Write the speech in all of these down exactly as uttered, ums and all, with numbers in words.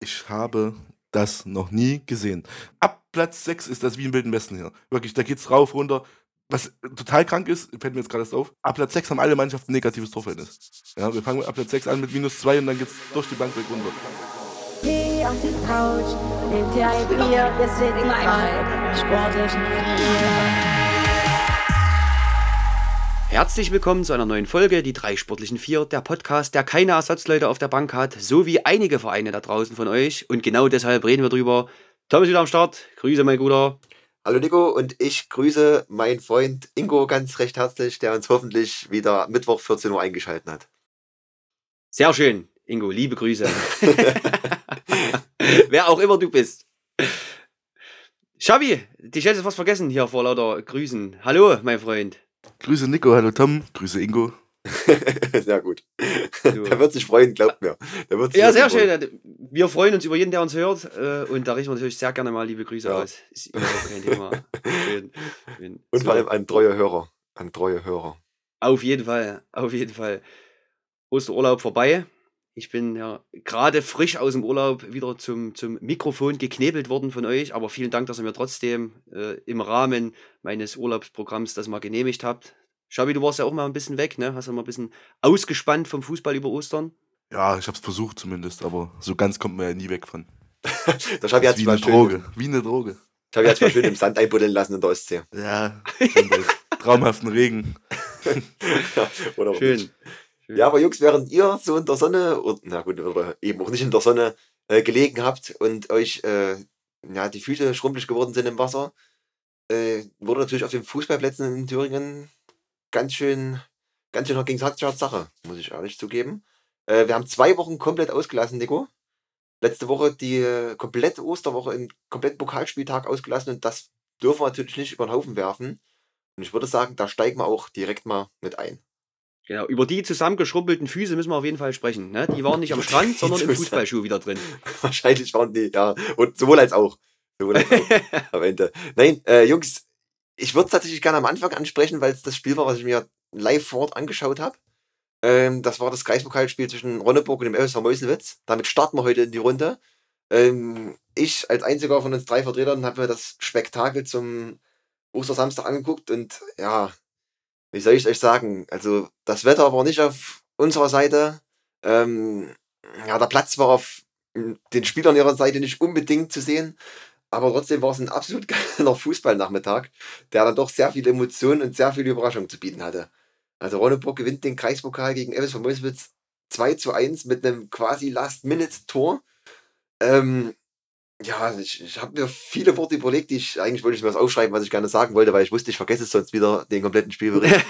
Ich habe das noch nie gesehen. Ab Platz sechs ist das wie im Wilden Westen hier. Wirklich, da geht's rauf, runter. Was total krank ist, fällt mir jetzt gerade erst auf, ab Platz sechs haben alle Mannschaften ein negatives Torverhältnis. Ja, wir fangen ab Platz sechs an mit minus zwei und dann geht's durch die Bank weg runter. Geh auf die Couch, nimm dir ein Bier, wir sind die drei sportlichen Vier. Herzlich willkommen zu einer neuen Folge, die drei sportlichen Vier, der Podcast, der keine Ersatzleute auf der Bank hat, so wie einige Vereine da draußen von euch. Und genau deshalb reden wir drüber. Tom ist wieder am Start. Grüße, mein Guter. Hallo Nico, und ich grüße meinen Freund Ingo ganz recht herzlich, der uns hoffentlich wieder Mittwoch vierzehn Uhr eingeschaltet hat. Sehr schön, Ingo, liebe Grüße. Wer auch immer du bist. Xavi, dich hättest was vergessen hier vor lauter Grüßen. Hallo, mein Freund. Grüße Nico, hallo Tom, Grüße Ingo. Sehr gut. So. Der wird sich freuen, glaubt mir. Der wird sich ja, sehr freuen. schön. Wir freuen uns über jeden, der uns hört. Und da richten wir natürlich sehr gerne mal liebe Grüße ja. aus. Ist überhaupt kein Thema. Schön. Schön. Und so. vor allem ein treuer Hörer. Ein treuer Hörer. Auf jeden Fall. Auf jeden Fall. Osterurlaub vorbei. Ich bin ja gerade frisch aus dem Urlaub wieder zum, zum Mikrofon geknebelt worden von euch, aber vielen Dank, dass ihr mir trotzdem äh, im Rahmen meines Urlaubsprogramms das mal genehmigt habt. Schabi, du warst ja auch mal ein bisschen weg, ne? Hast ja mal ein bisschen ausgespannt vom Fußball über Ostern. Ja, ich hab's versucht zumindest, aber so ganz kommt man ja nie weg von. Das Schabi hat's wie mal eine schön, Droge, wie eine Droge. Schabi hat's mal schön im Sand einbuddeln lassen in der Ostsee. Ja, bei traumhaften Regen. Ja, oder schön. Nicht. Ja, aber Jungs, während ihr so in der Sonne, oder, na gut, oder eben auch nicht in der Sonne äh, gelegen habt und euch äh, ja, die Füße schrumpelig geworden sind im Wasser, äh, wurde natürlich auf den Fußballplätzen in Thüringen ganz schön, ganz schön gegen Sache, muss ich ehrlich zugeben. Äh, wir haben zwei Wochen komplett ausgelassen, Nico. Letzte Woche die äh, komplette Osterwoche, einen kompletten Pokalspieltag ausgelassen und das dürfen wir natürlich nicht über den Haufen werfen. Und ich würde sagen, da steigen wir auch direkt mal mit ein. Genau, über die zusammengeschrumpelten Füße müssen wir auf jeden Fall sprechen. Ne? Die waren nicht am Strand, sondern im Fußballschuh wieder drin. Wahrscheinlich waren die, ja. Und sowohl als auch. Sowohl als auch am Ende. Nein, äh, Jungs, ich würde es tatsächlich gerne am Anfang ansprechen, weil es das Spiel war, was ich mir live vor Ort angeschaut habe. Ähm, das war das Kreispokalspiel zwischen Ronneburg und dem F S V Meuselwitz. Damit starten wir heute in die Runde. Ähm, ich als einziger von uns drei Vertretern habe mir das Spektakel zum Ostersamstag angeguckt und ja, wie soll ich euch sagen, also das Wetter war nicht auf unserer Seite, ähm, ja, der Platz war auf den Spielern ihrer Seite nicht unbedingt zu sehen, aber trotzdem war es ein absolut geiler Fußballnachmittag, der dann doch sehr viel Emotionen und sehr viel Überraschung zu bieten hatte. Also Ronneburg gewinnt den Kreispokal gegen F S V Meuselwitz zwei zu eins mit einem quasi Last-Minute-Tor. Ähm, Ja, ich, ich habe mir viele Worte überlegt, die ich eigentlich wollte ich mir was aufschreiben, was ich gerne sagen wollte, weil ich wusste, ich vergesse es sonst wieder den kompletten Spielbericht.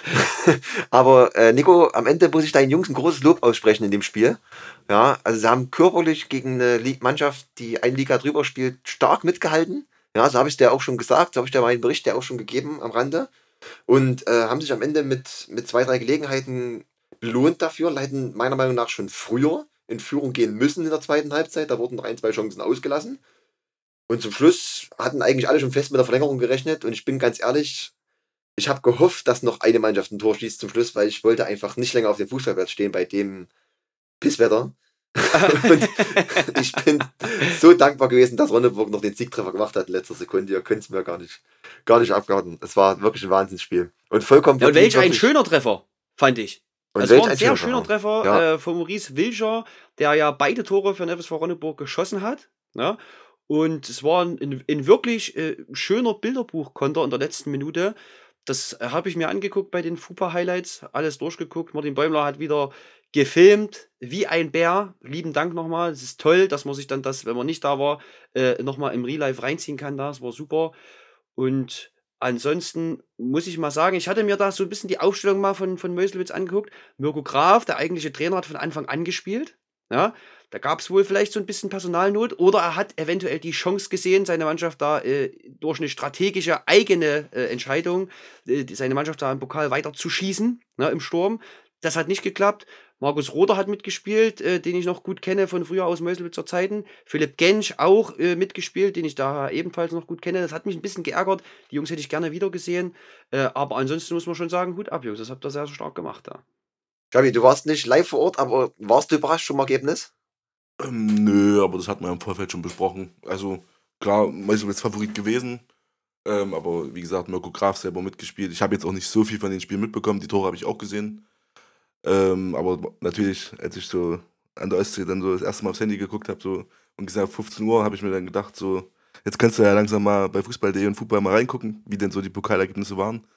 Aber äh, Nico, am Ende muss ich deinen Jungs ein großes Lob aussprechen in dem Spiel. Ja, also sie haben körperlich gegen eine Mannschaft, die eine Liga drüber spielt, stark mitgehalten. Ja, so habe ich es dir auch schon gesagt, so habe ich dir meinen Bericht ja auch schon gegeben am Rande. Und äh, haben sich am Ende mit, mit zwei, drei Gelegenheiten belohnt dafür, leiden meiner Meinung nach schon früher in Führung gehen müssen in der zweiten Halbzeit. Da wurden noch ein, zwei Chancen ausgelassen. Und zum Schluss hatten eigentlich alle schon fest mit der Verlängerung gerechnet. Und ich bin ganz ehrlich, ich habe gehofft, dass noch eine Mannschaft ein Tor schießt zum Schluss, weil ich wollte einfach nicht länger auf dem Fußballplatz stehen bei dem Pisswetter. Und ich bin so dankbar gewesen, dass Ronneburg noch den Siegtreffer gemacht hat in letzter Sekunde. Ihr könnt es mir gar nicht, gar nicht abwarten. Es war wirklich ein Wahnsinnsspiel. Und vollkommen ja, und welch ein schöner Treffer, fand ich. Und es war ein sehr schöner Treffer ja. äh, von Maurice Wilscher, der ja beide Tore für den F S V Ronneburg geschossen hat. Ne? Und es war ein, ein wirklich äh, schöner Bilderbuchkonter in der letzten Minute. Das äh, habe ich mir angeguckt bei den FUPA-Highlights, alles durchgeguckt. Martin Bäumler hat wieder gefilmt wie ein Bär. Lieben Dank nochmal. Es ist toll, dass man sich dann das, wenn man nicht da war, äh, nochmal im Real Life reinziehen kann. Das war super. Und ansonsten muss ich mal sagen, ich hatte mir da so ein bisschen die Aufstellung mal von, von Meuselwitz angeguckt. Mirko Graf, der eigentliche Trainer, hat von Anfang an gespielt. Ja, da gab es wohl vielleicht so ein bisschen Personalnot oder er hat eventuell die Chance gesehen, seine Mannschaft da äh, durch eine strategische eigene äh, Entscheidung, äh, seine Mannschaft da im Pokal weiter zu schießen, ne, im Sturm. Das hat nicht geklappt. Markus Roder hat mitgespielt, äh, den ich noch gut kenne von früher aus Meuselwitzer Zeiten. Philipp Gensch auch äh, mitgespielt, den ich da ebenfalls noch gut kenne. Das hat mich ein bisschen geärgert. Die Jungs hätte ich gerne wieder gesehen. Äh, aber ansonsten muss man schon sagen, Hut ab, Jungs. Das habt ihr sehr, sehr stark gemacht da. Gabi, du warst nicht live vor Ort, aber warst du überrascht vom Ergebnis? Ähm, nö, aber das hatten wir im Vorfeld schon besprochen. Also klar, Meuselwitz ist Favorit gewesen, ähm, aber wie gesagt, Mirko Graf selber mitgespielt. Ich habe jetzt auch nicht so viel von den Spielen mitbekommen, die Tore habe ich auch gesehen. Ähm, aber natürlich, als ich so an der Ostsee dann so das erste Mal aufs Handy geguckt habe, so und gesagt fünfzehn Uhr, habe ich mir dann gedacht, so, jetzt kannst du ja langsam mal bei Fußball punkt de und Fußball mal reingucken, wie denn so die Pokalergebnisse waren.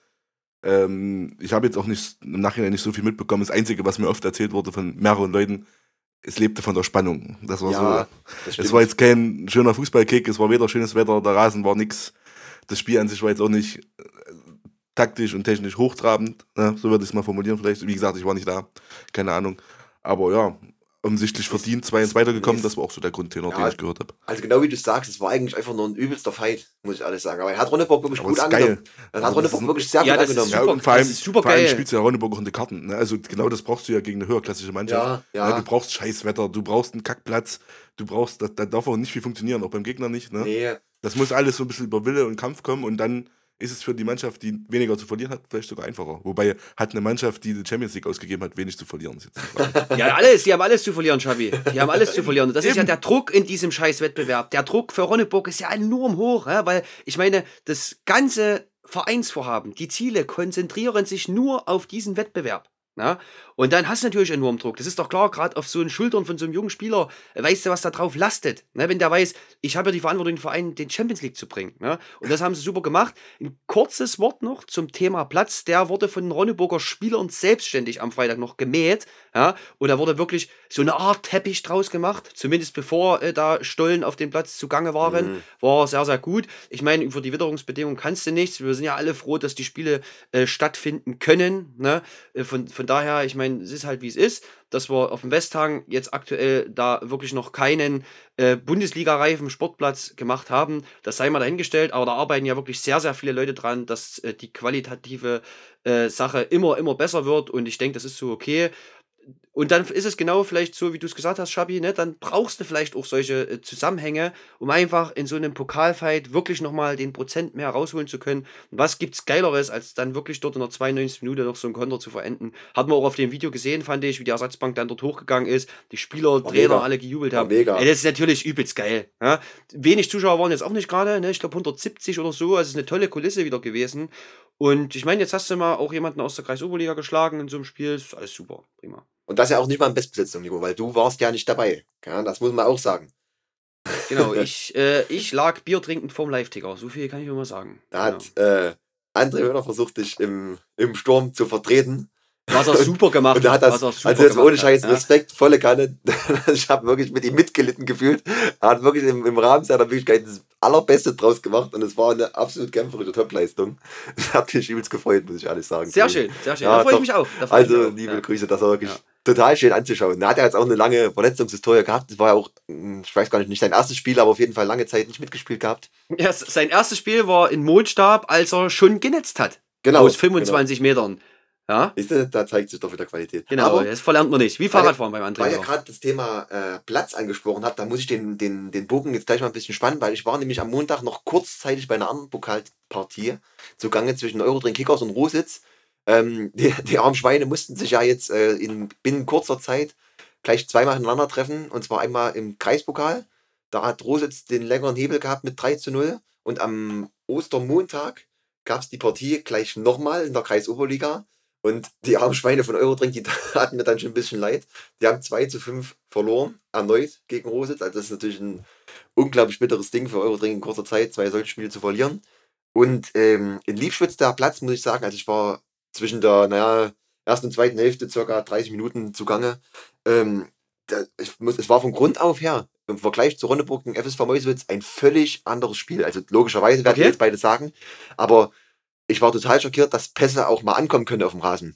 Ähm, ich habe jetzt auch nicht im Nachhinein nicht so viel mitbekommen. Das Einzige, was mir oft erzählt wurde von mehreren Leuten, es lebte von der Spannung. Das war Ja, so, das es war stimmt. jetzt kein schöner Fußballkick, es war weder schönes Wetter, der Rasen war nix. Das Spiel an sich war jetzt auch nicht äh, taktisch und technisch hochtrabend, ne? So würde ich es mal formulieren vielleicht. Wie gesagt, ich war nicht da, keine Ahnung. Aber ja, offensichtlich Es, verdient zwei eins es, weitergekommen, es, das war auch so der Grundtenor, den ja, ich gehört habe. also genau wie du sagst, es war eigentlich einfach nur ein übelster Fight, muss ich ehrlich sagen. Aber er hat Ronneburg wirklich Aber gut es ist angenommen. geil. Er hat Aber das ist Ronneburg ein, wirklich sehr Ja, gut das ist angenommen. ja, super, und vor das allem, ist super vor allem geil. spielst du ja Ronneburg auch in die Karten. Ne? Also genau das brauchst du ja gegen eine höherklassische Mannschaft. Ja, Ne? Du ja, brauchst Scheißwetter, du brauchst einen Kackplatz, du brauchst, da, da darf auch nicht viel funktionieren, auch beim Gegner nicht. Ne? nee, Das muss alles so ein bisschen über Wille und Kampf kommen und dann ist es für die Mannschaft, die weniger zu verlieren hat, vielleicht sogar einfacher. Wobei hat eine Mannschaft, die die Champions League ausgegeben hat, wenig zu verlieren. Ist jetzt die Frage. Ja, alles, die haben alles zu verlieren, Xavi. Die haben alles zu verlieren. Und das ist ja der Eben. Druck in diesem scheiß Wettbewerb. Der Druck für Ronneburg ist ja enorm hoch, ja, weil ich meine, das ganze Vereinsvorhaben, die Ziele konzentrieren sich nur auf diesen Wettbewerb. Ja? Und dann hast du natürlich enorm Druck. Das ist doch klar, gerade auf so den Schultern von so einem jungen Spieler, äh, weißt du, was da drauf lastet. Ne? Wenn der weiß, ich habe ja die Verantwortung, den Verein den Champions League zu bringen. Ne? Und das haben sie super gemacht. Ein kurzes Wort noch zum Thema Platz. Der wurde von den Ronneburger Spielern selbstständig am Freitag noch gemäht. Ja? Und da wurde wirklich so eine Art Teppich draus gemacht. Zumindest bevor äh, da Stollen auf dem Platz zugange waren. mhm. War sehr, sehr gut. Ich meine, über die Witterungsbedingungen kannst du nichts. Wir sind ja alle froh, dass die Spiele äh, stattfinden können. Ne? Äh, Von, von daher, ich meine, es ist halt wie es ist, dass wir auf dem Westhang jetzt aktuell da wirklich noch keinen äh, Bundesliga-reifen Sportplatz gemacht haben. Das sei mal dahingestellt, aber da arbeiten ja wirklich sehr, sehr viele Leute dran, dass äh, die qualitative äh, Sache immer, immer besser wird und ich denke, das ist so okay. Und dann ist es genau vielleicht so, wie du es gesagt hast, Schabi, ne? Dann brauchst du vielleicht auch solche äh, Zusammenhänge, um einfach in so einem Pokalfight wirklich nochmal den Prozent mehr rausholen zu können. Und was gibt's Geileres, als dann wirklich dort in der zweiundneunzigsten Minute noch so ein Konter zu verenden? Hat man auch auf dem Video gesehen, fand ich, wie die Ersatzbank dann dort hochgegangen ist, die Spieler, War Trainer mega. alle gejubelt War haben. mega. Ey, das ist natürlich übelst geil. Ja? Wenig Zuschauer waren jetzt auch nicht gerade, ne? Ich glaube hundertsiebzig oder so, also es ist eine tolle Kulisse wieder gewesen. Und ich meine, jetzt hast du mal auch jemanden aus der Kreisoberliga geschlagen in so einem Spiel, ist alles super, prima. Und das ja auch nicht mal in Bestbesetzung, Nico, weil du warst ja nicht dabei. Ja, das muss man auch sagen. Genau, ich, äh, ich lag Bier trinkend vorm Live-Ticker. So viel kann ich nur mal sagen. Da Genau. hat äh, André Höhner versucht, dich im, im Sturm zu vertreten. Was er super gemacht Und er hat das, was er super also jetzt mal ohne gemacht hat, Scheiß, ja. Respekt, volle Kanne. Ich habe wirklich mit ihm mitgelitten gefühlt. Er hat wirklich im, im Rahmen seiner Möglichkeiten das Allerbeste draus gemacht und es war eine absolut kämpferische Topleistung. Das hat mich übelst gefreut, muss ich ehrlich sagen. Sehr schön, sehr schön. Ja, da freue ich doch. mich auch. Da freu ich Also, mich auch. liebe Ja. Grüße, das war wirklich Ja. total schön anzuschauen. Er hat ja jetzt auch eine lange Verletzungshistorie gehabt. Das war ja auch, mh, ich weiß gar nicht, nicht sein erstes Spiel, aber auf jeden Fall lange Zeit nicht mitgespielt gehabt. Ja, s- sein erstes Spiel war in Mondstab, als er schon genetzt hat. Genau. Aus fünfundzwanzig Metern. Ja, Siehst du, da zeigt sich doch wieder Qualität. genau. Aber Das verlernt man nicht. Wie Fahrradfahren beim weil ihr André. gerade das Thema äh, Platz angesprochen habt, da muss ich den, den, den Bogen jetzt gleich mal ein bisschen spannen, weil ich war nämlich am Montag noch kurzzeitig bei einer anderen Pokalpartie zugange zwischen Eurodrink Kickers und Rositz. Ähm, die, die armen Schweine mussten sich ja jetzt äh, in binnen kurzer Zeit gleich zweimal hintereinander treffen, und zwar einmal im Kreispokal. Da hat Rositz den längeren Hebel gehabt mit drei zu null und am Ostermontag gab es die Partie gleich nochmal in der Kreisoberliga. Und die armen Schweine von Eurodrink, die hatten mir dann schon ein bisschen leid. Die haben zwei zu fünf verloren, erneut gegen Rositz. Also das ist natürlich ein unglaublich bitteres Ding für Eurodrink in kurzer Zeit, zwei solche Spiele zu verlieren. Und ähm, in Liebschwitz der Platz, muss ich sagen, also ich war zwischen der naja, ersten und zweiten Hälfte circa dreißig Minuten zugange. Ähm, da, ich muss, es war von Grund auf her, im Vergleich zu Ronneburg gegen F S V Meuselwitz, ein völlig anderes Spiel. Also logischerweise werden Okay. wir jetzt beide sagen, aber ich war total schockiert, dass Pässe auch mal ankommen können auf dem Rasen.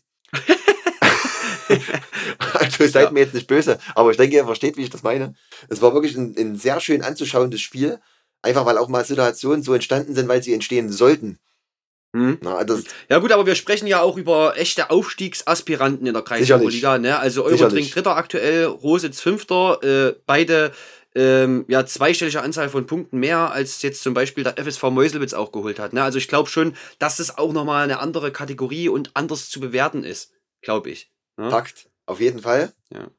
Also seid Ja. mir jetzt nicht böse, aber ich denke, ihr versteht, wie ich das meine. Es war wirklich ein, ein sehr schön anzuschauendes Spiel, einfach weil auch mal Situationen so entstanden sind, weil sie entstehen sollten. Hm? Na, also das, Ja gut, aber wir sprechen ja auch über echte Aufstiegsaspiranten in der Kreisoberliga. Ne? Also Eurodrink Sicherlich. Dritter aktuell, Rositz Fünfter. Äh, beide ähm, ja, zweistellige Anzahl von Punkten mehr, als jetzt zum Beispiel der F S V Meuselwitz auch geholt hat. Ne? Also ich glaube schon, dass das auch nochmal eine andere Kategorie und anders zu bewerten ist. Glaube ich. Ne? Fakt, auf jeden Fall. Ja.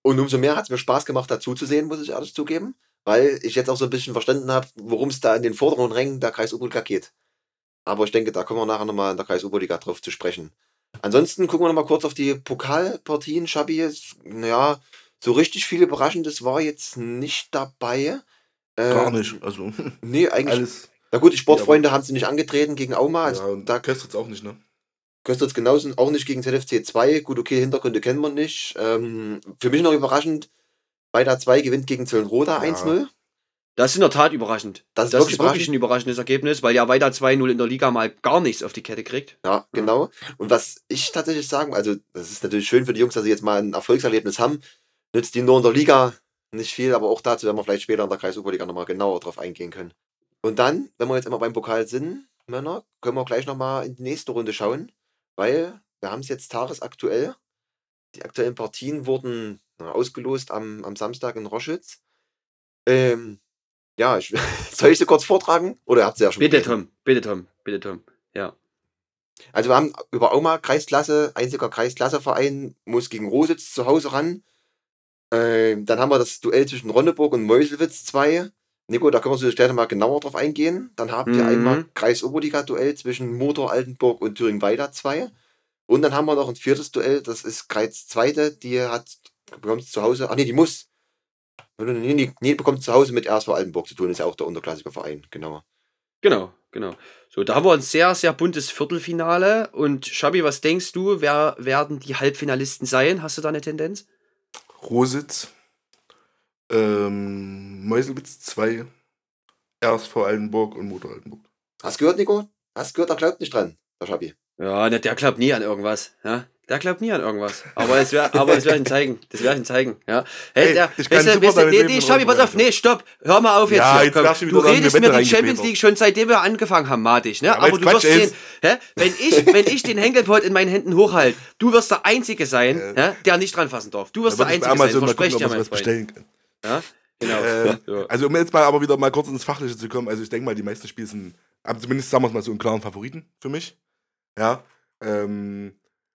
Und umso mehr hat es mir Spaß gemacht, dazu zu sehen, muss ich ehrlich zugeben, weil ich jetzt auch so ein bisschen verstanden habe, worum es da in den vorderen Rängen der Kreis-Oberliga geht. Aber ich denke, da kommen wir nachher nochmal in der Kreis-Oberliga drauf zu sprechen. Ansonsten gucken wir nochmal kurz auf die Pokalpartien. Schabi, naja, so richtig viel Überraschendes war jetzt nicht dabei. Gar Ähm, nicht. Also, Nee, eigentlich. alles. Na gut, die Ja, Sportfreunde haben sie nicht angetreten gegen Auma. Also ja, und da Köstritz auch nicht, ne? Köstritz genauso, auch nicht gegen Z F C zwei. Gut, okay, Hintergründe kennen wir nicht. Ähm, für mich noch überraschend, Weida zwei gewinnt gegen Zöllenroda Ja. eins null. Das ist in der Tat überraschend. Das ist Das wirklich ist wirklich überraschend. ein überraschendes Ergebnis, weil ja Weida zwei null in der Liga mal gar nichts auf die Kette kriegt. Ja, genau. Und was ich tatsächlich sagen, also das ist natürlich schön für die Jungs, dass sie jetzt mal ein Erfolgserlebnis haben. Nützt die nur in der Liga nicht viel, aber auch dazu werden wir vielleicht später in der Kreis-Oberliga nochmal genauer drauf eingehen können. Und dann, wenn wir jetzt immer beim Pokal sind, Männer, können wir gleich nochmal in die nächste Runde schauen, weil wir haben es jetzt tagesaktuell. Die aktuellen Partien wurden na, ausgelost am, am Samstag in Roschütz. Ähm, ja, ich, soll ich sie kurz vortragen? Oder habt ihr ja schon Bitte, gelesen? Tom. Bitte, Tom. Bitte, Tom. Ja. Also wir haben über Auma Kreisklasse, einziger Kreisklasseverein, muss gegen Rositz zu Hause ran. Ähm, dann haben wir das Duell zwischen Ronneburg und Meuselwitz zwei. Nico, da können wir so später mal genauer drauf eingehen. Dann haben wir Mhm. einmal Kreis-Oberliga-Duell zwischen Motor Altenburg und Thüringen-Weida zwei. Und dann haben wir noch ein viertes Duell, das ist Kreis Zweite, die hat, bekommt zu Hause, ach nee, die muss, nee, nee, nee, nee, bekommt zu Hause mit R S V Altenburg zu tun, ist ja auch der unterklassige Verein, genau. Genau, genau. So, da haben wir ein sehr, sehr buntes Viertelfinale. Und Schabi, was denkst du, wer werden die Halbfinalisten sein? Hast du da eine Tendenz? Rositz, ähm, Meuselwitz zwei, R S V Altenburg und Motor Altenburg. Hast du gehört, Nico? Hast du gehört, er glaubt nicht dran, der Schabi. Ja, ne, der glaubt nie an irgendwas. Ja? Der glaubt nie an irgendwas. Aber es wär, aber es werde ihn zeigen. Das werde ich ihn zeigen. Ja. Hey, Ey, der, ich kann weißt du, super weißt du, damit nee, leben, nee, wenn Schabi, pass Ronneburg auf. Nee, stopp. Hör mal auf jetzt. Ja, hier. jetzt Komm. darfst du Du wieder da redest eine mit Wette der Champions reingepetert. League schon seitdem wir angefangen haben, matig. Ne? Ja, Aber weil's du wirst Quatsch sehen, ist. hä? Wenn, ich, wenn ich den Henkelpot in meinen Händen hochhalte, du wirst der Einzige sein, Äh. hä, der nicht dran fassen darf. Du wirst Da der wird es bei Einzige sein. Amazon mal Verspreche gucken, dir, ob man mein was Freund. bestellen kann. Ja? Genau. Ähm, Ja. Also um jetzt mal aber wieder mal kurz ins Fachliche zu kommen, also ich denke mal, die meisten Spiele sind, aber zumindest sagen wir es mal so, einen klaren Favoriten für mich. Ja. Ähm,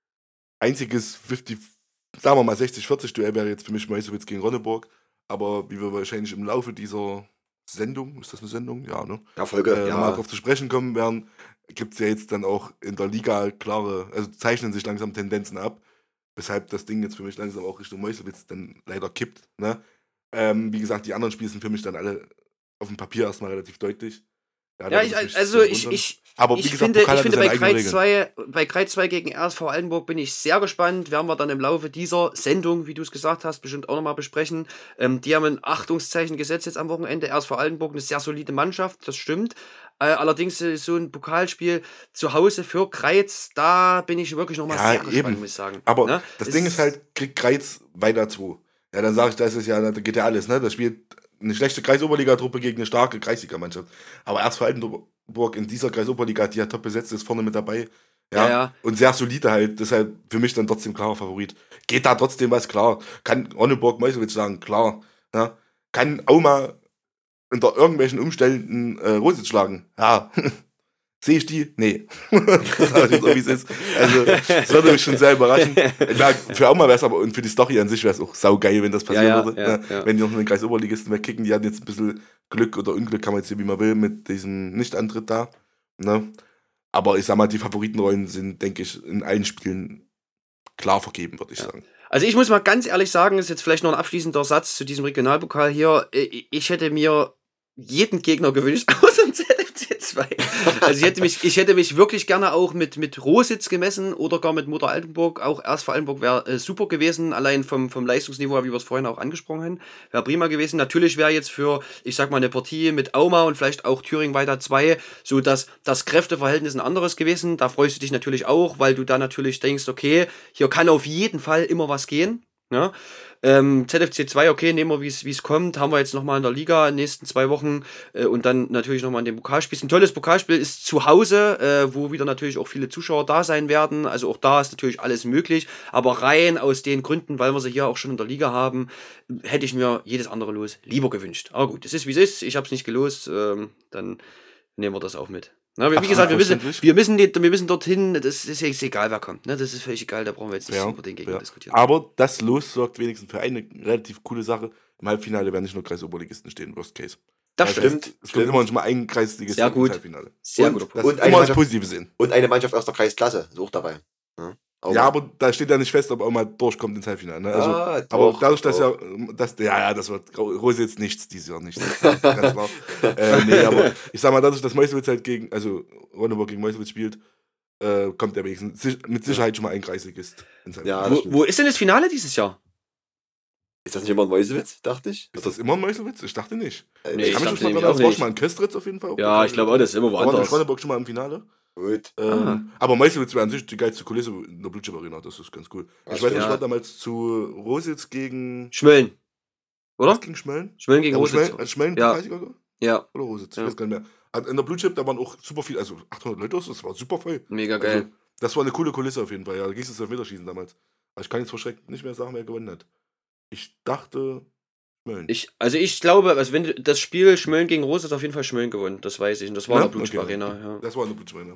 einziges fünfzig, sagen wir mal sechzig vierzig Duell wäre jetzt für mich Meuselwitz gegen Ronneburg, aber wie wir wahrscheinlich im Laufe dieser Sendung, ist das eine Sendung? Ja, ne? Ja, Folge, Äh, mal ja. darauf zu sprechen kommen werden, gibt es ja jetzt dann auch in der Liga klare, also zeichnen sich langsam Tendenzen ab, weshalb das Ding jetzt für mich langsam auch Richtung Meuselwitz dann leider kippt. Ne? Ähm, wie gesagt, die anderen Spiele sind für mich dann alle auf dem Papier erstmal relativ deutlich. Ja, da ich, wird es mich also sehr ich, wundern. ich, Aber wie ich gesagt, finde, Pokal ich hat finde seine bei eigenen Kreis Regeln. zwei, bei Kreis zwei gegen R S V Altenburg bin ich sehr gespannt. Werden wir dann im Laufe dieser Sendung, wie du es gesagt hast, bestimmt auch nochmal besprechen. Ähm, die haben ein Achtungszeichen gesetzt jetzt am Wochenende. R S V Altenburg, eine sehr solide Mannschaft, das stimmt. Äh, allerdings äh, so ein Pokalspiel zu Hause für Kreiz, da bin ich wirklich nochmal Ja, sehr gespannt, eben. muss ich sagen. Aber Ne? das Es Ding ist halt, kriegt Kreiz weiter zu. Ja, dann sage ich, das ist ja, da geht ja alles, ne? Das spielt eine schlechte Kreisoberliga-Truppe gegen eine starke Kreisliga-Mannschaft. Aber erst vor Altenburg in dieser Kreisoberliga, die ja top besetzt ist, vorne mit dabei. Ja, Ja, ja. Und sehr solide halt, deshalb für mich dann trotzdem klarer Favorit. Geht da trotzdem was, klar. Kann Ronneburg Meuselwitz sagen, klar. Ja. Kann Auma unter irgendwelchen Umständen äh, Rositz schlagen. Ja. Sehe ich die? Nee. Das sag ich jetzt so, wie es ist. Also, das würde mich schon sehr überraschen. Klar, für Auma wäre es aber, und für die Story an sich wäre es auch saugeil, wenn das passieren Ja, ja, würde. ja, ne? ja. Wenn die noch einen Kreisoberligisten wegkicken, die hatten jetzt ein bisschen Glück oder Unglück, kann man jetzt sehen, wie man will, mit diesem Nichtantritt da. Ne? Aber ich sag mal, die Favoritenrollen sind, denke ich, in allen Spielen klar vergeben, würde ich Ja. sagen. Also ich muss mal ganz ehrlich sagen, ist jetzt vielleicht noch ein abschließender Satz zu diesem Regionalpokal hier. Äh, Ich hätte mir jeden Gegner gewünscht, außer dem Z F C zwei. Also ich hätte mich, ich hätte mich wirklich gerne auch mit, mit Rositz gemessen oder gar mit Motor Altenburg. Auch R S V Altenburg wäre äh, super gewesen, allein vom, vom Leistungsniveau, wie wir es vorhin auch angesprochen haben. Wäre prima gewesen. Natürlich wäre jetzt für, ich sag mal, eine Partie mit Auma und vielleicht auch Thüringen weiter zwei, so dass das Kräfteverhältnis ein anderes gewesen. Da freust du dich natürlich auch, weil du da natürlich denkst, okay, hier kann auf jeden Fall immer was gehen. Ja? Ähm, Z F C zwei, okay, nehmen wir, wie es kommt. Haben wir jetzt nochmal in der Liga in den nächsten zwei Wochen äh, und dann natürlich nochmal in dem Pokalspiel. Ist ein tolles Pokalspiel, ist zu Hause, äh, wo wieder natürlich auch viele Zuschauer da sein werden. Also auch da ist natürlich alles möglich. Aber rein aus den Gründen, weil wir sie hier auch schon in der Liga haben, hätte ich mir jedes andere Los lieber gewünscht. Aber gut, es ist wie es ist. Ich habe es nicht gelost. Ähm, dann nehmen wir das auch mit. Na, wie Absolut gesagt, wir wissen, verständlich. wir, müssen die, wir müssen dorthin, das ist jetzt egal, wer kommt. Ne? Das ist völlig egal, da brauchen wir jetzt nicht Ja, über den Gegner ja. diskutieren. Aber das Los sorgt wenigstens für eine relativ coole Sache. Im Halbfinale werden nicht nur Kreisoberligisten stehen, Worst Case. Das Das stimmt. heißt, es stimmt. kommt immer schon mal ein Kreisligist Sehr ins gut. Halbfinale. Sehr Und- guter Punkt. Das Und ist eine immer das Mannschaft- Positive sehen. Und eine Mannschaft aus der Kreisklasse ist auch dabei. Ja, auch Ja, mal. aber da steht ja nicht fest, ob er auch mal durchkommt ins Halbfinale. Ne? Also, Ah, aber doch, dadurch, dass doch. ja, dass, ja, ja, das wird Rose jetzt nichts dieses Jahr, nichts. Ganz klar. äh, nee, aber ich sag mal, dadurch, dass Meuselwitz halt gegen, also Ronneburg gegen Meuselwitz spielt, äh, kommt der wenigstens sich- mit Sicherheit schon mal ein Kreisligist ins Halbfinale. Ja, das Wo, stimmt. wo ist denn das Finale dieses Jahr? Ist das nicht immer ein Mäusewitz, dachte ich? Ist das immer ein Meuselwitz? Ich dachte nicht. Äh, Nee, ich ich kann mich dachte schon mal nämlich dran, auch das war nicht. schon mal in Köstritz auf jeden Fall. Ja, ich glaube auch, das ist immer Da war nämlich woanders. Ronneburg schon mal im Finale. Gut. Ähm, Ah. Aber Meuselwitz wäre an sich die geilste Kulisse in der Blutchip Arena, das ist ganz cool. Ja, Ich weiß nicht, stimmt. ich war damals zu Rositz gegen. Schmölln. Oder? Was gegen Schmölln? Schmölln gegen Ja, wo Rositz. Schmölln, Schmölln Ja. Pokalsieger war? Ja, Oder Rositz, Ja. ich weiß gar nicht mehr. Also in der Blue Chip, da waren auch super viele, also achthundert Leute, das war super voll. mega geil. Also, das war eine coole Kulisse auf jeden Fall, ja. Da ging es auf Meterschießen damals. Aber ich kann jetzt verschreckt nicht mehr sagen, wer gewonnen hat. Ich dachte, Schmölln. Ich, also ich glaube, also wenn du- das Spiel Schmölln gegen Rose ist auf jeden Fall Schmölln gewonnen, das weiß ich. Und das war Ja? in der Blutchip Okay. Arena. Ja. Das war eine Blue Chip Arena.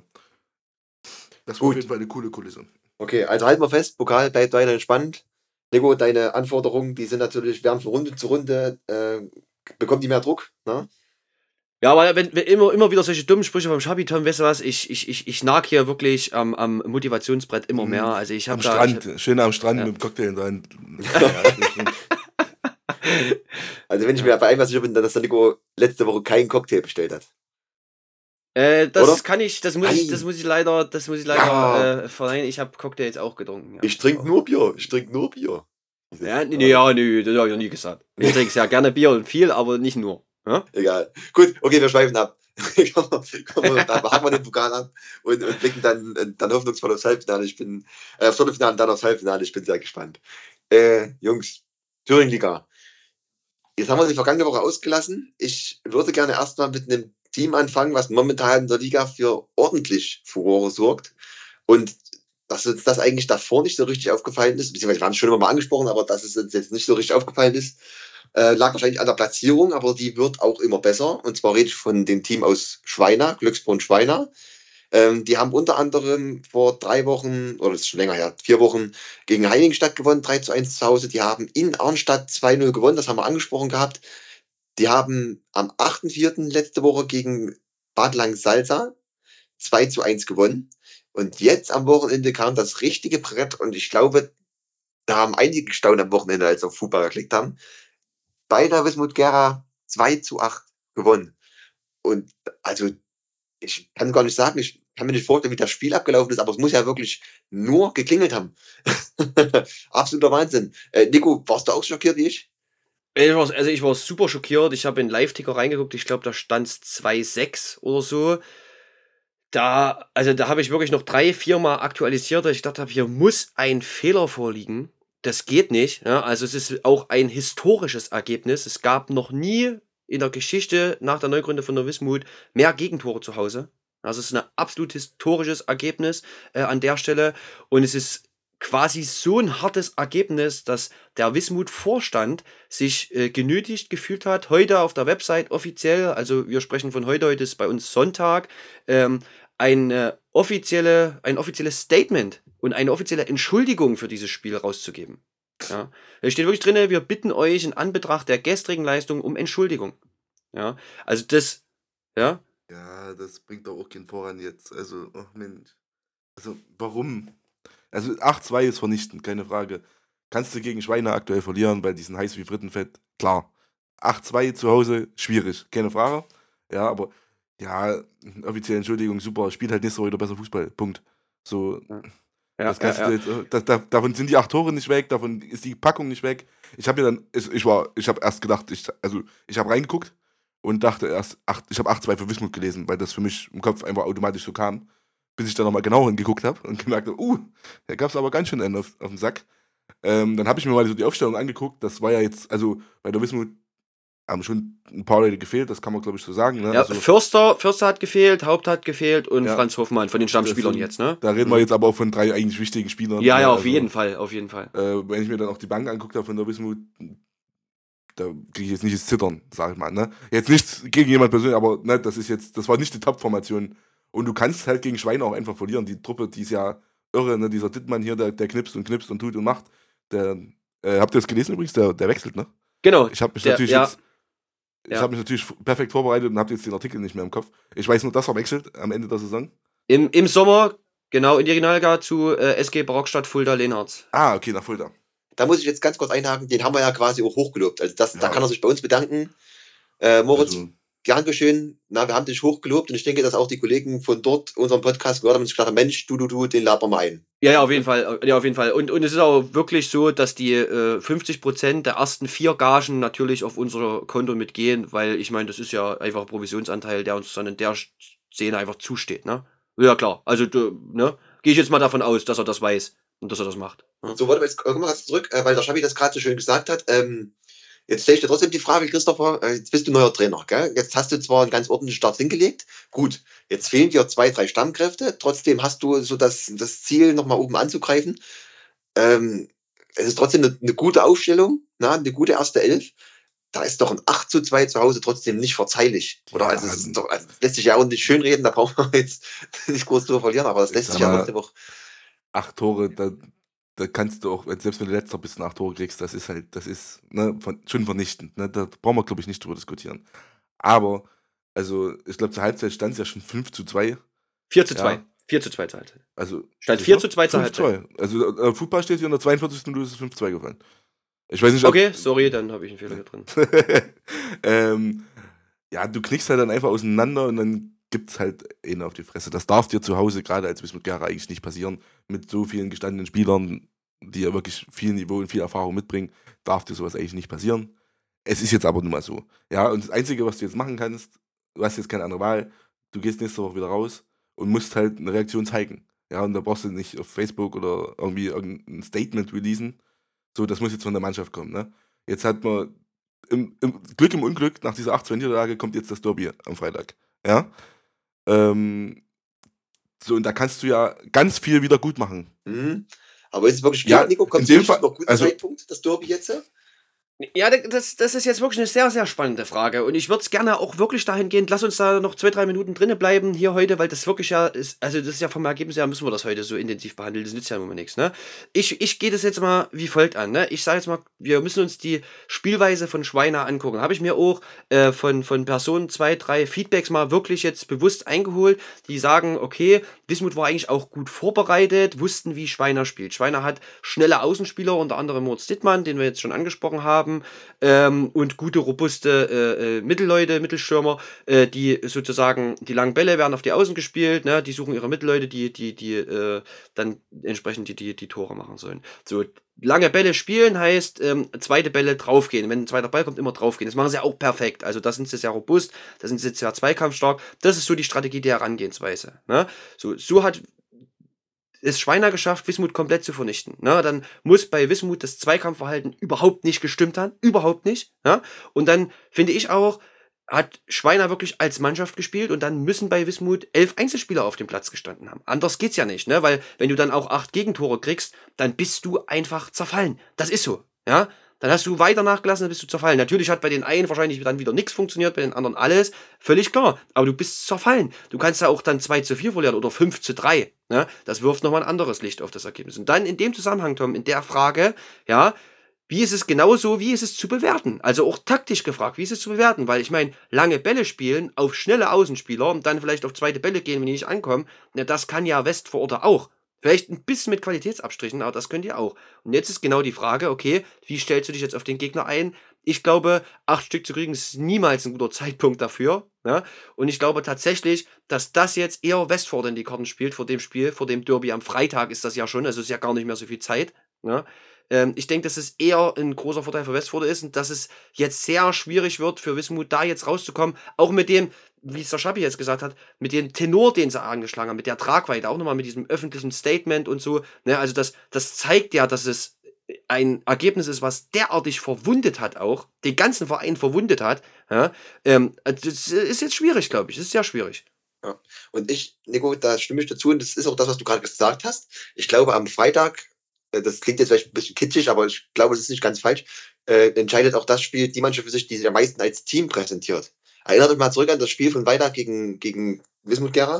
Das war Gut. auf jeden Fall eine coole Kulisse. Okay, also halten wir fest, Pokal bleibt weiterhin spannend. Nico, deine Anforderungen, die sind natürlich, werden von Runde zu Runde, äh, bekommt die mehr Druck, ne? Ja, aber wenn, wenn immer, immer wieder solche dummen Sprüche vom Schabi, Tom, weißt du was, ich, ich, ich, ich nag hier wirklich am, am Motivationsbrett immer Mhm. mehr. Also ich Am habe da. Strand, Ich, schön am Strand Ja. mit dem Cocktail in der Hand. Ja, Also wenn ich mir bei einem sicher bin, dann dass der Nico letzte Woche keinen Cocktail bestellt hat. äh, das Oder? kann ich, das muss ich, Ei. das muss ich leider, das muss ich leider Ja. äh, verneinen. Ich habe Cocktails auch getrunken. Ja. Ich trinke nur Bier, ich trinke nur Bier. Ja, nee, nee, ja, nee, das habe ich noch nie gesagt. Ich trinke sehr gerne Bier und viel, aber nicht nur. Ja? Egal. Gut, okay, wir schweifen ab. Kommen wir- kommen wir- dann haken wir den Pokal ab und, und blicken dann, dann hoffnungsvoll aufs Halbfinale. Ich bin, äh, aufs Viertelfinale und dann aufs Halbfinale. Ich bin sehr gespannt. Äh, Jungs, Thüringen-Liga. Jetzt haben wir die vergangene Woche ausgelassen. Ich würde gerne erstmal mit einem Team anfangen, was momentan in der Liga für ordentlich Furore sorgt. Und dass uns das eigentlich davor nicht so richtig aufgefallen ist, beziehungsweise wir haben es schon immer mal angesprochen, aber dass es uns jetzt nicht so richtig aufgefallen ist, äh, lag wahrscheinlich an der Platzierung, aber die wird auch immer besser. Und zwar rede ich von dem Team aus Schweina, Glücksbrunn-Schweina. Ähm, die haben unter anderem vor drei Wochen, oder das ist schon länger her, vier Wochen gegen Heiligenstadt gewonnen, drei zu eins zu Hause. Die haben in Arnstadt zwei null gewonnen, das haben wir angesprochen gehabt. Die haben am achten vierten letzte Woche gegen Bad Langensalza zwei zu eins gewonnen. Und jetzt am Wochenende kam das richtige Brett und ich glaube, da haben einige gestaunt am Wochenende, als sie auf Fußball geklickt haben. Bei der Wismut Gera zwei zu acht gewonnen. Und also, ich kann gar nicht sagen, ich kann mir nicht vorstellen, wie das Spiel abgelaufen ist, aber es muss ja wirklich nur geklingelt haben. Absoluter Wahnsinn. Äh, Nico, warst du auch schockiert wie ich? Ich war, also ich war super schockiert. Ich habe in Live-Ticker reingeguckt. Ich glaube, da stand es zwei sechs oder so. Da, also da habe ich wirklich noch drei, vier Mal aktualisiert. Weil ich dachte, hab, hier muss ein Fehler vorliegen. Das geht nicht. Ja? Also es ist auch ein historisches Ergebnis. Es gab noch nie in der Geschichte nach der Neugründung von der Wismut mehr Gegentore zu Hause. Also es ist ein absolut historisches Ergebnis äh, an der Stelle. Und es ist quasi so ein hartes Ergebnis, dass der Wismut-Vorstand sich äh, genötigt gefühlt hat, heute auf der Website offiziell, also wir sprechen von heute, heute ist bei uns Sonntag, ähm, ein, äh, offizielle, ein offizielles Statement und eine offizielle Entschuldigung für dieses Spiel rauszugeben. Ja. Da steht wirklich drin, wir bitten euch in Anbetracht der gestrigen Leistung um Entschuldigung. Ja. Also das, ja, Ja, das bringt doch auch keinen voran jetzt. Also, ach Mensch. Also, warum? Also, acht zwei ist vernichtend, keine Frage. Kannst du gegen Schweine aktuell verlieren, weil die sind heiß wie Frittenfett? Klar. acht zwei zu Hause, schwierig, keine Frage. Ja, aber, ja, offizielle Entschuldigung, super, spielt halt nächste Woche wieder besser Fußball. Punkt. So, ja, das ja, kannst ja. du jetzt, äh, da, da, davon sind die acht Tore nicht weg, davon ist die Packung nicht weg. Ich habe mir dann, ich, ich war, ich habe erst gedacht, ich, also, ich habe reingeguckt und dachte erst, acht, ich habe acht zwei für Wismut gelesen, weil das für mich im Kopf einfach automatisch so kam, bis ich dann nochmal genauer hingeguckt habe und gemerkt habe, uh, da gab es aber ganz schön einen auf, auf den Sack. Ähm, dann habe ich mir mal so die Aufstellung angeguckt, das war ja jetzt, also bei der Wismut haben schon ein paar Leute gefehlt, das kann man glaube ich so sagen. Ne? Ja, Also, Förster, Förster hat gefehlt, Haupt hat gefehlt und Ja. Franz Hoffmann von den Stammspielern sind- jetzt, ne? da reden wir jetzt aber auch von drei eigentlich wichtigen Spielern. Ja, ja, ne? auf Also, jeden Fall, auf jeden Fall. Äh, wenn ich mir dann auch die Bank anguckt habe von der Wismut, da kriege ich jetzt nicht das Zittern, sag ich mal. Ne? Jetzt nichts gegen jemand persönlich, aber ne, das ist jetzt, das war nicht die Top-Formation, Und du kannst halt gegen Schweine auch einfach verlieren. Die Truppe, die ist ja irre, ne? Dieser Dittmann hier, der, der knipst und knipst und tut und macht. Der, äh, habt ihr das gelesen übrigens? Der, der wechselt, ne? Genau. Ich habe mich der, natürlich ja, jetzt, ich ja. habe mich natürlich perfekt vorbereitet und habe jetzt den Artikel nicht mehr im Kopf. Ich weiß nur, dass er wechselt am Ende der Saison. Im, Im Sommer, genau, in die Regionalliga zu äh, S G Barockstadt Fulda Lenharz. Ah, okay, nach Fulda. Da muss ich jetzt ganz kurz einhaken, den haben wir ja quasi auch hochgelobt. Also das, Ja. da kann er sich bei uns bedanken. Äh, Moritz, Also, Dankeschön. Na, wir haben dich hochgelobt und ich denke, dass auch die Kollegen von dort unseren Podcast gehört haben und sich gedacht haben, Mensch, du, du, du, den labern wir ein. Ja, ja, auf jeden Fall. Ja, auf jeden Fall. Und, und es ist auch wirklich so, dass die äh, fünfzig Prozent der ersten vier Gagen natürlich auf unser Konto mitgehen, weil ich meine, das ist ja einfach ein Provisionsanteil, der uns dann in der Szene einfach zusteht, ne? Ja, klar. Also, du, ne? Gehe ich jetzt mal davon aus, dass er das weiß und dass er das macht. Ja. So, warte mal, jetzt kommen wir jetzt zurück, äh, weil der Schabi das gerade so schön gesagt hat. Ähm, jetzt stelle ich dir trotzdem die Frage, Christopher, äh, jetzt bist du neuer Trainer, gell? Jetzt hast du zwar einen ganz ordentlichen Start hingelegt, gut, jetzt fehlen dir zwei, drei Stammkräfte, trotzdem hast du so das, das Ziel, nochmal oben anzugreifen. Ähm, es ist trotzdem eine, eine gute Aufstellung, na, eine gute erste Elf. Da ist doch ein acht zu zwei zu Hause trotzdem nicht verzeihlich. Oder? Ja, also, es ist doch, also, lässt sich ja auch nicht schönreden, da brauchen wir jetzt nicht groß drüber verlieren, aber das Ich lässt sag sich ja mal, trotzdem auch. acht Tore, da, da kannst du auch, selbst wenn du letzter bist und acht Tore kriegst, das ist halt, das ist ne, von, schon vernichtend. Ne? Da brauchen wir, glaube ich, nicht drüber diskutieren. Aber, also, ich glaube, zur Halbzeit stand es ja schon fünf zu zwei. vier zu zwei. Ja. vier zu zwei zur Halbzeit. Also, Stand sicher? vier zu zwei zur fünf zu zwei. Halbzeit. Also, äh, Fußball steht hier in der zweiundvierzigsten Minute, ist es fünf zu zwei gefallen. Ich weiß nicht, ob. Okay, sorry, dann habe ich einen Fehler hier drin. ähm, ja, du knickst halt dann einfach auseinander und dann gibt's halt einen auf die Fresse. Das darf dir zu Hause, gerade als Wismut Gera, eigentlich nicht passieren. Mit so vielen gestandenen Spielern, die ja wirklich viel Niveau und viel Erfahrung mitbringen, darf dir sowas eigentlich nicht passieren. Es ist jetzt aber nun mal so. Ja, und das Einzige, was du jetzt machen kannst, du hast jetzt keine andere Wahl, du gehst nächste Woche wieder raus und musst halt eine Reaktion zeigen. Ja, und da brauchst du nicht auf Facebook oder irgendwie irgendein Statement releasen. So, das muss jetzt von der Mannschaft kommen, ne? Jetzt hat man im, im Glück im Unglück, nach dieser acht zwei Niederlage kommt jetzt das Derby am Freitag. Ja? Ähm, so, und da kannst du ja ganz viel wieder gut machen. Mhm. Aber ist es wirklich Ja, klar, Nico? Kommt in dem es Fall- noch guter also- Zeitpunkt, das Derby jetzt? Ja, das, das ist jetzt wirklich eine sehr, sehr spannende Frage. Und ich würde es gerne auch wirklich dahingehend, lass uns da noch zwei, drei Minuten drinnen bleiben hier heute, weil das wirklich ja ist, also das ist ja vom Ergebnis her, müssen wir das heute so intensiv behandeln, das nützt ja im Moment nichts, ne? Ich, ich gehe das jetzt mal wie folgt an, ne? Ich sage jetzt mal, wir müssen uns die Spielweise von Schweiner angucken. Habe ich mir auch äh, von, von Personen zwei, drei Feedbacks mal wirklich jetzt bewusst eingeholt, die sagen, okay, Wismut war eigentlich auch gut vorbereitet, wussten, wie Schweiner spielt. Schweiner hat schnelle Außenspieler, unter anderem Moritz Dittmann, den wir jetzt schon angesprochen haben, Ähm, und gute, robuste äh, äh, Mittelleute, Mittelstürmer, äh, die sozusagen, die langen Bälle werden auf die Außen gespielt, ne? Die suchen ihre Mittelleute, die, die, die äh, dann entsprechend die, die, die Tore machen sollen. So, lange Bälle spielen heißt, ähm, zweite Bälle draufgehen. Wenn ein zweiter Ball kommt, immer draufgehen. Das machen sie auch perfekt. Also da sind sie sehr robust, da sind sie sehr zweikampfstark. Das ist so die Strategie, die Herangehensweise. Ne? So, so hat es Schweiner geschafft, Wismut komplett zu vernichten. Ne? Dann muss bei Wismut das Zweikampfverhalten überhaupt nicht gestimmt haben. Überhaupt nicht. Ne? Und dann finde ich auch, hat Schweiner wirklich als Mannschaft gespielt und dann müssen bei Wismut elf Einzelspieler auf dem Platz gestanden haben. Anders geht's ja nicht, ne? Weil wenn du dann auch acht Gegentore kriegst, dann bist du einfach zerfallen. Das ist so. Ja? Dann hast du weiter nachgelassen, dann bist du zerfallen. Natürlich hat bei den einen wahrscheinlich dann wieder nichts funktioniert, bei den anderen alles. Völlig klar. Aber du bist zerfallen. Du kannst ja auch dann zwei zu vier verlieren oder fünf zu drei. Ne? Das wirft nochmal ein anderes Licht auf das Ergebnis. Und dann in dem Zusammenhang, Tom, in der Frage, ja, wie ist es genauso, wie ist es zu bewerten? Also auch taktisch gefragt, wie ist es zu bewerten? Weil ich meine, lange Bälle spielen auf schnelle Außenspieler und dann vielleicht auf zweite Bälle gehen, wenn die nicht ankommen, na, das kann ja West vor Ort auch. Vielleicht ein bisschen mit Qualitätsabstrichen, aber das könnt ihr auch. Und jetzt ist genau die Frage, okay, wie stellst du dich jetzt auf den Gegner ein? Ich glaube, acht Stück zu kriegen ist niemals ein guter Zeitpunkt dafür. Ne? Und ich glaube tatsächlich, dass das jetzt eher Westford in die Karten spielt vor dem Spiel, vor dem Derby am Freitag ist das ja schon, also ist ja gar nicht mehr so viel Zeit. Ne? Ähm, ich denke, dass es eher ein großer Vorteil für Westford ist und dass es jetzt sehr schwierig wird für Wismut, da jetzt rauszukommen. Auch mit dem, wie es der Schabi jetzt gesagt hat, mit dem Tenor, den sie angeschlagen haben, mit der Tragweite, auch nochmal mit diesem öffentlichen Statement und so. Ne? Also das, das zeigt ja, dass es ein Ergebnis ist, was derartig verwundet hat auch, den ganzen Verein verwundet hat. Ja? Ähm, das ist jetzt schwierig, glaube ich. Das ist sehr schwierig. Ja. Und ich, Nico, da stimme ich dazu und das ist auch das, was du gerade gesagt hast. Ich glaube, am Freitag, äh, das klingt jetzt vielleicht ein bisschen kitschig, aber ich glaube, es ist nicht ganz falsch, äh, entscheidet auch das Spiel die Mannschaft für sich, die sich am meisten als Team präsentiert. Erinnert euch mal zurück an das Spiel von Weida gegen, gegen Wismut Gera.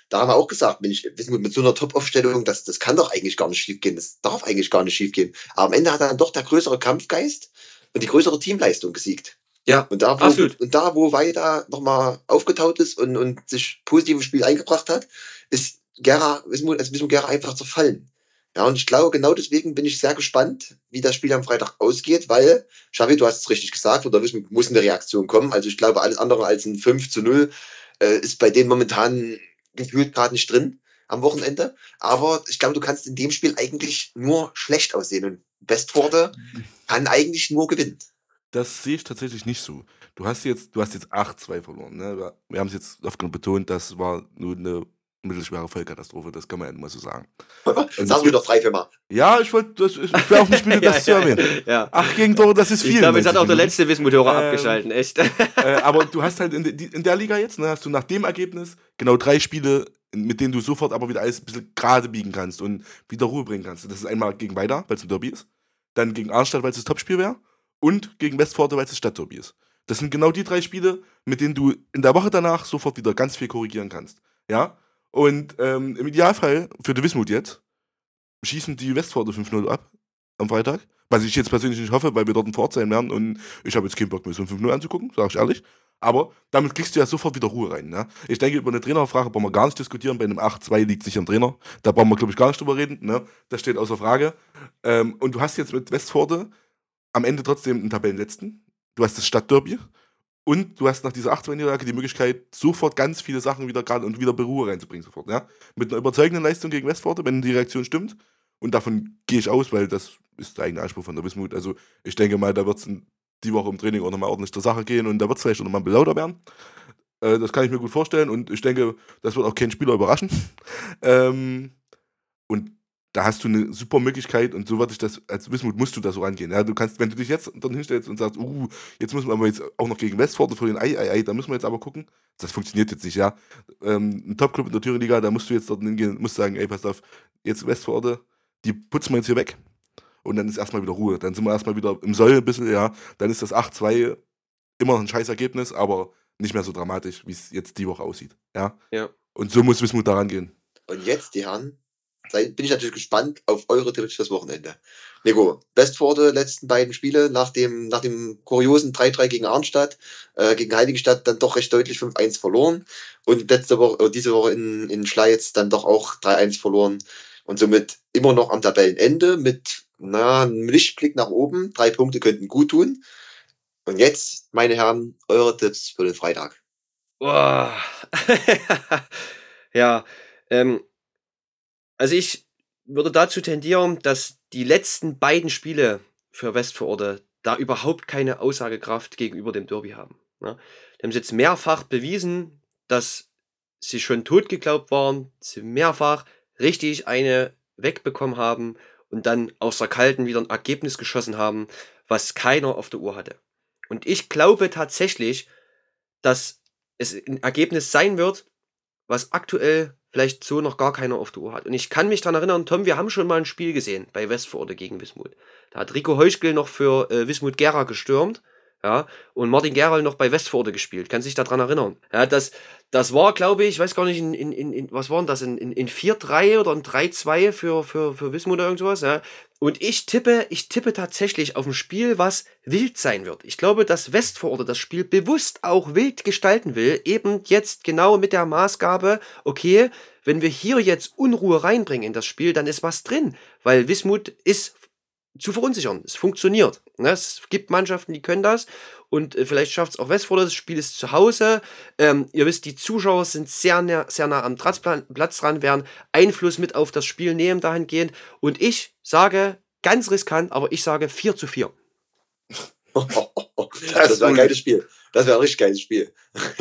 da haben wir auch gesagt, Mensch, wissen wir, mit so einer Top-Aufstellung, das, das kann doch eigentlich gar nicht schief gehen. Das darf eigentlich gar nicht schief gehen. Aber am Ende hat dann doch der größere Kampfgeist und die größere Teamleistung gesiegt. Ja, Und da, wo, absolut. und da, wo Weida nochmal aufgetaut ist und, und sich positiv im Spiel eingebracht hat, ist Gera, Wismut, also Wismut Gera einfach zerfallen. Ja, und ich glaube, genau deswegen bin ich sehr gespannt, wie das Spiel am Freitag ausgeht, weil, Xavi, du hast es richtig gesagt, oder Wismut muss eine Reaktion kommen. Also ich glaube, alles andere als ein fünf zu null äh, ist bei denen momentan gefühlt gerade nicht drin am Wochenende. Aber ich glaube, du kannst in dem Spiel eigentlich nur schlecht aussehen. Und Westforde kann eigentlich nur gewinnen. Das sehe ich tatsächlich nicht so. Du hast jetzt, du hast jetzt acht zwei verloren. Ne? Wir- Wir haben es jetzt oft genug betont, das war nur eine mittelschwere Vollkatastrophe, das kann man ja nur mal so sagen. Und es Sagen wir gibt, doch drei, vier Mal. ja, ich wollte, das- ich wäre auch nicht müde, das zu ja, erwähnen. ja. Acht Gegentore, das ist Ich viel. glaube, jetzt hat auch der neunzig letzte Wismut-Hörer Ähm, abgeschalten, echt. äh, aber du hast halt in, de, die- in der Liga jetzt, ne, hast du nach dem Ergebnis genau drei Spiele, mit denen du sofort aber wieder alles ein bisschen gerade biegen kannst und wieder Ruhe bringen kannst. Das ist einmal gegen Weida, weil es ein Derby ist, dann gegen Arnstadt, weil es das Topspiel wäre, und gegen Westforde, weil es das Stadtderby ist. Das sind genau die drei Spiele, mit denen du in der Woche danach sofort wieder ganz viel korrigieren kannst. Ja? Und ähm, im Idealfall für die Wismut jetzt schießen die Westforde fünf null ab am Freitag. Was ich jetzt persönlich nicht hoffe, weil wir dort ein Fort sein werden und ich habe jetzt keinen Bock mehr, so ein fünf null anzugucken, sage ich ehrlich. Aber damit kriegst du ja sofort wieder Ruhe rein. Ne? Ich denke, über eine Trainerfrage brauchen wir gar nicht diskutieren. Bei einem acht zwei liegt sicher am Trainer. Da brauchen wir, glaube ich, gar nicht drüber reden. Ne? Das steht außer Frage. Ähm, und du hast jetzt mit Westforde am Ende trotzdem einen Tabellenletzten. Du hast das Stadtderby. Und du hast nach dieser acht zwei Niederlage die Möglichkeit, sofort ganz viele Sachen wieder gerade und wieder Ruhe reinzubringen sofort. Ja? Mit einer überzeugenden Leistung gegen Westforde, wenn die Reaktion stimmt. Und davon gehe ich aus, weil das ist der eigene Anspruch von der Wismut. Also ich denke mal, da wird es die Woche im Training auch nochmal ordentlich zur Sache gehen und da wird es vielleicht auch nochmal ein bisschen lauter werden. Äh, das kann ich mir gut vorstellen und ich denke, das wird auch keinen Spieler überraschen. ähm, und da hast du eine super Möglichkeit und so würde ich das, als Wismut musst du da so rangehen. Ja, du kannst, wenn du dich jetzt dann hinstellst und sagst, uh, jetzt müssen wir aber jetzt auch noch gegen Westforde für den Ei, Ei, Ei, da müssen wir jetzt aber gucken. Das funktioniert jetzt nicht, ja. Ähm, ein Top-Club in der Thüringen-Liga, da musst du jetzt dort hingehen, musst sagen, ey, pass auf, jetzt Westforde, die putzen wir jetzt hier weg. Und dann ist erstmal wieder Ruhe. Dann sind wir erstmal wieder im Soll ein bisschen, ja. Dann ist das acht zwei immer noch ein scheiß Ergebnis, aber nicht mehr so dramatisch, wie es jetzt die Woche aussieht. Ja. Ja. Und so muss Wismut da rangehen. Und jetzt, die Herren, sei- bin ich natürlich gespannt auf eure Tipps fürs Wochenende. Nico, Westforde, letzten beiden Spiele nach dem, nach dem kuriosen drei drei gegen Arnstadt, äh, gegen Heiligenstadt dann doch recht deutlich fünf eins verloren und letzte Woche, äh, diese Woche in, in Schleiz dann doch auch drei eins verloren und somit immer noch am Tabellenende mit na, einem Lichtblick nach oben. Drei Punkte könnten gut tun. Und jetzt, meine Herren, eure Tipps für den Freitag. Boah. ja, ähm, also ich würde dazu tendieren, dass die letzten beiden Spiele für Westforde da überhaupt keine Aussagekraft gegenüber dem Derby haben. Ne? Die haben es jetzt mehrfach bewiesen, dass sie schon tot geglaubt waren, sie mehrfach richtig eine wegbekommen haben und dann aus der Kalten wieder ein Ergebnis geschossen haben, was keiner auf der Uhr hatte. Und ich glaube tatsächlich, dass es ein Ergebnis sein wird, was aktuell vielleicht so noch gar keiner auf der Uhr hat. Und ich kann mich daran erinnern, Tom, wir haben schon mal ein Spiel gesehen bei Westforde gegen Wismut. Da hat Rico Heuschkel noch für äh, Wismut Gera gestürmt, ja, und Martin Gerald noch bei Westforde gespielt. Kann sich daran erinnern. Ja, das, das war, glaube ich, ich weiß gar nicht, in, in, in, was war denn das, in, in, in vier drei oder in drei zwei für, für, für Wismut oder irgendwas, ja. Und ich tippe, ich tippe tatsächlich auf ein Spiel, was wild sein wird. Ich glaube, dass Westforde das Spiel bewusst auch wild gestalten will, eben jetzt genau mit der Maßgabe, okay, wenn wir hier jetzt Unruhe reinbringen in das Spiel, dann ist was drin, weil Wismut ist zu verunsichern. Es funktioniert. Ne? Es gibt Mannschaften, die können das und äh, vielleicht schafft es auch Westforde. Das Spiel ist zu Hause. Ähm, ihr wisst, die Zuschauer sind sehr, nah, sehr nah am Tratzplan, Platz dran, werden Einfluss mit auf das Spiel nehmen dahingehend. Und ich sage, ganz riskant, aber ich sage vier zu vier. Das wäre ein geiles Spiel. Das wäre ein richtig geiles Spiel.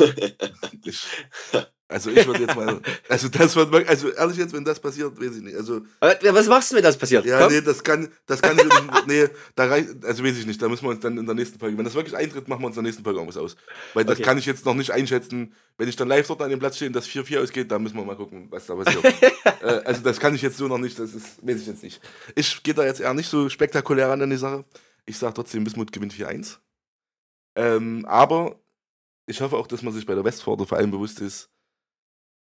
Also ich würde jetzt mal, also das wird wirklich, also ehrlich jetzt, wenn das passiert, weiß ich nicht. Also Aber was machst du, wenn das passiert? ja, Komm. nee, das kann, das kann ich nicht, nee, da reicht, also weiß ich nicht, da müssen wir uns dann in der nächsten Folge, wenn das wirklich eintritt, machen wir uns in der nächsten Folge irgendwas aus. Weil das Okay. kann ich jetzt noch nicht einschätzen, wenn ich dann live dort an dem Platz stehe und das vier vier ausgeht, da müssen wir mal gucken, was da passiert. äh, also das kann ich jetzt so noch nicht, das ist, weiß ich jetzt nicht. Ich gehe da jetzt eher nicht so spektakulär ran an die Sache. Ich sage trotzdem, Wismut gewinnt vier eins. Ähm, aber ich hoffe auch, dass man sich bei der Westforde vor allem bewusst ist,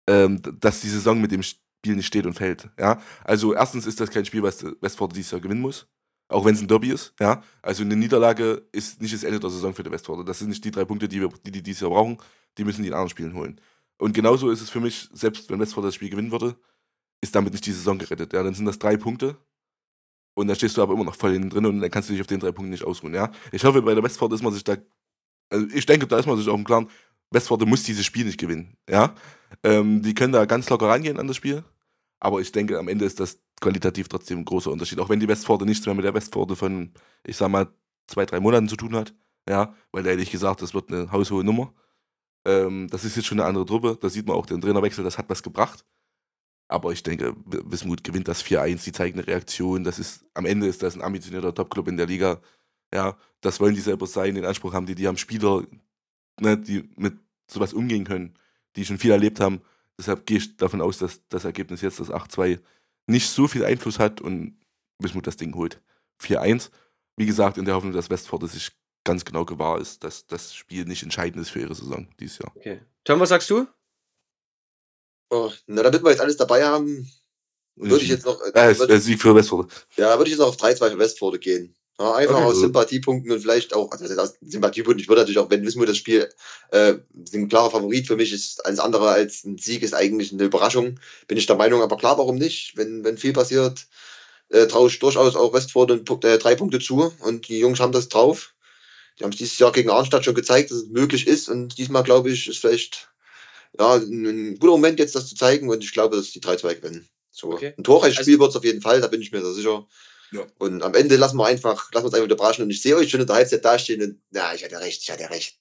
ähm, dass die Saison mit dem Spiel nicht steht und fällt. Ja? Also erstens ist das kein Spiel, was Westforde dieses Jahr gewinnen muss. Auch wenn es ein Derby ist. Ja? Also eine Niederlage ist nicht das Ende der Saison für die Westforde. Das sind nicht die drei Punkte, die wir, die, die dieses Jahr brauchen. Die müssen die in anderen Spielen holen. Und genauso ist es für mich, selbst wenn Westforde das Spiel gewinnen würde, ist damit nicht die Saison gerettet. Ja? Dann sind das drei Punkte. Und dann stehst du aber immer noch voll hinten drin und dann kannst du dich auf den drei Punkten nicht ausruhen. Ja? Ich hoffe, bei der Westforde ist man sich da, also ich denke, da ist man sich auch im Klaren, Westforde muss dieses Spiel nicht gewinnen. Ja? Ähm, die können da ganz locker rangehen an das Spiel. Aber ich denke, am Ende ist das qualitativ trotzdem ein großer Unterschied. Auch wenn die Westforde nichts mehr mit der Westforde von, ich sag mal, zwei, drei Monaten zu tun hat. Ja, weil ehrlich gesagt, das wird eine haushohe Nummer. Ähm, das ist jetzt schon eine andere Truppe. Da sieht man auch den Trainerwechsel, das hat was gebracht. Aber ich denke, Wismut gewinnt das vier eins, die zeigen eine Reaktion. Das ist, am Ende ist das ein ambitionierter Topclub in der Liga. Ja, das wollen die selber sein, den Anspruch haben die. Die haben Spieler, ne, die mit sowas umgehen können, die schon viel erlebt haben. Deshalb gehe ich davon aus, dass das Ergebnis jetzt, das acht zwei, nicht so viel Einfluss hat und Wismut das Ding holt. vier eins. Wie gesagt, in der Hoffnung, dass Westforde sich ganz genau gewahr ist, dass das Spiel nicht entscheidend ist für ihre Saison dieses Jahr. Okay. Tom, was sagst du? Oh, na, damit wir jetzt alles dabei haben, würde ich jetzt noch. Äh, Äh, würd, äh, Sieg für Westforde. ja, würde ich jetzt noch auf drei zwei für Westforde gehen. Ja, einfach Okay. aus Sympathiepunkten und vielleicht auch, also aus Sympathiepunkten, ich würde natürlich auch, wenn Wismut das Spiel äh, ein klarer Favorit für mich ist, alles andere als ein Sieg ist eigentlich eine Überraschung, bin ich der Meinung, aber klar, warum nicht? Wenn, wenn viel passiert, äh, traue ich durchaus auch Westforde äh, drei Punkte zu und die Jungs haben das drauf. Die haben es dieses Jahr gegen Arnstadt schon gezeigt, dass es möglich ist und diesmal, glaube ich, ist vielleicht ja, ein, ein guter Moment jetzt, das zu zeigen und ich glaube, dass die drei zwei gewinnen. So. Okay. Ein torreiches Spiel wird es auf jeden Fall, da bin ich mir sehr sicher. Ja. Und am Ende lassen wir einfach, lassen wir uns einfach überraschen und ich sehe euch schon in der Halbzeit dastehen und ja, ich hatte recht, ich hatte recht.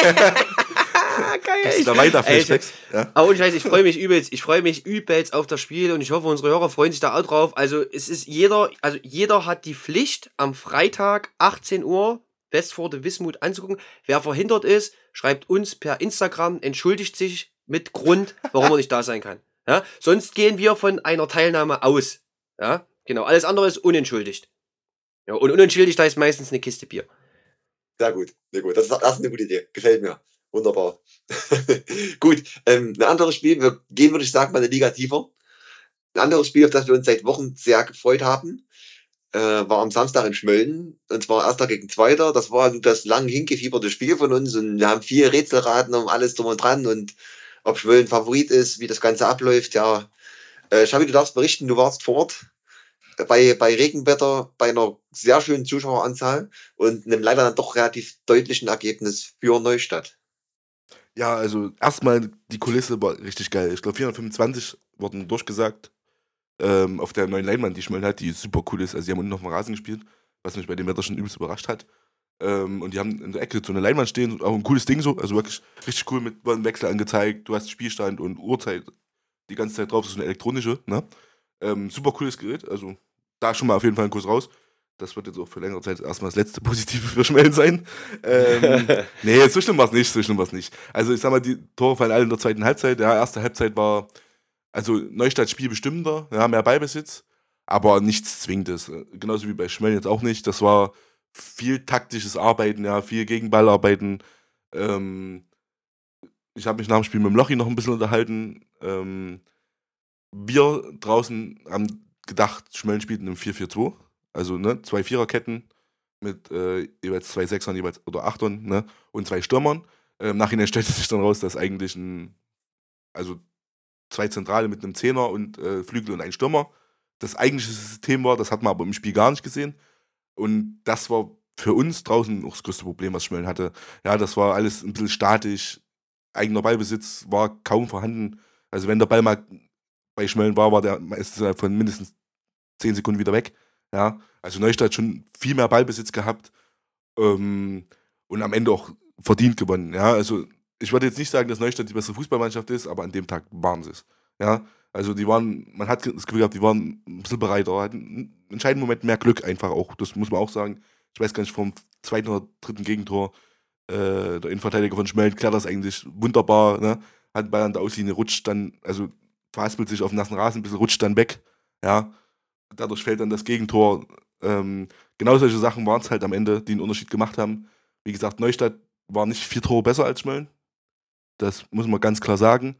Geil. Ist da weiter Ey, Flashbacks? Ja. Aber ohne Scheiß, ich freue mich übelst, ich freue mich übelst auf das Spiel und ich hoffe, unsere Hörer freuen sich da auch drauf. Also es ist jeder, also jeder hat die Pflicht, am Freitag achtzehn Uhr Westforde Wismut anzugucken. Wer verhindert ist, schreibt uns per Instagram, entschuldigt sich mit Grund, warum er nicht da sein kann. Ja? Sonst gehen wir von einer Teilnahme aus. Ja, genau. Alles andere ist unentschuldigt. Ja, und unentschuldigt heißt meistens eine Kiste Bier. Sehr gut, sehr gut. Das ist, das ist eine gute Idee. Gefällt mir. Wunderbar. Gut, ähm, ein anderes Spiel, wir gehen, würde ich sagen, mal eine Liga tiefer. Ein anderes Spiel, auf das wir uns seit Wochen sehr gefreut haben, äh, war am Samstag in Schmölln. Und zwar Erster gegen Zweiter. Das war das lang hingefieberte Spiel von uns. Und wir haben vier Rätselraten um alles drum und dran. Und ob Schmölln Favorit ist, wie das Ganze abläuft, ja. Äh, Xavi, du darfst berichten, du warst vor Ort. Bei, bei Regenwetter, bei einer sehr schönen Zuschaueranzahl und einem leider dann doch relativ deutlichen Ergebnis für Neustadt. Ja, also erstmal die Kulisse war richtig geil. Ich glaube vierhundertfünfundzwanzig wurden durchgesagt ähm, auf der neuen Leinwand, die Schmölln hat, die super cool ist. Also die haben unten auf dem Rasen gespielt, was mich bei dem Wetter schon übelst überrascht hat. Ähm, und die haben in der Ecke so eine Leinwand stehen, auch ein cooles Ding so, also wirklich richtig cool mit einem Wechsel angezeigt. Du hast Spielstand und Uhrzeit die ganze Zeit drauf, das ist eine elektronische, ne? Ähm, super cooles Gerät, also da schon mal auf jeden Fall ein Kurs raus. Das wird jetzt auch für längere Zeit erstmal das letzte Positive für Schmölln sein. Ähm, nee, so schlimm war es nicht, so schlimm war es nicht. Also ich sag mal, die Tore fallen alle in der zweiten Halbzeit. Ja, erste Halbzeit war also Neustadt spielbestimmender, ja, mehr Ballbesitz, aber nichts Zwingendes. Genauso wie bei Schmölln jetzt auch nicht. Das war viel taktisches Arbeiten, ja, viel Gegenballarbeiten. Ähm, ich habe mich nach dem Spiel mit dem Lochi noch ein bisschen unterhalten. Ähm, wir draußen haben gedacht, Schmölln spielt in einem vier vier zwei. Also, ne, zwei Viererketten mit äh, jeweils zwei Sechsern jeweils, oder Achtern, ne, und zwei Stürmern. Äh, Im Nachhinein stellte sich dann raus, dass eigentlich ein, also zwei Zentrale mit einem Zehner und äh, Flügel und ein Stürmer das eigentliche System war. Das hat man aber im Spiel gar nicht gesehen. Und das war für uns draußen auch das größte Problem, was Schmölln hatte. Ja, das war alles ein bisschen statisch. Eigener Ballbesitz war kaum vorhanden. Also wenn der Ball mal bei Schmölln war, war der meistens von mindestens zehn Sekunden wieder weg. Ja, also Neustadt schon viel mehr Ballbesitz gehabt ähm, und am Ende auch verdient gewonnen. Ja, also ich würde jetzt nicht sagen, dass Neustadt die bessere Fußballmannschaft ist, aber an dem Tag waren sie es. Ja, also die waren, man hat das Gefühl gehabt, die waren ein bisschen bereiter, hatten einen entscheidenden Moment mehr Glück einfach auch. Das muss man auch sagen. Ich weiß gar nicht, vom zweiten oder dritten Gegentor äh, der Innenverteidiger von Schmölln klärt das eigentlich wunderbar. Ne? Hat den Ball an der Auslinie, rutscht dann, also verhaspelt sich auf dem nassen Rasen ein bisschen, rutscht dann weg. Ja, dadurch fällt dann das Gegentor. Ähm, genau solche Sachen waren es halt am Ende, die einen Unterschied gemacht haben. Wie gesagt, Neustadt war nicht vier Tore besser als Schmölln. Das muss man ganz klar sagen.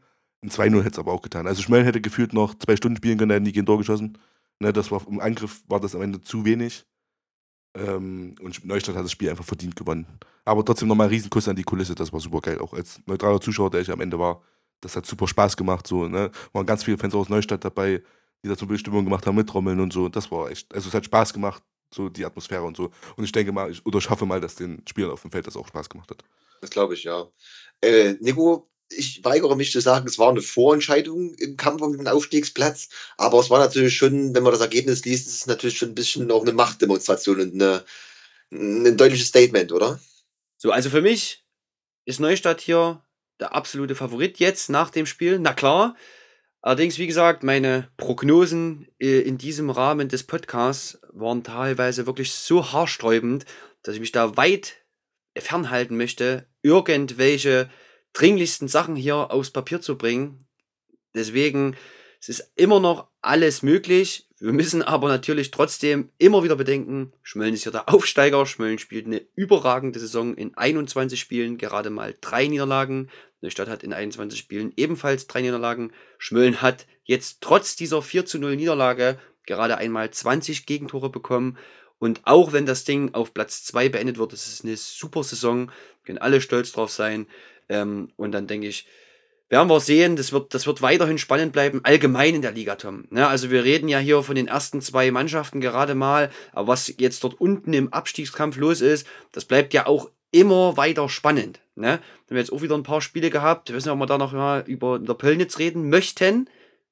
ein zwei null hätte es aber auch getan. Also Schmölln hätte gefühlt noch zwei Stunden spielen können, hätten die kein Tor geschossen. Ne, das war im Angriff war das am Ende zu wenig. Ähm, und Neustadt hat das Spiel einfach verdient gewonnen. Aber trotzdem nochmal ein Riesenkuss an die Kulisse, das war super geil. Auch als neutraler Zuschauer, der ich am Ende war, das hat super Spaß gemacht. So, ne? Waren ganz viele Fans aus Neustadt dabei, die da so Bestimmung gemacht haben mit Trommeln und so. Das war echt, also es hat Spaß gemacht, so die Atmosphäre und so. Und ich denke mal, ich, oder ich hoffe mal, dass den Spielern auf dem Feld das auch Spaß gemacht hat. Das glaube ich, ja. Äh, Nico, ich weigere mich zu sagen, es war eine Vorentscheidung im Kampf um den Aufstiegsplatz, aber es war natürlich schon, wenn man das Ergebnis liest, ist es natürlich schon ein bisschen auch eine Machtdemonstration und eine, ein deutliches Statement, oder? So, also für mich ist Neustadt hier der absolute Favorit jetzt nach dem Spiel. Na klar. Allerdings, wie gesagt, meine Prognosen äh, in diesem Rahmen des Podcasts waren teilweise wirklich so haarsträubend, dass ich mich da weit fernhalten möchte, irgendwelche dringlichsten Sachen hier aufs Papier zu bringen. Deswegen, es ist immer noch alles möglich. Wir müssen aber natürlich trotzdem immer wieder bedenken, Schmölln ist ja der Aufsteiger. Schmölln spielt eine überragende Saison in einundzwanzig Spielen, gerade mal drei Niederlagen. Neustadt hat in einundzwanzig Spielen ebenfalls drei Niederlagen. Schmölln hat jetzt trotz dieser vier zu null Niederlage gerade einmal zwanzig Gegentore bekommen. Und auch wenn das Ding auf Platz zwei beendet wird, das ist eine super Saison, können alle stolz drauf sein. Ähm, und dann denke ich, werden wir sehen, das wird, das wird weiterhin spannend bleiben, allgemein in der Liga, Tom. Ja, also wir reden ja hier von den ersten zwei Mannschaften gerade mal, aber was jetzt dort unten im Abstiegskampf los ist, das bleibt ja auch immer weiter spannend. Ne? Dann haben wir jetzt auch wieder ein paar Spiele gehabt, ich weiß nicht, ob wir da noch mal über der Pöllnitz reden möchten.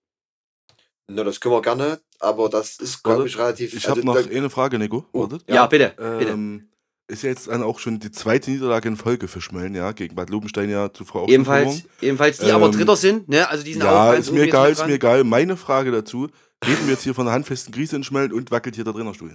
Na, das können wir gerne, aber das ist, glaube ich, relativ... Ich habe also, noch da- eine Frage, Nico. Oh, Wartet. Ja, bitte, bitte. Ähm, ist ja jetzt dann auch schon die zweite Niederlage in Folge für Schmölln, ja, gegen Bad Lobenstein ja zuvor auch schon Ebenfalls, verloren. ebenfalls, die aber Ähm, Dritter sind, ne? Also die sind auch Ja, ganz ist mir oben egal, jetzt ist mit mir dran. egal. Meine Frage dazu, reden wir jetzt hier von einer handfesten Krise in Schmölln und wackelt hier der Trainerstuhl?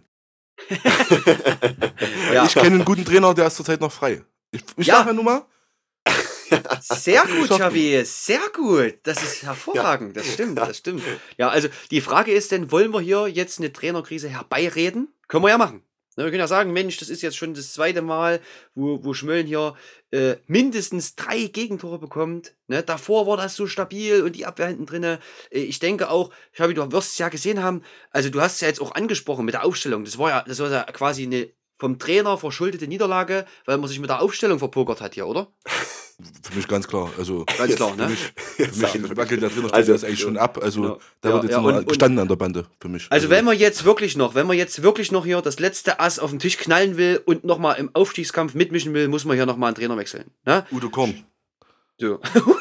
Ja. Ich kenne einen guten Trainer, der ist zurzeit noch frei. Ich, ich Ja. sage ja nun mal, Sehr gut, Sag Xavi, sehr gut. Das ist hervorragend, das stimmt, das stimmt. Ja, also die Frage ist denn, wollen wir hier jetzt eine Trainerkrise herbeireden? Können wir ja machen. Ne, wir können ja sagen, Mensch, das ist jetzt schon das zweite Mal, wo, wo Schmölln hier äh, mindestens drei Gegentore bekommt. Ne? Davor war das so stabil und die Abwehr hinten drinne. Äh, ich denke auch, Xavi, du wirst es ja gesehen haben, also du hast es ja jetzt auch angesprochen mit der Aufstellung. Das war ja, das war ja quasi eine vom Trainer verschuldete Niederlage, weil man sich mit der Aufstellung verpokert hat hier, oder? für mich ganz klar. Also, Ganz klar, für ne? mich, für mich wackelt der Trainerstuhl Also, jetzt eigentlich schon ab. Also, Genau. da Ja, wird jetzt ja, nur und- und- gestanden an der Bande für mich. Also wenn man jetzt wirklich noch, wenn man jetzt wirklich noch hier das letzte Ass auf den Tisch knallen will und nochmal im Aufstiegskampf mitmischen will, muss man hier nochmal einen Trainer wechseln. Ne? Udo Korn. So.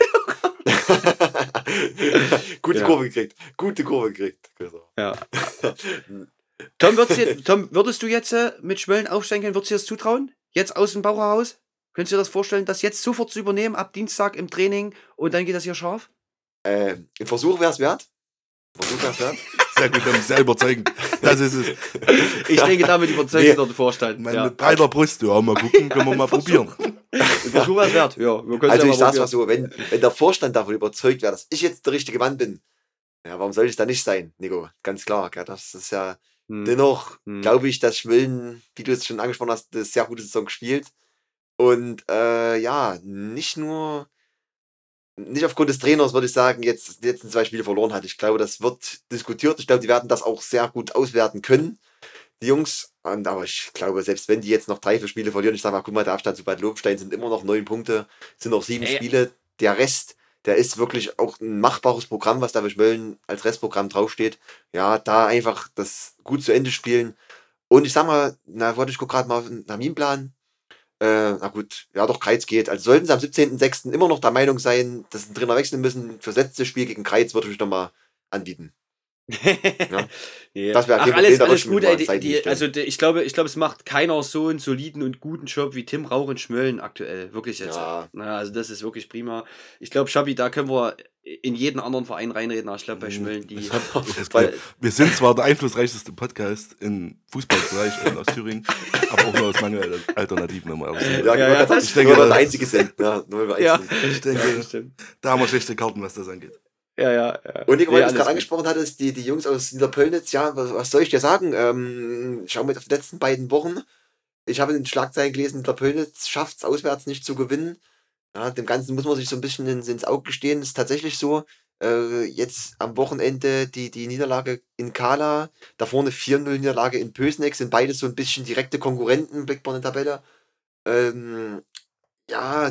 Gute Ja. Kurve gekriegt. Gute Kurve gekriegt. Genau. Ja. Tom, würdest du, Tom, würdest du jetzt äh, mit Schmölln aufsteigen können? Würdest du dir das zutrauen? Jetzt aus dem Bauch heraus? Könntest du dir das vorstellen, das jetzt sofort zu übernehmen, ab Dienstag im Training und dann geht das hier scharf? Äh, ein Versuch wäre es wert. Ein Versuch wäre es wert. Sehr gut, dann sehr überzeugend. Das ist es. Ich denke, damit überzeugt Nee. nee. dort Vorstand. Mein, Ja. Mit breiter Brust. Ja, mal gucken, können wir mal probieren. Ein Versuch wäre es wert. Ja, wir können Also ja ich mal sag's mal probieren. so, wenn, wenn der Vorstand davon überzeugt wäre, dass ich jetzt der richtige Mann bin, ja, warum soll ich da nicht sein, Nico? Ganz klar, gell? Das ist ja Hm. dennoch, Hm. glaube ich, dass Schmölln, wie du es schon angesprochen hast, eine sehr gute Saison gespielt. Und äh, ja, nicht nur, nicht aufgrund des Trainers, würde ich sagen, jetzt die letzten zwei Spiele verloren hat. Ich glaube, das wird diskutiert. Ich glaube, die werden das auch sehr gut auswerten können, die Jungs. Und, aber ich glaube, selbst wenn die jetzt noch drei, vier Spiele verlieren, ich sage mal, guck mal, der Abstand zu Bad Lobenstein sind immer noch neun Punkte, sind noch sieben Ey. Spiele. Der Rest, der ist wirklich auch ein machbares Programm, was da für Schmölln als Restprogramm draufsteht. Ja, da einfach das gut zu Ende spielen. Und ich sag mal, na, warte, ich gucke gerade mal auf den Terminplan. Äh, na gut, ja doch, Kreiz geht. Also sollten sie am siebzehnten sechsten immer noch der Meinung sein, dass sie den Trainer wechseln müssen, für das letzte Spiel gegen Kreiz würde ich mich nochmal anbieten. Ja. Nee. Das wäre Ach, kein Problem, alles, da alles würd ich gut. mich Ey, mal die, Zeit die, hinstellen. also die, ich glaube, ich glaube, es macht keiner so einen soliden und guten Job wie Tim Rauch in Schmölln aktuell. Wirklich jetzt. Ja. Na, also das ist wirklich prima. Ich glaube, Schabi, da können wir in jeden anderen Verein reinreden, aber ich glaube bei Schmölln, die. Ich hab, das Weil- wir sind zwar der einflussreichste Podcast im Fußballbereich in aus Thüringen, aber auch nur aus Mangel Alternativen. Immer aus. Ja, Ja, ja, ja, das das ich stimmt. denke, nur der Einzige sind. Ja, nur weil wir Ja. Einzige sind. Ich denke, stimmt. da haben wir schlechte Karten, was das angeht. Ja, ja, ja. Und Nico, weil Nee, du es alles gerade gut. angesprochen hattest, die, die Jungs aus Niederpöllnitz, ja, was, was soll ich dir sagen? Ähm, schauen wir jetzt auf die letzten beiden Wochen. Ich habe in den Schlagzeilen gelesen, Niederpöllnitz schafft es auswärts nicht zu gewinnen. Ja, dem Ganzen muss man sich so ein bisschen ins, ins Auge gestehen. Es ist tatsächlich so, äh, jetzt am Wochenende die, die Niederlage in Kala, davor eine vier null Niederlage in Pößneck, sind beides so ein bisschen direkte Konkurrenten, blickt man in der Tabelle. Ähm, ja,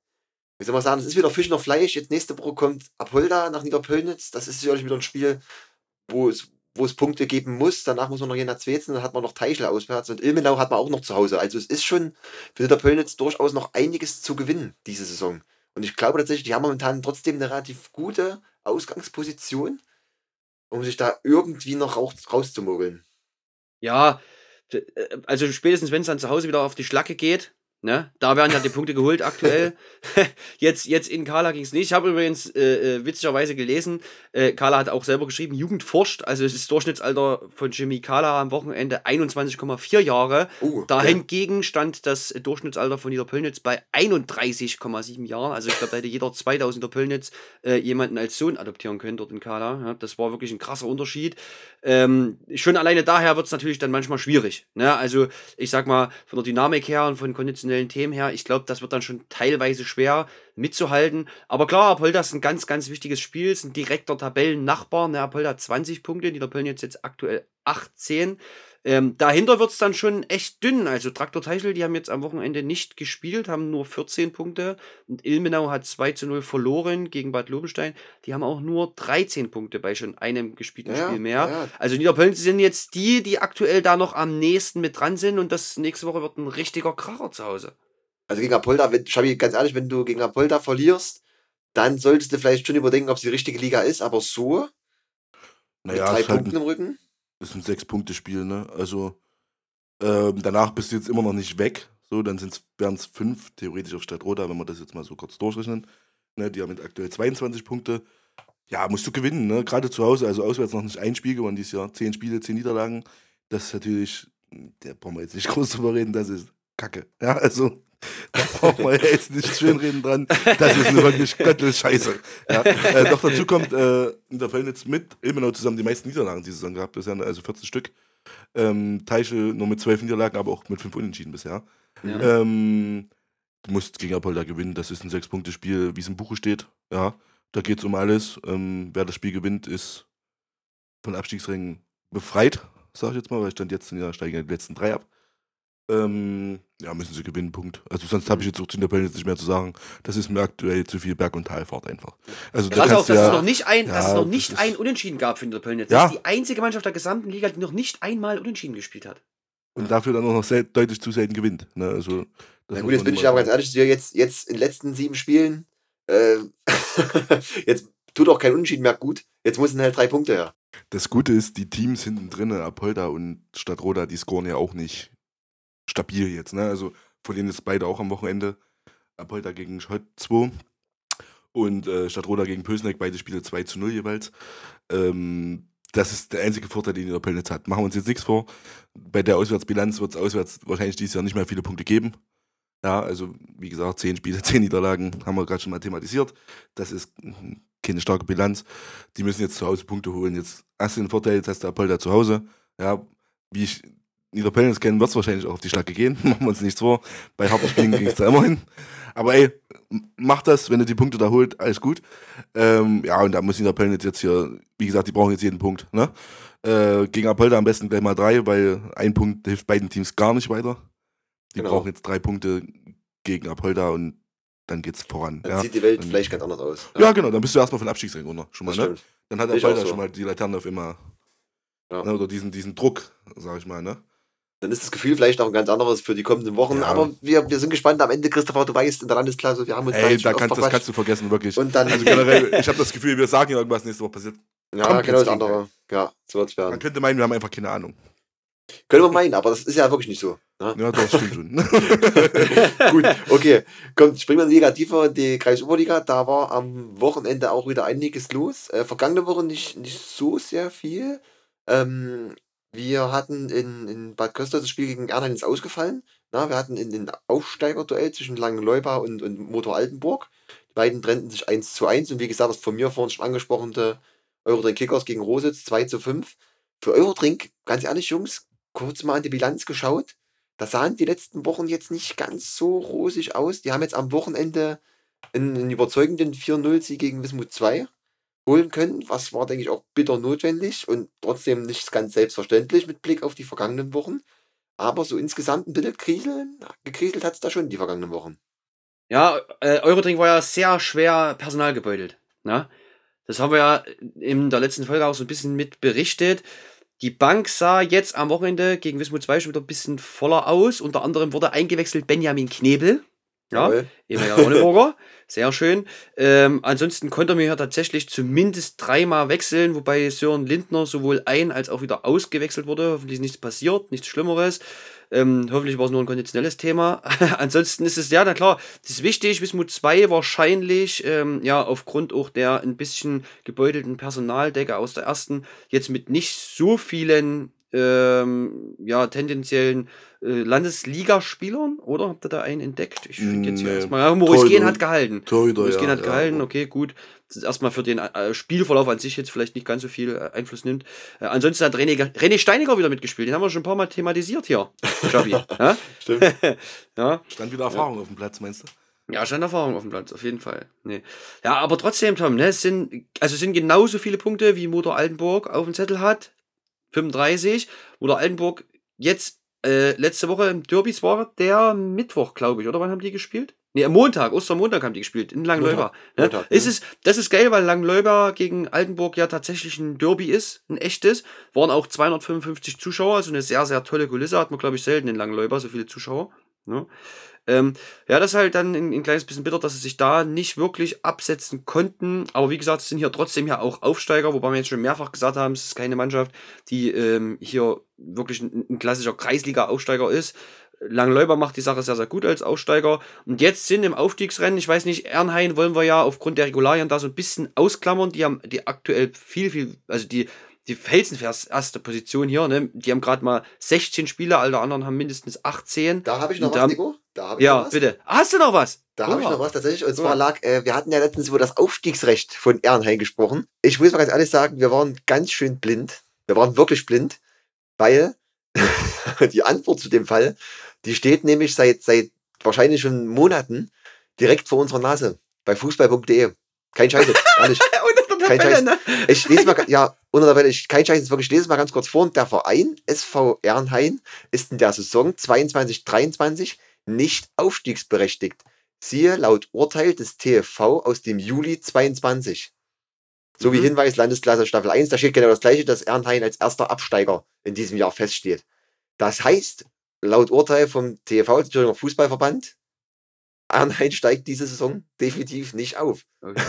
wie soll man sagen, es ist wieder Fisch noch Fleisch. Jetzt nächste Woche kommt Apolda nach Niederpölnitz. Das ist sicherlich wieder ein Spiel, wo es, wo es Punkte geben muss. Danach muss man noch Jena Zwezen, dann hat man noch Teichel auswärts und Ilmenau hat man auch noch zu Hause. Also es ist schon für Niederpölnitz durchaus noch einiges zu gewinnen diese Saison. Und ich glaube tatsächlich, die haben momentan trotzdem eine relativ gute Ausgangsposition, um sich da irgendwie noch raus, rauszumogeln. Ja, d- äh, also spätestens wenn es dann zu Hause wieder auf die Schlacke geht, ne, da werden dann die Punkte geholt aktuell. jetzt, jetzt in Kala ging es nicht. Ich habe übrigens äh, äh, witzigerweise gelesen, äh, Kala hat auch selber geschrieben, Jugend forscht, also es ist das Durchschnittsalter von Jimmy Kala am Wochenende einundzwanzig Komma vier Jahre. Uh, Da ja. hingegen stand das Durchschnittsalter von Niederpölnitz bei einunddreißig Komma sieben Jahren. Also ich glaube, da hätte jeder zweitausend Niederpölnitz äh, jemanden als Sohn adoptieren können dort in Kala. Ja, das war wirklich ein krasser Unterschied. Ähm, schon alleine daher wird es natürlich dann manchmal schwierig. Ne? Also ich sag mal, von der Dynamik her und von konditionellen Themen her, ich glaube, das wird dann schon teilweise schwer mitzuhalten. Aber klar, Apolda ist ein ganz, ganz wichtiges Spiel, ist ein direkter Tabellennachbar. Ne? Apolda hat zwanzig Punkte, Niederpölnitz jetzt aktuell achtzehn. Ähm, dahinter wird es dann schon echt dünn. Also Traktor Teichel, die haben jetzt am Wochenende nicht gespielt, haben nur vierzehn Punkte. Und Ilmenau hat zwei zu null verloren gegen Bad Lobenstein. Die haben auch nur dreizehn Punkte bei schon einem gespielten Ja, Spiel mehr. ja. Also Niederpölnitz sind jetzt die, die aktuell da noch am nächsten mit dran sind. Und das nächste Woche wird ein richtiger Kracher zu Hause. Also gegen Apolda, wenn, Schabi, ganz ehrlich, wenn du gegen Apolda verlierst, dann solltest du vielleicht schon überdenken, ob es die richtige Liga ist, aber so, mit Naja, drei es ist halt Punkten ein, im Rücken. ist ein Sechs-Punkte-Spiel, ne? Also ähm, danach bist du jetzt immer noch nicht weg. So, dann wären es fünf, theoretisch auf Stadtroda, wenn wir das jetzt mal so kurz durchrechnen. Ne? Die haben jetzt aktuell zweiundzwanzig Punkte. Ja, musst du gewinnen, ne? Gerade zu Hause, also auswärts noch nicht ein Spiel gewonnen dieses Jahr. Zehn Spiele, zehn Niederlagen. Das ist natürlich, da brauchen wir jetzt nicht groß drüber reden, das ist Kacke. Ja, also da brauchen wir jetzt nicht schönreden dran. Das ist eine wirklich gottlos Scheiße. Ja. Äh, doch dazu kommt, äh, Niederpölnitz mit Ilmenau zusammen die meisten Niederlagen diese Saison gehabt bisher, also vierzehn Stück. Ähm, Teichel nur mit zwölf Niederlagen, aber auch mit fünf Unentschieden bisher. Ja. Ähm, du musst gegen Apolda gewinnen, das ist ein Sechs-Punkte-Spiel, wie es im Buche steht. Ja, da geht es um alles. Ähm, wer das Spiel gewinnt, ist von Abstiegsrängen befreit, sag ich jetzt mal, weil stand jetzt in der steigen die letzten drei ab. Ähm, ja, müssen sie gewinnen, Punkt. Also sonst habe ich jetzt auch zu Niederpölnitz jetzt nicht mehr zu sagen. Das ist mir aktuell zu viel Berg- und Talfahrt einfach. Also da Krass auch, kannst du dass es ja, noch nicht ein, dass es ja, noch das nicht ist- ein Unentschieden gab für Niederpölnitz. Ja. Das ist die einzige Mannschaft der gesamten Liga, die noch nicht einmal Unentschieden gespielt hat. und dafür dann auch noch sel- deutlich zu selten gewinnt. Ne? Also, das Na muss gut, jetzt man bin nur ich mal aber ganz sagen. ehrlich, dir jetzt, jetzt in den letzten sieben Spielen, äh, jetzt tut auch kein Unentschieden mehr gut. Jetzt müssen halt drei Punkte her. Das Gute ist, die Teams hinten drin, Apolda und Stadtroda, die scoren ja auch nicht stabil jetzt. Ne? Also verlieren jetzt beide auch am Wochenende. Apolda gegen Schott zwei und äh, Stadtroda gegen Pößneck, beide Spiele zwei zu null jeweils. Ähm, das ist der einzige Vorteil, den Niederpölnitz hat. Machen wir uns jetzt nichts vor. Bei der Auswärtsbilanz wird es auswärts wahrscheinlich dieses Jahr nicht mehr viele Punkte geben. Ja, also wie gesagt, zehn Spiele, zehn Niederlagen, haben wir gerade schon mal thematisiert. Das ist mm, keine starke Bilanz. Die müssen jetzt zu Hause Punkte holen. Jetzt hast du den Vorteil, jetzt hast du Apolda zu Hause. Ja, wie ich Niederpölnitz kennen, wird es wahrscheinlich auch auf die Schlacke gehen. Machen wir uns nichts vor. Bei harten Spielen ging es da immer hin. Aber ey, m- mach das, wenn du die Punkte da holt, alles gut. Ähm, ja, und da muss Niederpölnitz jetzt hier, wie gesagt, die brauchen jetzt jeden Punkt. Ne? Äh, gegen Apolda am besten gleich mal drei, weil ein Punkt hilft beiden Teams gar nicht weiter. Die Genau. brauchen jetzt drei Punkte gegen Apolda und dann geht's voran. Dann Ja, sieht die Welt dann- vielleicht ganz anders aus. ja genau, dann bist du erstmal von Abstiegsring runter. Schon mal, das ne? stimmt. Dann hat Ich Apolda auch so. schon mal die Laterne auf immer. Ja. Ne, oder diesen, diesen Druck, sag ich mal, ne? Dann ist das Gefühl vielleicht auch ein ganz anderes für die kommenden Wochen. Ja. Aber wir, wir sind gespannt. Am Ende, Christopher, du weißt, in der Landesklasse, wir haben uns Ey, schon da oft kannst, das verquatscht. kannst du vergessen, wirklich. Und dann, Also generell, ich habe das Gefühl, wir sagen hier irgendwas, nächste Woche passiert. ja, komplett genau das das andere. Ja, so wird's werden. Man könnte meinen, wir haben einfach keine Ahnung. Können wir meinen, aber das ist ja wirklich nicht so. Ne? Ja, das stimmt schon. Gut, okay. Kommt, springen wir in die Liga tiefer, die Kreisoberliga. Da war am Wochenende auch wieder einiges los. Äh, vergangene Woche nicht, nicht so sehr viel. Ähm, wir hatten in, in Bad Köster das Spiel gegen Ernheim ist ausgefallen. Na, wir hatten in den Aufsteigerduell zwischen Langenleuba und, und Motor Altenburg. Die beiden trennten sich eins zu eins. Und wie gesagt, das von mir vorhin schon angesprochene Eurodrink Kickers gegen Rositz zwei zu fünf. Für Eurodrink, ganz ehrlich, Jungs, kurz mal an die Bilanz geschaut. Da sahen die letzten Wochen jetzt nicht ganz so rosig aus. Die haben jetzt am Wochenende einen, einen überzeugenden vier null Sieg gegen Wismut zwei holen können. Was war, denke ich, auch bitter notwendig und trotzdem nicht ganz selbstverständlich mit Blick auf die vergangenen Wochen. Aber so insgesamt ein bisschen kriseln, gekriselt hat es da schon die vergangenen Wochen. Ja, äh, Eurodrink war ja sehr schwer personalgebeutelt. Ne? Das haben wir ja in der letzten Folge auch so ein bisschen mit berichtet. Die Bank sah jetzt am Wochenende gegen Wismut zwei schon wieder ein bisschen voller aus. Unter anderem wurde eingewechselt Benjamin Knebel. Ja, Jawohl. Emil Ronneburger. Sehr schön. Ähm, ansonsten konnte man ja tatsächlich zumindest dreimal wechseln, wobei Sören Lindner sowohl ein- als auch wieder ausgewechselt wurde. Hoffentlich nichts passiert, nichts Schlimmeres. Ähm, hoffentlich war es nur ein konditionelles Thema. Ansonsten ist es, ja, na klar, das ist wichtig. Wismut zwei wahrscheinlich, ähm, ja, aufgrund auch der ein bisschen gebeutelten Personaldecke aus der ersten, jetzt mit nicht so vielen, ähm, ja, tendenziellen äh, Landesligaspielern, oder? Habt ihr da einen entdeckt? Ich finde jetzt hier Nee. erstmal, ja, Maurice Torhüter- Gehn hat gehalten. Torhüter, Maurice ja, Gehn hat ja. gehalten, okay, gut. Das ist erstmal für den äh, Spielverlauf an sich jetzt vielleicht nicht ganz so viel äh, Einfluss nimmt. Äh, ansonsten hat René, René Steiniger wieder mitgespielt. Den haben wir schon ein paar Mal thematisiert hier, Javi. ja? Stimmt. ja? Stand wieder Erfahrung auf dem Platz, meinst du? Ja, stand Erfahrung auf dem Platz, auf jeden Fall. Nee. Ja, aber trotzdem, Tom, ne, es sind, also es sind genauso viele Punkte, wie Motor Altenburg auf dem Zettel hat. fünfunddreißig. Motor Altenburg jetzt äh, letzte Woche im Derby, es war der Mittwoch, glaube ich, oder? Wann haben die gespielt? Nee, am Montag, Ostermontag haben die gespielt, in Langleuber. Ne? Montag, ist ja. es, das ist geil, weil Langleuber gegen Altenburg ja tatsächlich ein Derby ist, ein echtes. Waren auch zweihundertfünfundfünfzig Zuschauer, also eine sehr, sehr tolle Kulisse. Hat man, glaube ich, selten in Langleuber, so viele Zuschauer. Ne? Ähm, ja, das ist halt dann ein, ein kleines bisschen bitter, dass sie sich da nicht wirklich absetzen konnten. Aber wie gesagt, es sind hier trotzdem ja auch Aufsteiger, wobei wir jetzt schon mehrfach gesagt haben, es ist keine Mannschaft, die ähm, hier wirklich ein, ein klassischer Kreisliga-Aufsteiger ist. Langleuber macht die Sache sehr, sehr gut als Aussteiger. Und jetzt sind im Aufstiegsrennen, ich weiß nicht, Ernhain wollen wir ja aufgrund der Regularien da so ein bisschen ausklammern. Die haben die aktuell viel, viel, also die, die Felsenfers erste Position hier, ne? Die haben gerade mal sechzehn Spiele, alle anderen haben mindestens achtzehn. Da habe ich noch Und was, da- Nico. Da habe ich Ja, noch was. bitte. Hast du noch was? Da habe ich Ja. noch was tatsächlich. Und Ja. zwar lag, äh, wir hatten ja letztens über das Aufstiegsrecht von Ehrenhain gesprochen. Ich muss mal ganz ehrlich sagen, wir waren ganz schön blind. Wir waren wirklich blind, weil die Antwort zu dem Fall, die steht nämlich seit, seit wahrscheinlich schon Monaten direkt vor unserer Nase. Bei fußball punkt de. Kein Scheiß, jetzt, ehrlich. Unter der Kein Tabelle, Scheiß. ne? Ich lese mal, ja, unter der Welle, ich, kein Scheiß, jetzt wirklich, ich lese es mal ganz kurz vor. Der Verein S V Ehrenhain ist in der Saison zweiundzwanzig dreiundzwanzig nicht aufstiegsberechtigt. Siehe laut Urteil des T F V aus dem Juli zweiundzwanzig. So wie Mhm. Hinweis Landesklasse Staffel eins, da steht genau das gleiche, dass Ehrenhain als erster Absteiger in diesem Jahr feststeht. Das heißt, laut Urteil vom T F V, Thüringer Fußballverband, Ehrenhain steigt diese Saison definitiv nicht auf. Okay.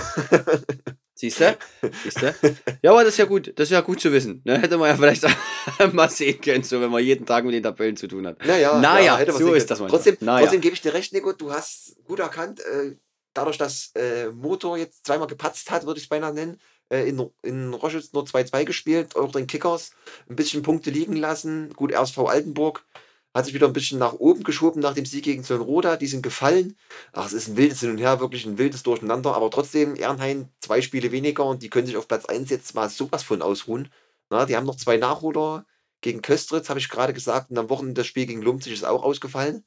Siehst du? Siehst du? Ja, aber das ist ja gut. Das ist ja gut zu wissen. Ne? Hätte man ja vielleicht mal sehen können, so wenn man jeden Tag mit den Tabellen zu tun hat. Naja, Naja, hätte man so sehen ist können. das manchmal. Trotzdem, Naja. trotzdem gebe ich dir recht, Nico, du hast gut erkannt, äh, dadurch, dass äh, Motor jetzt zweimal gepatzt hat, würde ich es beinahe nennen, äh, in, in Roschitz nur zwei zwei gespielt, auch den Kickers ein bisschen Punkte liegen lassen. Gut, R S V Altenburg hat sich wieder ein bisschen nach oben geschoben nach dem Sieg gegen Sönroda, die sind gefallen. Ach, es ist ein wildes Hin und Her, wirklich ein wildes Durcheinander, aber trotzdem Ehrenhain zwei Spiele weniger und die können sich auf Platz eins jetzt mal sowas von ausruhen. Na, die haben noch zwei Nachholer gegen Köstritz, habe ich gerade gesagt, und am Wochenende das Spiel gegen Lumpzig ist auch ausgefallen.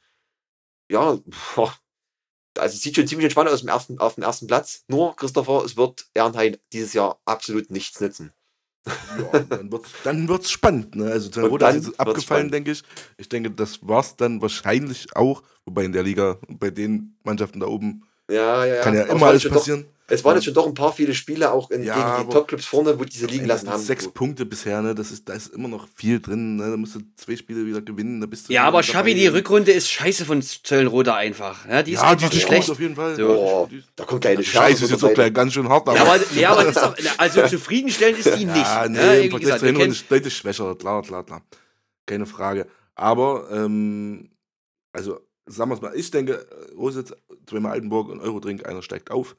Ja, boah, also es sieht schon ziemlich entspannt aus dem ersten, auf dem ersten Platz. Nur, Christopher, es wird Ehrenhain dieses Jahr absolut nichts nützen. Ja, dann wird's, dann wird's spannend. Ne? Also Zönroda dann ist jetzt wird's abgefallen, spannend. denke ich. Ich denke, das war's dann wahrscheinlich auch. Wobei in der Liga, bei den Mannschaften da oben, Ja, ja, ja. kann ja Aber es immer waren alles jetzt schon doch- passieren. Es waren Ja. jetzt schon doch ein paar viele Spiele auch in, Ja, gegen die aber- Topclubs vorne, wo die sie liegen Ey, das lassen sind haben. sechs Punkte bisher, ne? Das ist, da ist immer noch viel drin. Ne? Da musst du zwei Spiele wieder gewinnen. Da bist du Ja, wieder aber dabei. Schabi, die Rückrunde ist scheiße von Zöllenroda einfach. Ja, die ist Ja, die einfach ist nicht schlecht. gut auf jeden Fall. So. Boah, Die- die- da kommt gleich eine Also Scheiße ist jetzt auch gleich ganz schön hart. Ja, aber, ja, aber ist doch, also zufriedenstellend ist die nicht. Ja, nee, ja, im wie Vergleich gesagt, zur wir Hinrunde kennen, ist deutlich schwächer, klar, klar, klar. Keine Frage. Aber, ähm, also, sagen wir es mal, ich denke, Rositz, zweimal Altenburg und Eurodrink, einer steigt auf.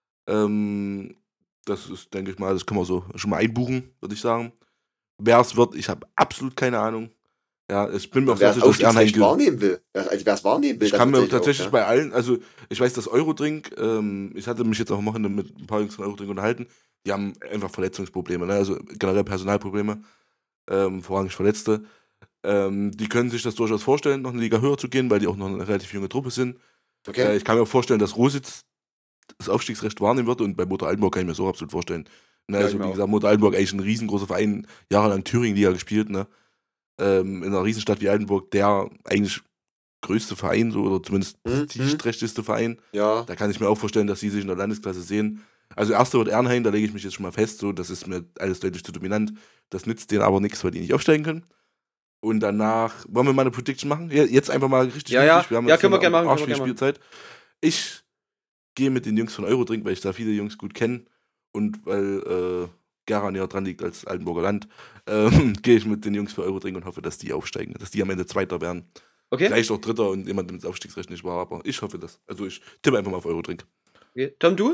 Ähm, das ist, denke ich mal, das können wir so schon mal einbuchen, würde ich sagen. Wer es wird, ich habe absolut keine Ahnung. Ja, ich bin mir auch Wer sicher, es dass Ernheim Aufstiegsrecht wahrnehmen will. Also wer es wahrnehmen will, ich dann kann mir tatsächlich tatsächlich auch, bei allen, also ich weiß, dass Eurodrink, ähm, ich hatte mich jetzt auch am Wochenende mit ein paar Jungs von Eurodrink unterhalten, die haben einfach Verletzungsprobleme, ne? Also generell Personalprobleme, ähm, vorrangig Verletzte. Ähm, die können sich das durchaus vorstellen, noch eine Liga höher zu gehen, weil die auch noch eine relativ junge Truppe sind. ja. Okay. Äh, ich kann mir auch vorstellen, dass Rositz das Aufstiegsrecht wahrnehmen wird und bei Motor Altenburg kann ich mir so absolut vorstellen. Ne, Ja, also ich mir wie auch. gesagt, Motor Altenburg eigentlich ein riesengroßer Verein, jahrelang Thüringen-Liga gespielt, ne? Ähm, in einer Riesenstadt wie Altenburg, der eigentlich größte Verein, so, oder zumindest Mhm. prestigeträchtigste Verein. Ja, Da kann ich mir auch vorstellen, dass sie sich in der Landesklasse sehen. Also erster wird Ernheim, da lege ich mich jetzt schon mal fest, so, das ist mir alles deutlich zu dominant. Das nützt denen aber nichts, weil die nicht aufsteigen können. Und danach, wollen wir mal eine Prediction machen? Ja, jetzt einfach mal richtig Ja, ja. mutig. Wir haben Ja, jetzt können wir noch gerne eine machen, können wir gerne Arschspielzeit. Ich gehe mit den Jungs von Eurodrink, weil ich da viele Jungs gut kenne und weil äh, Gera näher dran liegt als Altenburger Land, ähm, gehe ich mit den Jungs für Eurodrink und hoffe, dass die aufsteigen, dass die am Ende Zweiter werden. Okay? Vielleicht auch Dritter und jemand mit Aufstiegsrecht nicht war, aber ich hoffe das. Also ich tippe einfach mal auf Eurodrink. okay. Tom, du?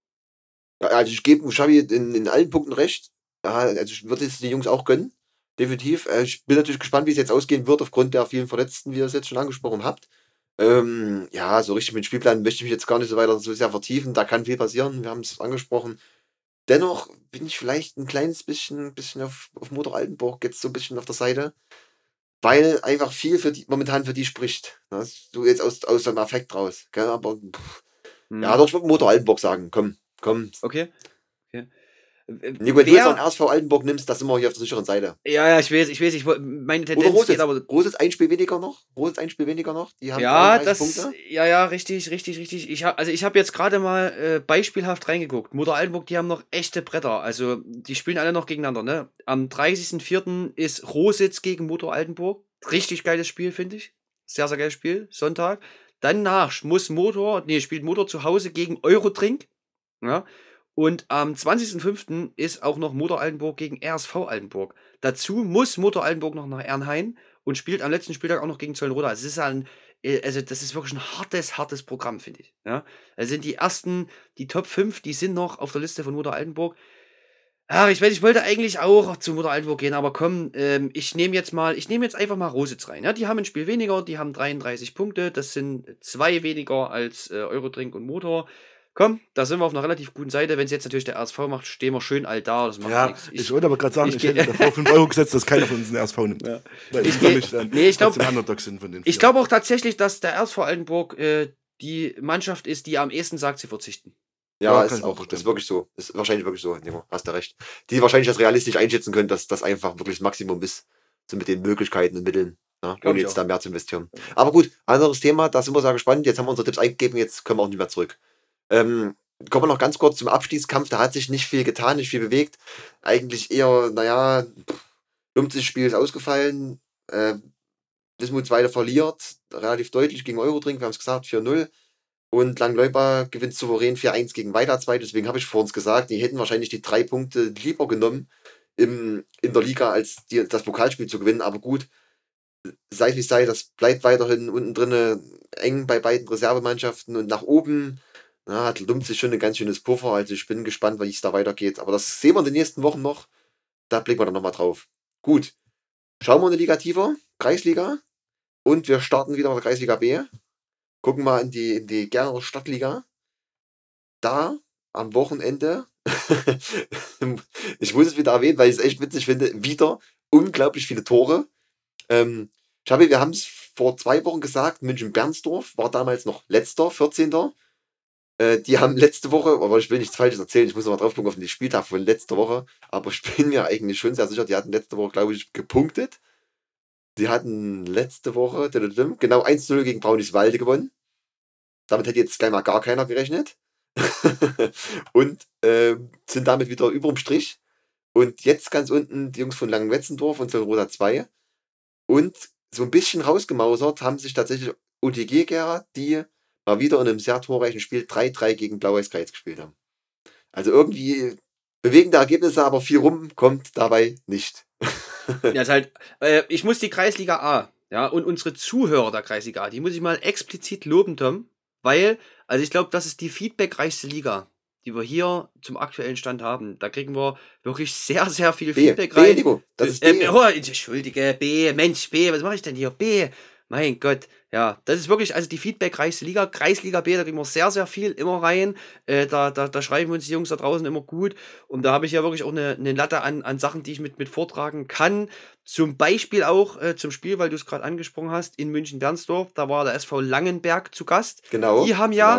Ja, also ich gebe Xavi in, in allen Punkten recht. Ja, also ich würde es den Jungs auch gönnen. Definitiv. Äh, Ich bin natürlich gespannt, wie es jetzt ausgehen wird, aufgrund der vielen Verletzten, wie ihr es jetzt schon angesprochen habt. Ähm, ja, so richtig mit dem Spielplan möchte ich mich jetzt gar nicht so weiter so sehr vertiefen. Da kann viel passieren. Wir haben es angesprochen. Dennoch bin ich vielleicht ein kleines bisschen, bisschen auf, auf Motor Altenburg jetzt so ein bisschen auf der Seite, weil einfach viel für die, momentan für die spricht. Ne? So jetzt aus, aus dem Affekt raus. Gell? Aber pff, Hm. ja, doch, ich würde Motor Altenburg sagen. Komm, komm. Okay. okay. Äh, Nico, wenn du jetzt wer- auch einen R S V Altenburg nimmst, da sind wir hier auf der sicheren Seite. Ja, ja, ich weiß, ich weiß, ich woll- meine Oder Tendenz Roses. geht aber. Roses ein Spiel weniger noch. Roses ein Spiel weniger noch. Die haben Ja, dreiunddreißig das, Punkte. ja, ja, richtig, richtig, richtig. Ich hab, also ich habe jetzt gerade mal äh, beispielhaft reingeguckt. Motor Altenburg, die haben noch echte Bretter. Also die spielen alle noch gegeneinander. Ne? Am dreißigsten vierten ist Rositz gegen Motor Altenburg. Richtig geiles Spiel, finde ich. Sehr, sehr geiles Spiel. Sonntag. Danach muss Motor, nee, spielt Motor zu Hause gegen Eurodrink. Ja. Und am zwanzigsten fünften ist auch noch Motor Altenburg gegen R S V Altenburg. Dazu muss Motor Altenburg noch nach Ernheim und spielt am letzten Spieltag auch noch gegen Zollenroda. Also, es ist ein, äh, also das ist wirklich ein hartes, hartes Programm, finde ich. Ja? Also sind die ersten, die Top fünf, die sind noch auf der Liste von Motor Altenburg. Ach, ich weiß, ich wollte eigentlich auch zu Motor Altenburg gehen, aber komm, ähm, ich nehme jetzt mal, ich nehme jetzt einfach mal Rositz rein. Ja? Die haben ein Spiel weniger, die haben dreiunddreißig Punkte, das sind zwei weniger als äh, Eurodrink und Motor. Komm, da sind wir auf einer relativ guten Seite. Wenn es jetzt natürlich der R S V macht, stehen wir schön alt da. Das macht Ja, nichts. ich, wollte aber gerade sagen, ich ich, geh- hätte davor fünf Euro gesetzt, dass keiner von uns den R S V nimmt. Ja. Weil Ich ich geh- nämlich dann nee, ich glaub- trotzdem Underdogs sind von den Ich vier. glaube auch tatsächlich, dass der R S V Altenburg äh, die Mannschaft ist, die am ehesten sagt, sie verzichten. Ja, Ja, kann ist ich mir auch vorstellen. ist wirklich so. Ist wahrscheinlich wirklich so, Nico. Hast du recht. Die wahrscheinlich das realistisch einschätzen können, dass das einfach wirklich das Maximum ist. So mit den Möglichkeiten und Mitteln. Ne? Glaub Ohne ich jetzt auch. da mehr zu investieren. Aber gut, anderes Thema, da sind wir sehr gespannt. Jetzt haben wir unsere Tipps eingegeben, jetzt kommen wir auch nicht mehr zurück. Ähm, kommen wir noch ganz kurz zum Abstiegskampf. Da hat sich nicht viel getan, nicht viel bewegt. Eigentlich eher, naja, fünfzig Spiel ist ausgefallen. Äh, Wismut weiter verliert, relativ deutlich gegen Eurodrink, wir haben es gesagt, vier null. Und Langleuba gewinnt souverän vier eins gegen Weida zwei. Deswegen habe ich vor uns gesagt, die hätten wahrscheinlich die drei Punkte lieber genommen im, in der Liga, als die, das Pokalspiel zu gewinnen. Aber gut, sei es wie es sei, das bleibt weiterhin unten drinne eng bei beiden Reservemannschaften. Und nach oben na, hat Lumpzig schon ein ganz schönes Puffer. Also ich bin gespannt, wie es da weitergeht. Aber das sehen wir in den nächsten Wochen noch. Da blicken wir dann nochmal drauf. Gut, schauen wir in die Liga tiefer, Kreisliga. Und wir starten wieder mit der Kreisliga B. Gucken mal in die, in die Gerner Stadtliga. Da am Wochenende, ich muss es wieder erwähnen, weil ich es echt witzig finde, wieder unglaublich viele Tore. Ähm, Schabi, wir haben es vor zwei Wochen gesagt, München-Bernsdorf war damals noch letzter, vierzehnter. Äh, die haben letzte Woche, aber ich will nichts Falsches erzählen, ich muss noch mal drauf gucken auf den Spieltag von letzter Woche, aber ich bin mir eigentlich schon sehr sicher, die hatten letzte Woche, glaube ich, gepunktet. Sie hatten letzte Woche genau eins zu null gegen Brauniswalde gewonnen. Damit hätte jetzt gleich mal gar keiner gerechnet. Und äh, sind damit wieder über dem Strich. Und jetzt ganz unten die Jungs von Langenwetzendorf und Zollenroda zwei. Und so ein bisschen rausgemausert haben sich tatsächlich O T G-Gera, die mal wieder in einem sehr torreichen Spiel drei drei gegen Blau-Weiß Greiz gespielt haben. Also irgendwie bewegende Ergebnisse, aber viel rum kommt dabei nicht. Ja, ist halt, äh, ich muss die Kreisliga A, ja, und unsere Zuhörer der Kreisliga A, die muss ich mal explizit loben, Tom, weil, also ich glaube, das ist die feedbackreichste Liga, die wir hier zum aktuellen Stand haben. Da kriegen wir wirklich sehr, sehr viel B, Feedback B, rein. Nico, das ist äh, B. oh, Entschuldige, B, Mensch, B, was mache ich denn hier? B, mein Gott, ja, das ist wirklich, also die feedbackreichste Liga, Kreisliga B, da kriegen wir sehr, sehr viel immer rein, äh, da, da, da schreiben uns die Jungs da draußen immer gut und da habe ich ja wirklich auch eine, eine Latte an, an Sachen, die ich mit, mit vortragen kann, zum Beispiel auch äh, zum Spiel, weil du es gerade angesprochen hast, in München-Bernsdorf, da war der S V Langenberg zu Gast. Genau. Die haben ja genau.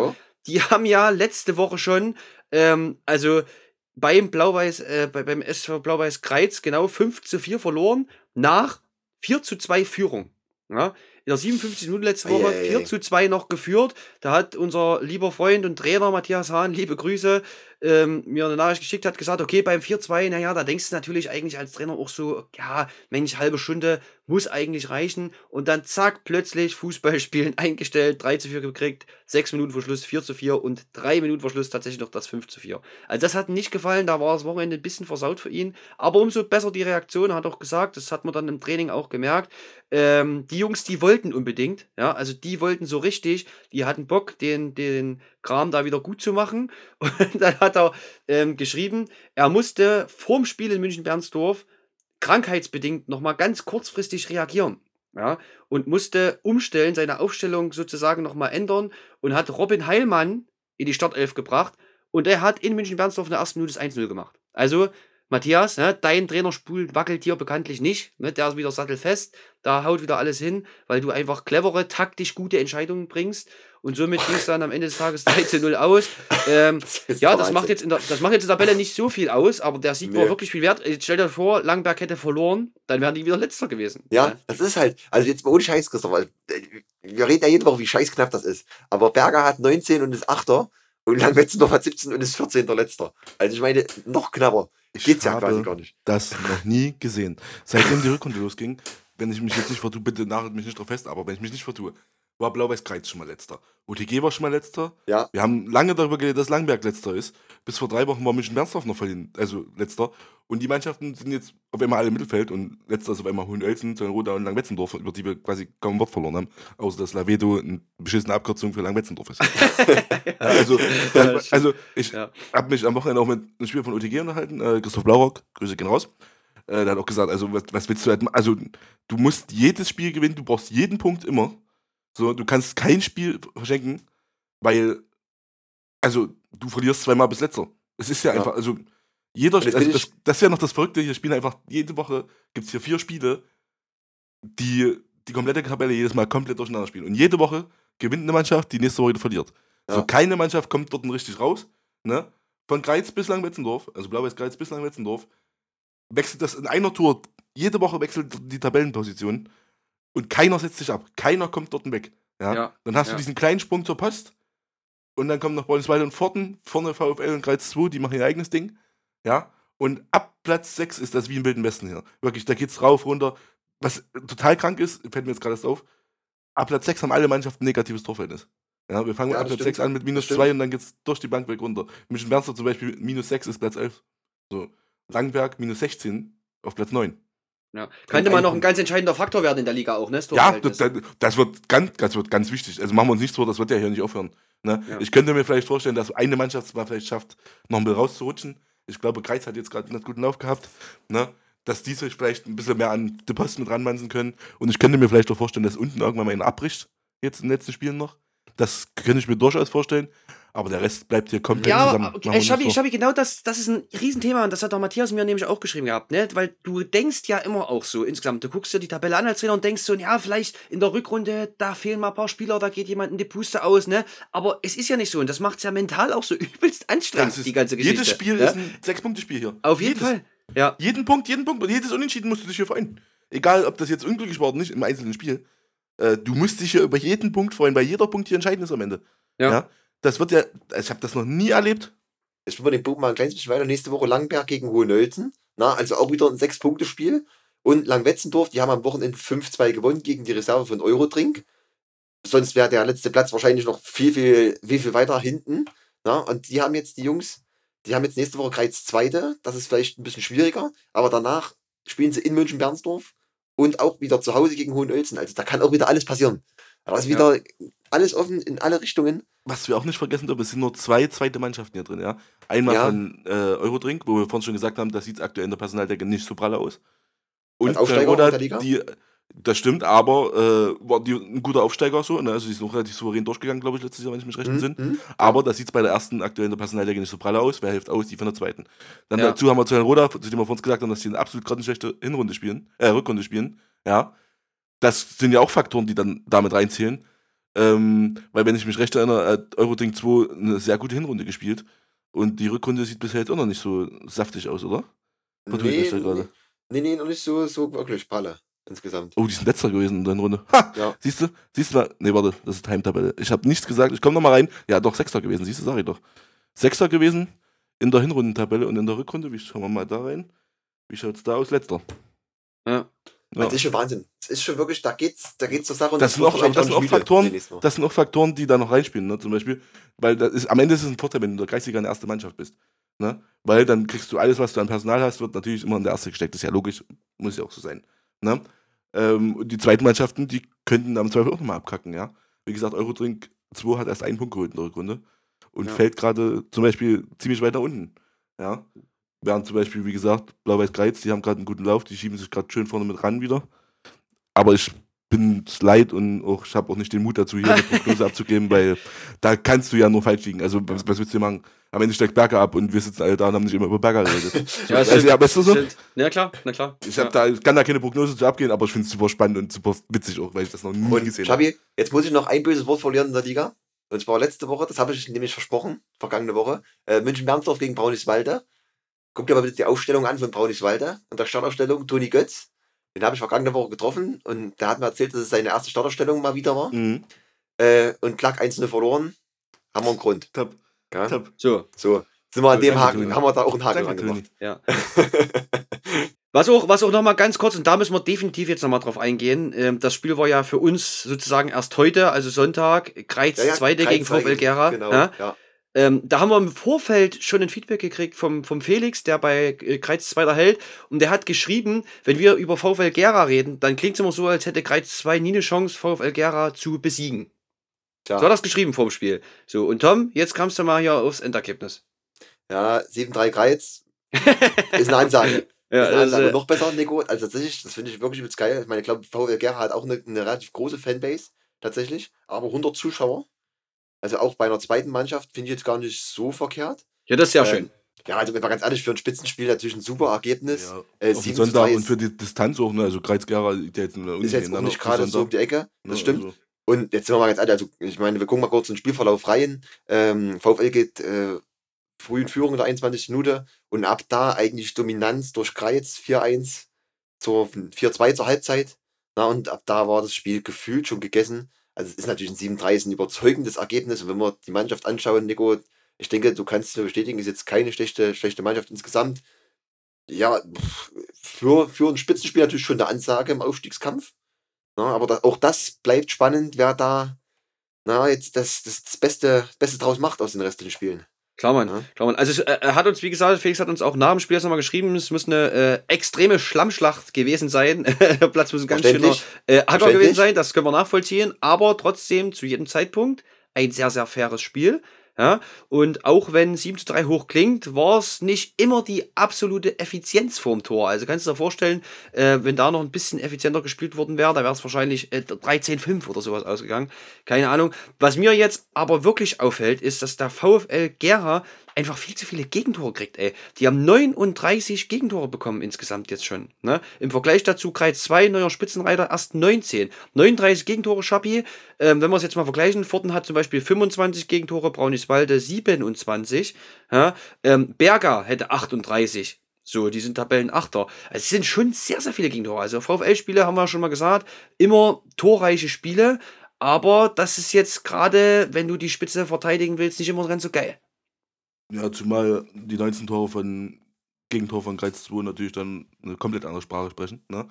die haben ja letzte Woche schon, ähm, also beim Blau-Weiß, äh, bei, beim S V Blau-Weiß Greiz genau fünf zu vier verloren, nach vier zu zwei Führung. Ja? In der siebenundfünfzigsten Minute letzte Woche Eieiei. vier zu zwei noch geführt. Da hat unser lieber Freund und Trainer Matthias Hahn, liebe Grüße, ähm, mir eine Nachricht geschickt, hat gesagt, okay, beim vier zwei, naja, da denkst du natürlich eigentlich als Trainer auch so, ja, Mensch, halbe Stunde muss eigentlich reichen. Und dann zack, plötzlich Fußballspielen eingestellt, drei zu vier gekriegt, sechs Minuten vor Schluss vier zu vier und drei Minuten vor Schluss tatsächlich noch das fünf zu vier. Also das hat ihm nicht gefallen, da war das Wochenende ein bisschen versaut für ihn. Aber umso besser die Reaktion, er hat auch gesagt, das hat man dann im Training auch gemerkt. Ähm, die Jungs, die wollten unbedingt, ja, also die wollten so richtig, die hatten Bock, den, den Kram da wieder gut zu machen. Und dann hat er ähm, geschrieben, er musste vorm Spiel in München-Bernsdorf krankheitsbedingt nochmal ganz kurzfristig reagieren. Ja, und musste umstellen, seine Aufstellung sozusagen nochmal ändern und hat Robin Heilmann in die Startelf gebracht und er hat in München-Bernsdorf in der ersten Minute das eins zu null gemacht. Also, Matthias, ne, dein Trainerstuhl wackelt hier bekanntlich nicht, ne, der ist wieder sattelfest, da haut wieder alles hin, weil du einfach clevere, taktisch gute Entscheidungen bringst und somit ging es dann am Ende des Tages drei zu null aus. Ähm, ist ja, der das macht, Wahnsinn. jetzt in der, das macht jetzt in der Tabelle nicht so viel aus, aber der Sieg war Nee. wirklich viel wert. Jetzt stell dir vor, Langberg hätte verloren, dann wären die wieder Letzter gewesen. Ja, Ne? das ist halt, also jetzt mal ohne Scheiß, Christoph, weil, äh, wir reden ja jede Woche, wie scheißknapp das ist. Aber Berger hat neunzehn und ist Achter und Langwetzendorf hat siebzehn und ist vierzehnter Letzter. Also ich meine, noch knapper. Ich Geht's ja habe quasi gar nicht. das noch nie gesehen. Seitdem die Rückrunde losging, wenn ich mich jetzt nicht vertue, bitte nagelt mich nicht drauf fest, aber wenn ich mich nicht vertue, war Blau-Weiß Greiz schon mal letzter. O T G war schon mal letzter. Ja, Wir haben lange darüber geredet, dass Langberg letzter ist. Bis vor drei Wochen war München-Bernsdorf noch verliehen, also letzter. Und die Mannschaften sind jetzt auf einmal alle im Mittelfeld und letzter ist auf einmal Hohenelsen, Zöllenroda und Langwetzendorf, über die wir quasi kaum ein Wort verloren haben. Außer dass Lavedo eine beschissene Abkürzung für Langwetzendorf ist. Ja, also, Ja, also ich Ja. habe mich am Wochenende auch mit einem Spieler von O T G unterhalten, äh, Christoph Blaurock, Grüße gehen raus. Äh, der hat auch gesagt, also was, was willst du halt, ma- also du musst jedes Spiel gewinnen, du brauchst jeden Punkt immer. So, du kannst kein Spiel verschenken, weil, also du verlierst zweimal bis letzter. Es ist ja Ja. einfach, also jeder, Und jetzt also bin das, ich- das ist ja noch das Verrückte, hier spielen einfach, jede Woche gibt es hier vier Spiele, die die komplette Tabelle jedes Mal komplett durcheinander spielen. Und jede Woche gewinnt eine Mannschaft, die nächste Woche wieder verliert. Ja. So, keine Mannschaft kommt dort richtig raus. Ne? Von Greiz bis Langwetzendorf, also Blau-Weiß Greiz bis Langwetzendorf, wechselt das in einer Tour. Jede Woche wechselt die Tabellenposition und keiner setzt sich ab. Keiner kommt dort weg. Ja? Ja, Dann hast ja. du diesen kleinen Sprung zur Post und dann kommen noch Braunschweig und Pforten, vorne VfL und Greiz zwei, die machen ihr eigenes Ding. Ja? Und ab Platz sechs ist das wie im Wilden Westen hier. Wirklich, da geht's rauf, runter. Was total krank ist, fällt mir jetzt gerade erst auf, ab Platz sechs haben alle Mannschaften ein negatives Torverhältnis. Ja, wir fangen Ja, ab das Platz stimmt. sechs an mit minus Das stimmt. zwei und dann geht's durch die Bank weg runter. München Bernsdorf zum Beispiel minus sechs ist Platz elf. So. Langberg minus sechzehn auf Platz neun. Ja. Könnte mal ein noch ein Punkt. ganz entscheidender Faktor werden in der Liga auch, ne? Das Ja, Torverhältnis. das, das, das, wird ganz, das wird ganz wichtig. Also machen wir uns nichts vor, das wird ja hier nicht aufhören. Ne? Ja. Ich könnte mir vielleicht vorstellen, dass eine Mannschaft es mal vielleicht schafft, noch ein bisschen rauszurutschen. Ich glaube, Greiz hat jetzt gerade einen guten Lauf gehabt. Ne? Dass die sich vielleicht ein bisschen mehr an die Posten mit ranmansen können. Und ich könnte mir vielleicht auch vorstellen, dass unten irgendwann mal einer abbricht. Jetzt in den letzten Spielen noch. Das könnte ich mir durchaus vorstellen. Aber der Rest bleibt hier komplett Ja, zusammen. aber Machen wir äh, uns Schabi, nichts vor. Schabi, genau das, das ist ein Riesenthema und das hat der Matthias mir nämlich auch geschrieben gehabt, ne? Weil du denkst ja immer auch so insgesamt, du guckst dir die Tabelle an als Trainer und denkst so, ja, vielleicht in der Rückrunde, da fehlen mal ein paar Spieler, da geht jemand in die Puste aus, ne? Aber es ist ja nicht so und das macht es ja mental auch so übelst anstrengend, Das ist, die ganze Geschichte. jedes Spiel ja? ist ein Sechs-Punkte-Spiel hier. Auf jeden jedes. Fall. Ja. Jeden Punkt, jeden Punkt und jedes Unentschieden musst du dich hier freuen. Egal, ob das jetzt unglücklich war oder nicht im einzelnen Spiel. Äh, du musst dich hier über jeden Punkt freuen, weil jeder Punkt hier entscheidend ist am Ende. Ja. Das wird ja, ich habe das noch nie erlebt. Jetzt spielen wir den Bogen mal ein kleines bisschen weiter. Nächste Woche Langberg gegen Hohenölzen. Na, also auch wieder ein Sechs-Punkte-Spiel. Und Langwetzendorf, die haben am Wochenende fünf zwei gewonnen gegen die Reserve von Eurodrink. Sonst wäre der letzte Platz wahrscheinlich noch viel, viel, viel, viel weiter hinten. Na, und die haben jetzt, die Jungs, die haben jetzt nächste Woche Greiz Zweite. Das ist vielleicht ein bisschen schwieriger. Aber danach spielen sie in München-Bernsdorf und auch wieder zu Hause gegen Hohenölzen. Also da kann auch wieder alles passieren. Da ist wieder alles offen in alle Richtungen. Was wir auch nicht vergessen dürfen, es sind nur zwei zweite Mannschaften hier drin, ja. Einmal Ja. von äh, Eurodrink, wo wir vorhin schon gesagt haben, das sieht aktuell in der Personaldecke nicht so pralle aus. Und Als Aufsteiger Zöllenroda, in der Liga? die, das stimmt, aber äh, war die ein guter Aufsteiger so, ne? Also die sind auch relativ souverän durchgegangen, glaube ich, letztes Jahr, wenn ich mich recht entsinne. Mhm. Aber das sieht bei der ersten aktuell in der Personaldecke nicht so pralle aus. Wer hilft aus? Die von der zweiten. Dann Ja. dazu haben wir Zöllenroda, zu dem wir vorhin gesagt haben, dass die eine absolut grottenschlechte Hinrunde spielen, äh, Rückrunde spielen. Ja. Das sind ja auch Faktoren, die dann damit reinzählen. Ähm, weil, wenn ich mich recht erinnere, hat Euroding zwei eine sehr gute Hinrunde gespielt. Und die Rückrunde sieht bisher jetzt auch noch nicht so saftig aus, oder? Vertue ich mich Nee, da nee, gerade? nee, nee, noch nicht so, so wirklich Palle insgesamt. Oh, die sind letzter gewesen in der Hinrunde. Ha! Ja. Siehst du? Siehst du mal? Nee, warte, das ist Heimtabelle. Ich habe nichts gesagt. Ich komme nochmal rein. Ja, doch, Sechster gewesen. Siehst du, sag ich doch. Sechster gewesen in der Hinrundentabelle und in der Rückrunde. Wie schauen wir mal da rein? Wie schaut's da aus? Letzter. Ja. Ja. Das ist schon Wahnsinn. Es ist schon wirklich, da geht's, da geht's zur Sache. Und Das sind wird auch, aber wahrscheinlich das sind auch nicht müde Faktoren, demnächst noch. das sind auch Faktoren, die da noch reinspielen, ne? Zum Beispiel, weil das ist, am Ende ist es ein Vorteil, wenn du in der Kreisliga eine erste Mannschaft bist. Ne? Weil dann kriegst du alles, was du an Personal hast, wird natürlich immer in der erste gesteckt. Das ist ja logisch, muss ja auch so sein. Ne? Ähm, und die zweiten Mannschaften, die könnten am Zweifel auch nochmal abkacken, ja. Wie gesagt, Eurodrink zwei hat erst einen Punkt geholt in der Rückrunde und Ja. fällt gerade zum Beispiel ziemlich weit nach unten. Ja. Während zum Beispiel, wie gesagt, Blau-Weiß Greiz, die haben gerade einen guten Lauf, die schieben sich gerade schön vorne mit ran wieder. Aber ich bin es leid und auch, ich habe auch nicht den Mut dazu, hier eine Prognose abzugeben, weil da kannst du ja nur falsch liegen. Also, was, was willst du machen? Am Ende steigt Berger ab und wir sitzen alle da und haben nicht immer über Berger geredet. Ja, also, stimmt, ja, weißt du so? stimmt. Na klar, na klar. Ich, ja. hab da, ich kann da keine Prognose zu abgehen, aber ich finde es super spannend und super witzig auch, weil ich das noch nie Und gesehen habe. Schabi, jetzt muss ich noch ein böses Wort verlieren in der Liga. Und zwar letzte Woche, das habe ich nämlich versprochen, vergangene Woche. Äh, München-Bernsdorf gegen Brauniswalde. Guck dir mal bitte die Aufstellung an von Brauniswalde. Und der Startaufstellung Toni Götz. Den habe ich vergangene Woche getroffen und der hat mir erzählt, dass es seine erste Startaufstellung mal wieder war. Mhm. Äh, und Klack eins null verloren. Haben wir einen Grund. Top, Ja? top. So. So, sind wir an So, dem danke, Haken, Toni. haben wir da auch einen Haken Danke, dran Toni. gemacht. Ja. Was auch, was auch nochmal ganz kurz, und da müssen wir definitiv jetzt nochmal drauf eingehen. Ähm, das Spiel war ja für uns sozusagen erst heute, also Sonntag, Greiz Ja, ja, zweite Greiz gegen VfL gegen- Gera. Genau, Ja? ja. Ähm, da haben wir im Vorfeld schon ein Feedback gekriegt vom, vom Felix, der bei äh, Greiz zweiter hält. Und der hat geschrieben, wenn wir über VfL Gera reden, dann klingt es immer so, als hätte Greiz zwei nie eine Chance, VfL Gera zu besiegen. Tja. So hat das geschrieben vorm Spiel. So, und Tom, jetzt kamst du mal hier aufs Endergebnis. Ja, sieben drei Greiz ist eine Ansage. Ja, ist eine das, Ansage. äh, Noch besser, Nico. Also tatsächlich, das finde ich wirklich übelst geil. Ich meine, ich glaube, VfL Gera hat auch eine, eine relativ große Fanbase, tatsächlich. Aber hundert Zuschauer. Also auch bei einer zweiten Mannschaft finde ich jetzt gar nicht so verkehrt. ja, das ist ja Ähm, schön. Ja, also wenn man ganz ehrlich, für ein Spitzenspiel natürlich ein super Ergebnis. Ja, Äh, auf den sieben zu Sonntag drei und für die Distanz auch, ne? Also Kreuzgera liegt ja jetzt in der Uni. ist jetzt auch nicht gerade so um die Ecke. Das stimmt. Also, Und jetzt sind wir mal ganz ehrlich, also ich meine, wir gucken mal kurz den Spielverlauf rein. Ähm, VfL geht äh, früh in Führung in der einundzwanzigsten Minute und ab da eigentlich Dominanz durch Kreiz vier eins zur vier zwei zur Halbzeit. Na, und ab da war das Spiel gefühlt schon gegessen. Also es ist natürlich ein sieben drei, ist ein überzeugendes Ergebnis. Und wenn wir die Mannschaft anschauen, Nico, ich denke, du kannst mir bestätigen, ist jetzt keine schlechte, schlechte Mannschaft insgesamt. Ja, pff, für, für ein Spitzenspiel natürlich schon eine Ansage im Aufstiegskampf. Na, aber da, auch das bleibt spannend, wer da na, jetzt das, das, das Beste, Beste draus macht aus den restlichen Spielen. Klar, Mann. Ja. Klar, Mann. Also es, äh, er hat uns, wie gesagt, Felix hat uns auch nach dem Spiel nochmal geschrieben, es muss eine äh, extreme Schlammschlacht gewesen sein. Der Platz muss ein ganz schöner Verständlich. äh, Acker Verständlich. gewesen sein, das können wir nachvollziehen, aber trotzdem zu jedem Zeitpunkt ein sehr, sehr faires Spiel. Ja, und auch wenn sieben zu drei hoch klingt, war es nicht immer die absolute Effizienz vorm Tor. Also kannst du dir vorstellen, äh, wenn da noch ein bisschen effizienter gespielt worden wäre, da wäre es wahrscheinlich äh, dreizehn fünf oder sowas ausgegangen. Keine Ahnung. Was mir jetzt aber wirklich auffällt, ist, dass der VfL Gera einfach viel zu viele Gegentore kriegt, ey. Die haben neununddreißig Gegentore bekommen insgesamt jetzt schon. Ne? Im Vergleich dazu Kreis zwei, neuer Spitzenreiter, erst neunzehn. neununddreißig Gegentore, Schappi. Ähm, wenn wir es jetzt mal vergleichen, Forten hat zum Beispiel fünfundzwanzig Gegentore, Brauniswalde siebenundzwanzig. Ja? Ähm, Berger hätte achtunddreißig. So, die sind Tabellenachter. Also es sind schon sehr, sehr viele Gegentore. Also VfL-Spiele, haben wir schon mal gesagt, immer torreiche Spiele. Aber das ist jetzt gerade, wenn du die Spitze verteidigen willst, nicht immer ganz so geil. ja, zumal die neunzehn Tore von Gegentor von Greiz zwei natürlich dann eine komplett andere Sprache sprechen. Ne?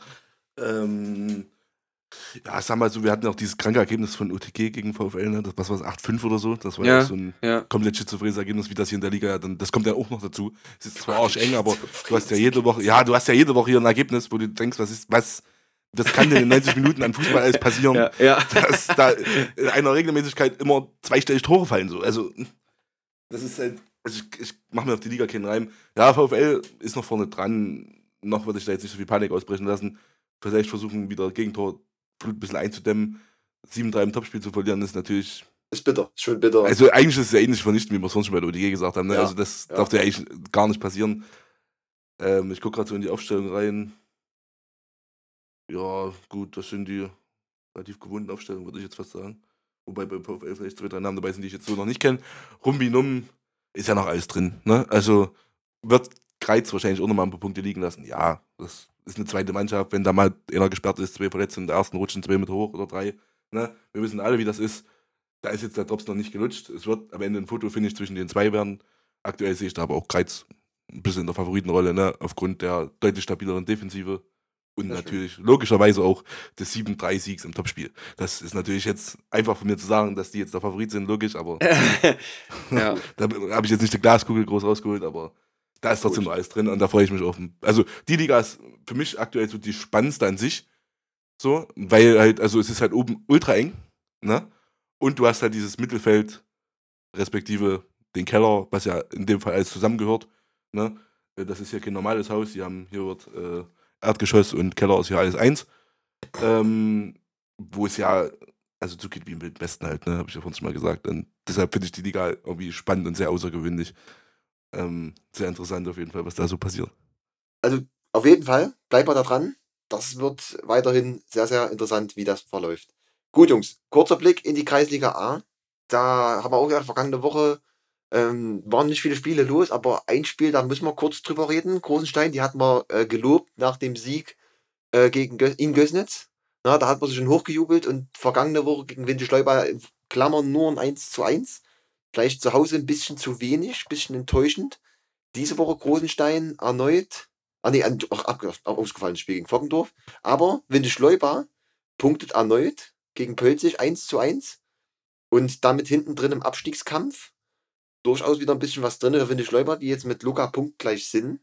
Ähm, ja, ich sag mal so, wir hatten auch dieses kranke Ergebnis von U T G gegen VfL, ne? Das, was war es, acht fünf oder so? Das war ja, Ja, auch so ein ja. komplett schizophrenes Ergebnis, wie das hier in der Liga ja dann, das kommt ja auch noch dazu. Es ist zwar arscheng, aber du hast ja jede Woche, ja, du hast ja jede Woche hier ein Ergebnis, wo du denkst, was ist, was, das kann denn in neunzig Minuten an Fußball alles passieren, Ja, ja. dass da in einer Regelmäßigkeit immer zweistellig Tore fallen, so. Also, das ist halt, also ich, ich mache mir auf die Liga keinen Reim. Ja, VfL ist noch vorne dran, noch würde ich da jetzt nicht so viel Panik ausbrechen lassen. Vielleicht versuchen, wieder Gegentor ein bisschen einzudämmen. sieben drei im Topspiel zu verlieren, ist natürlich. Ist bitter, ist schon bitter. Also eigentlich ist es ja ähnlich vernichtend, wie wir es sonst schon bei der O D G gesagt haben. Ne? Ja, Also das ja. darf ja eigentlich gar nicht passieren. Ähm, ich gucke gerade so in die Aufstellung rein. Ja, gut, das sind die relativ gewohnten Aufstellungen, würde ich jetzt fast sagen. wobei bei VfL vielleicht zwei, drei Namen dabei sind, die ich jetzt so noch nicht kenne. Rumbinum ist ja noch alles drin. Ne? Also wird Kreiz wahrscheinlich auch nochmal ein paar Punkte liegen lassen. Ja, das ist eine zweite Mannschaft. Wenn da mal einer gesperrt ist, zwei Verletzte in der ersten rutschen zwei mit hoch oder drei. Ne? Wir wissen alle, wie das ist. Da ist jetzt der Drops noch nicht gelutscht. Es wird am Ende ein Fotofinish zwischen den zwei werden. Aktuell sehe ich da aber auch Kreiz ein bisschen in der Favoritenrolle, ne? Aufgrund der deutlich stabileren Defensive. Und Das natürlich logischerweise auch des sieben drei Siegs im Topspiel. Das ist natürlich jetzt einfach von mir zu sagen, dass die jetzt der Favorit sind, logisch, aber Ja. da habe ich jetzt nicht die Glaskugel groß rausgeholt, aber da ist trotzdem Gut. noch alles drin und da freue ich mich auf. Also die Liga ist für mich aktuell so die spannendste an sich, so, weil halt, also es ist halt oben ultra eng, ne? Und du hast halt dieses Mittelfeld, respektive den Keller, was ja in dem Fall alles zusammengehört, ne? Äh, Das ist ja kein normales Haus, die haben, hier wird äh, Erdgeschoss und Keller ist ja alles eins. Ähm, wo es ja, also so geht wie im Wilden Westen halt, ne, habe ich ja vorhin schon mal gesagt. Und deshalb finde ich die Liga irgendwie spannend und sehr außergewöhnlich. Ähm, sehr interessant auf jeden Fall, was da so passiert. Also auf jeden Fall, bleibt mal da dran. Das wird weiterhin sehr, sehr interessant, wie das verläuft. Gut, Jungs, kurzer Blick in die Kreisliga A. Da haben wir auch gesagt, vergangene Woche ähm, waren nicht viele Spiele los, aber ein Spiel, da müssen wir kurz drüber reden. Großenstein, die hatten wir äh, gelobt nach dem Sieg äh, gegen Gö in Gößnitz. Na, da hat man sich schon hochgejubelt und vergangene Woche gegen Windischleuber in Klammern nur ein eins zu eins. Vielleicht zu Hause ein bisschen zu wenig, ein bisschen enttäuschend. Diese Woche Großenstein erneut. Ah nee, an- ach, abge- ausgefallenes Spiel gegen Fockendorf. Aber Windischleuber punktet erneut gegen Pölzig eins zu eins. Und damit hinten drin im Abstiegskampf. Durchaus wieder ein bisschen was drin für Windischleuber, die jetzt mit Luca punktgleich sind.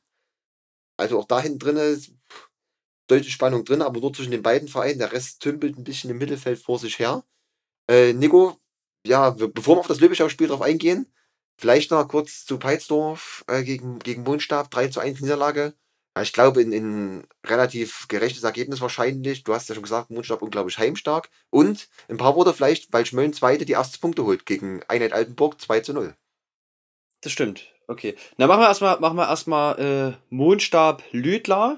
Also auch da hinten drin ist deutliche Spannung drin, aber nur zwischen den beiden Vereinen. Der Rest tümpelt ein bisschen im Mittelfeld vor sich her. Äh, Nico, ja, wir- bevor wir auf das Löbischau-Spiel drauf eingehen, vielleicht noch kurz zu Peitsdorf äh, gegen, gegen Mondstab, drei zu eins Niederlage. Ja, ich glaube, in, in relativ gerechtes Ergebnis wahrscheinlich. Du hast ja schon gesagt, Mondstab unglaublich heimstark. Und ein paar Worte vielleicht, weil Schmölln Zweite die ersten Punkte holt gegen Einheit Altenburg zwei zu null. Das stimmt. Okay. Na, machen wir erstmal, machen wir erstmal äh, Mondstab Lüdler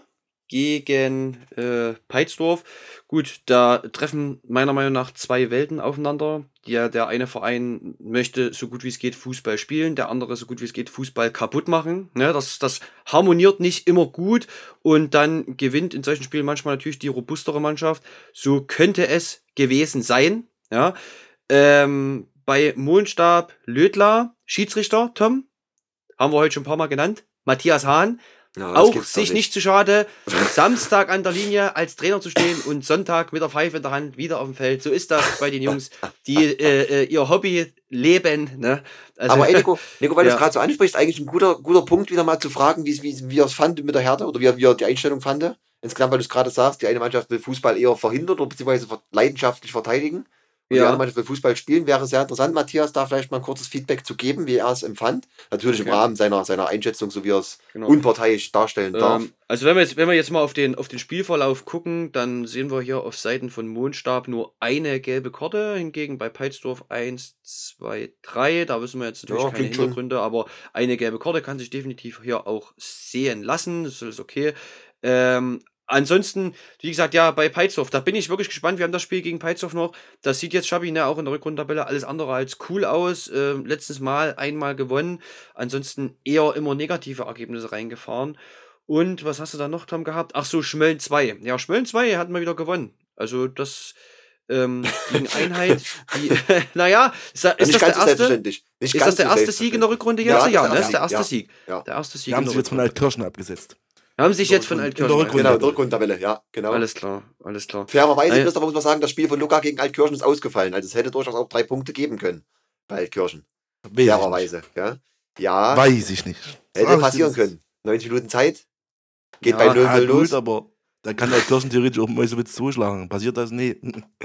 gegen äh, Peitsdorf. Gut, da treffen meiner Meinung nach zwei Welten aufeinander. Der, der eine Verein möchte so gut wie es geht Fußball spielen, der andere so gut wie es geht Fußball kaputt machen. Ne, das, das harmoniert nicht immer gut und dann gewinnt in solchen Spielen manchmal natürlich die robustere Mannschaft. So könnte es gewesen sein. Ja. Ähm, bei Mondstab Lödler, Schiedsrichter, Tom, haben wir heute schon ein paar Mal genannt, Matthias Hahn, Ja, das auch gibt's doch sich nicht zu schade, Samstag an der Linie als Trainer zu stehen und Sonntag mit der Pfeife in der Hand wieder auf dem Feld. So ist das bei den Jungs, die äh, äh, ihr Hobby leben. Ne? Also, Aber ey, Nico, Nico, weil du Ja. es gerade so ansprichst, eigentlich ein guter, guter Punkt, wieder mal zu fragen, wie, wie, wie er es fand mit der Härte oder wie er, wie er die Einstellung fand. Insgesamt, weil du es gerade sagst, die eine Mannschaft will Fußball eher verhindern oder beziehungsweise ver- leidenschaftlich verteidigen. Und die Ja. andere Mannschaft will Fußball spielen. Wäre sehr interessant, Matthias, da vielleicht mal ein kurzes Feedback zu geben, wie er es empfand. Natürlich im Okay. Rahmen seiner, seiner Einschätzung, so wie er es Genau. unparteiisch darstellen darf. Ähm, also wenn wir jetzt, wenn wir jetzt mal auf den, auf den Spielverlauf gucken, dann sehen wir hier auf Seiten von Mondstab nur eine gelbe Karte, hingegen bei Peitsdorf eins, zwei, drei, da wissen wir jetzt natürlich Ja, keine klingt schon. Hintergründe, aber eine gelbe Karte kann sich definitiv hier auch sehen lassen, das ist okay. Ähm, ansonsten, wie gesagt, ja, bei Peitsdorf, da bin ich wirklich gespannt, wir haben das Spiel gegen Peitsdorf noch, das sieht jetzt Schabi, ne, auch in der Rückrundentabelle alles andere als cool aus, ähm, letztes Mal einmal gewonnen, ansonsten eher immer negative Ergebnisse reingefahren. Und was hast du da noch, Tom, gehabt? Ach so, Schmölln zwei. Ja, Schmölln zwei hat mal wieder gewonnen. Also das ähm, gegen Einheit, die, naja, ist, da- Ja, ist nicht das der ganz so erste? selbstverständlich. Nicht Ist ganz das der so erste Sieg in der Rückrunde jetzt? Ja, Ja, das ne? ist Ist der der erste erste Sieg. Ja. Der erste Sieg Die haben in sich der jetzt von Rückrunde. Altkirchen abgesetzt. Haben sich jetzt von In der Altkirchen Rückrunde. Genau, abgesetzt. der Rückrundentabelle, ja, genau. Alles klar, alles klar. Fairerweise, Nein. Christoph, muss man sagen, das Spiel von Luca gegen Altkirchen ist ausgefallen. Also es hätte durchaus auch drei Punkte geben können bei Altkirchen. Weiß ich nicht. Fairerweise, ja. Ja, Weiß ich nicht. hätte Sag ich passieren dir, das- können. neunzig Minuten Zeit. Geht Ja, bei null Ah, null gut, los. aber da kann Altkirchen theoretisch auch Mäusewitz zuschlagen. Passiert das? Nee.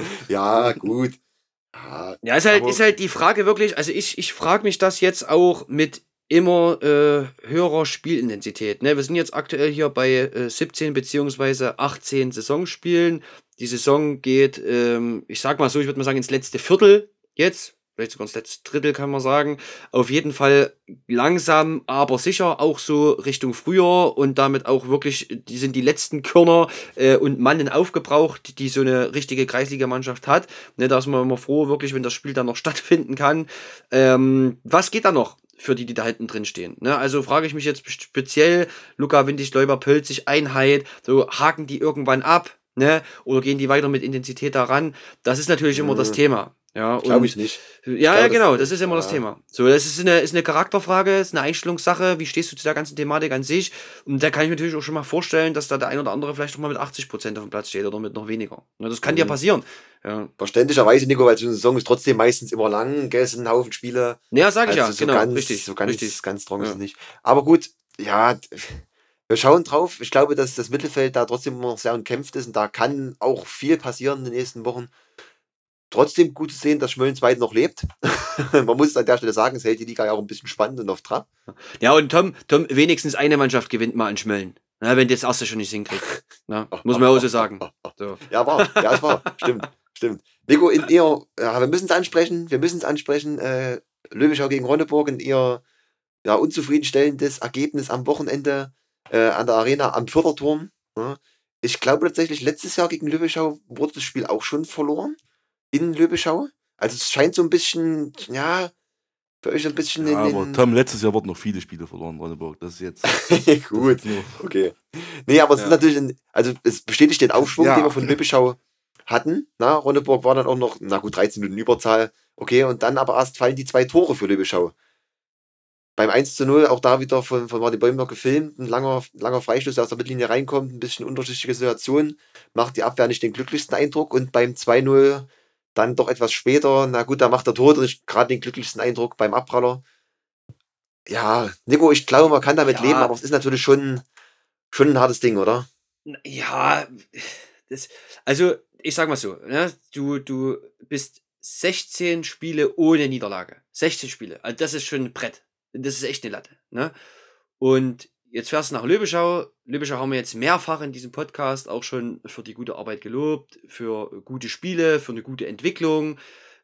Ja, gut. Ja, Ja, ist halt, aber- ist halt die Frage wirklich, also ich, ich frage mich das jetzt auch mit immer äh, höherer Spielintensität. Ne? Wir sind jetzt aktuell hier bei äh, siebzehn beziehungsweise achtzehn Saisonspielen. Die Saison geht, ähm, ich sag mal so, ich würde mal sagen, ins letzte Viertel jetzt. vielleicht sogar ins letzte Drittel, kann man sagen. Auf jeden Fall langsam, aber sicher auch so Richtung Frühjahr und damit auch wirklich, die sind die letzten Körner äh, und Mannen aufgebraucht, die so eine richtige Kreisligamannschaft hat. Ne, da ist man immer froh, wirklich, wenn das Spiel dann noch stattfinden kann. Ähm, was geht da noch für die, die da hinten drin stehen? Ne? Also frage ich mich jetzt speziell, Luca Windig-Leuber, Pölzig, Einheit, so haken die irgendwann ab? Ne? Oder gehen die weiter mit Intensität daran? Das ist natürlich immer das Thema. Ja, Glaube ich nicht. Ja, Ich ja, glaube, genau, das- das ist immer das ja. Thema. So, das ist eine, ist eine Charakterfrage, ist eine Einstellungssache. Wie stehst du zu der ganzen Thematik an sich? Und da kann ich mir natürlich auch schon mal vorstellen, dass da der ein oder andere vielleicht auch mal mit achtzig Prozent auf dem Platz steht oder mit noch weniger. Ne, das kann dir Mhm. passieren. Ja, Verständlicherweise, Nico, weil so eine Saison ist trotzdem meistens immer lang, gell, es sind ein Haufen Spiele. ja sag ich Also ja, so genau, ganz, richtig. so ganz, richtig. ganz strong ist Ja. es nicht. Aber gut, ja, wir schauen drauf. Ich glaube, dass das Mittelfeld da trotzdem immer noch sehr umkämpft ist und da kann auch viel passieren in den nächsten Wochen. Trotzdem gut zu sehen, dass Schmölln zweit noch lebt. Man muss es an der Stelle sagen, es hält die Liga ja auch ein bisschen spannend und auf Trab. Ja, und Tom, Tom, wenigstens eine Mannschaft gewinnt mal in Schmölln. Na, wenn die das erste schon nicht hinkriegt. Na, muss man auch so sagen. So. Ja, war. Ja, es war. Stimmt, stimmt. Nico, in ihr, ja, wir müssen es ansprechen, wir müssen es ansprechen, äh, Löwischau gegen Ronneburg in ihr ja, unzufriedenstellendes Ergebnis am Wochenende äh, an der Arena am Förderturm. Ja. Ich glaube tatsächlich, letztes Jahr gegen Löwischau wurde das Spiel auch schon verloren. In Löwischau. Also es scheint so ein bisschen, ja, für euch ein bisschen Ja, in aber den... Tom, letztes Jahr wurden noch viele Spiele verloren, Ronneburg. Das ist jetzt. Gut, Das ist nur, okay. Nee, aber es Ja. ist natürlich, ein, also es bestätigt den Aufschwung, Ja. den wir von Löwischau hatten. Na, Ronneburg war dann auch noch, na gut, dreizehn Minuten Überzahl. Okay, und dann aber erst fallen die zwei Tore für Löwischau. Beim eins zu null, auch da wieder von, von Martin Bäumler gefilmt, ein langer, langer Freistoß, der aus der Mittellinie reinkommt, ein bisschen unterschiedliche Situation, macht die Abwehr nicht den glücklichsten Eindruck und beim zwei null dann doch etwas später, na gut, da macht der Tor nicht gerade den glücklichsten Eindruck beim Abpraller. Ja, Nico, ich glaube, man kann damit Ja. leben, aber es ist natürlich schon, schon ein hartes Ding, oder? Ja, das, also ich sag mal so, ne, du, du bist sechzehn Spiele ohne Niederlage. sechzehn Spiele. Also das ist schon ein Brett. Das ist echt eine Latte. Ne? Und jetzt fährst du nach Löwischau. Löwischau haben wir jetzt mehrfach in diesem Podcast auch schon für die gute Arbeit gelobt, für gute Spiele, für eine gute Entwicklung.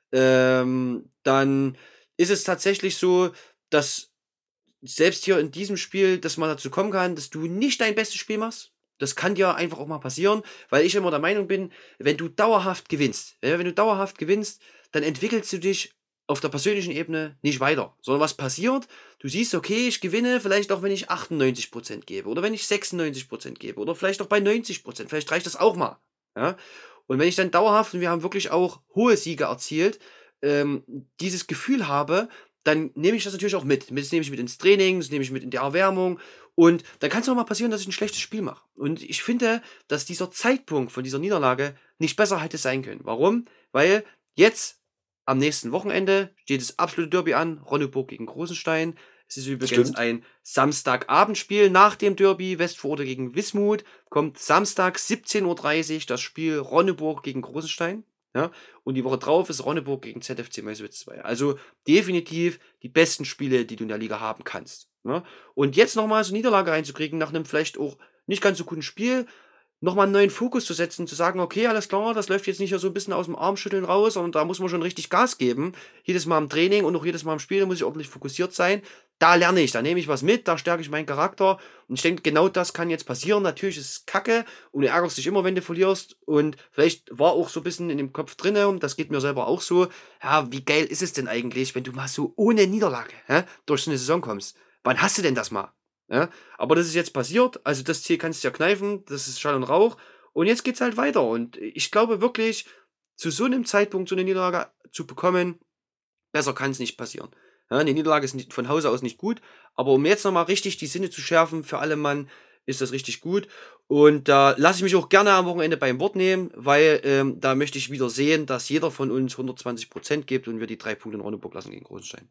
Ähm, dann ist es tatsächlich so, dass selbst hier in diesem Spiel, dass man dazu kommen kann, dass du nicht dein bestes Spiel machst. Das kann dir einfach auch mal passieren, weil ich immer der Meinung bin, wenn du dauerhaft gewinnst, ja, wenn du dauerhaft gewinnst, dann entwickelst du dich auf der persönlichen Ebene nicht weiter. Sondern was passiert? Du siehst, okay, ich gewinne, vielleicht auch wenn ich achtundneunzig Prozent gebe oder wenn ich sechsundneunzig Prozent gebe oder vielleicht auch bei neunzig Prozent. Vielleicht reicht das auch mal. Ja? Und wenn ich dann dauerhaft, und wir haben wirklich auch hohe Siege erzielt, ähm, dieses Gefühl habe, dann nehme ich das natürlich auch mit. Das nehme ich mit ins Training, das nehme ich mit in die Erwärmung. Und dann kann es auch mal passieren, dass ich ein schlechtes Spiel mache. Und ich finde, dass dieser Zeitpunkt von dieser Niederlage nicht besser hätte sein können. Warum? Weil jetzt am nächsten Wochenende steht das absolute Derby an, Ronneburg gegen Großenstein. Es ist übrigens Stimmt. ein Samstagabendspiel nach dem Derby, Westforde gegen Wismut. Kommt Samstag siebzehn Uhr dreißig das Spiel Ronneburg gegen Großenstein. Ja? Und die Woche drauf ist Ronneburg gegen Z F C Meißwitz zwei. Also definitiv die besten Spiele, die du in der Liga haben kannst. Ne? Und jetzt nochmal so eine Niederlage reinzukriegen, nach einem vielleicht auch nicht ganz so guten Spiel, nochmal einen neuen Fokus zu setzen, zu sagen, okay, alles klar, das läuft jetzt nicht so ein bisschen aus dem Armschütteln raus, sondern da muss man schon richtig Gas geben. Jedes Mal im Training und auch jedes Mal im Spiel muss ich ordentlich fokussiert sein. Da lerne ich, da nehme ich was mit, da stärke ich meinen Charakter. Und ich denke, genau das kann jetzt passieren. Natürlich ist es kacke und du ärgerst dich immer, wenn du verlierst. Und vielleicht war auch so ein bisschen in dem Kopf drin, und das geht mir selber auch so, ja, wie geil ist es denn eigentlich, wenn du mal so ohne Niederlage hä, durch so eine Saison kommst? Wann hast du denn das mal? Ja? Aber das ist jetzt passiert, also das Ziel kannst du ja kneifen, das ist Schall und Rauch. Und jetzt geht's halt weiter. Und ich glaube wirklich, zu so einem Zeitpunkt so eine Niederlage zu bekommen, besser kann es nicht passieren. Ja, eine Niederlage ist nicht, von Hause aus nicht gut, aber um jetzt nochmal richtig die Sinne zu schärfen für alle Mann, ist das richtig gut. Und da lasse ich mich auch gerne am Wochenende beim Wort nehmen, weil ähm, da möchte ich wieder sehen, dass jeder von uns hundertzwanzig Prozent gibt und wir die drei Punkte in Ronneburg lassen gegen Großenstein.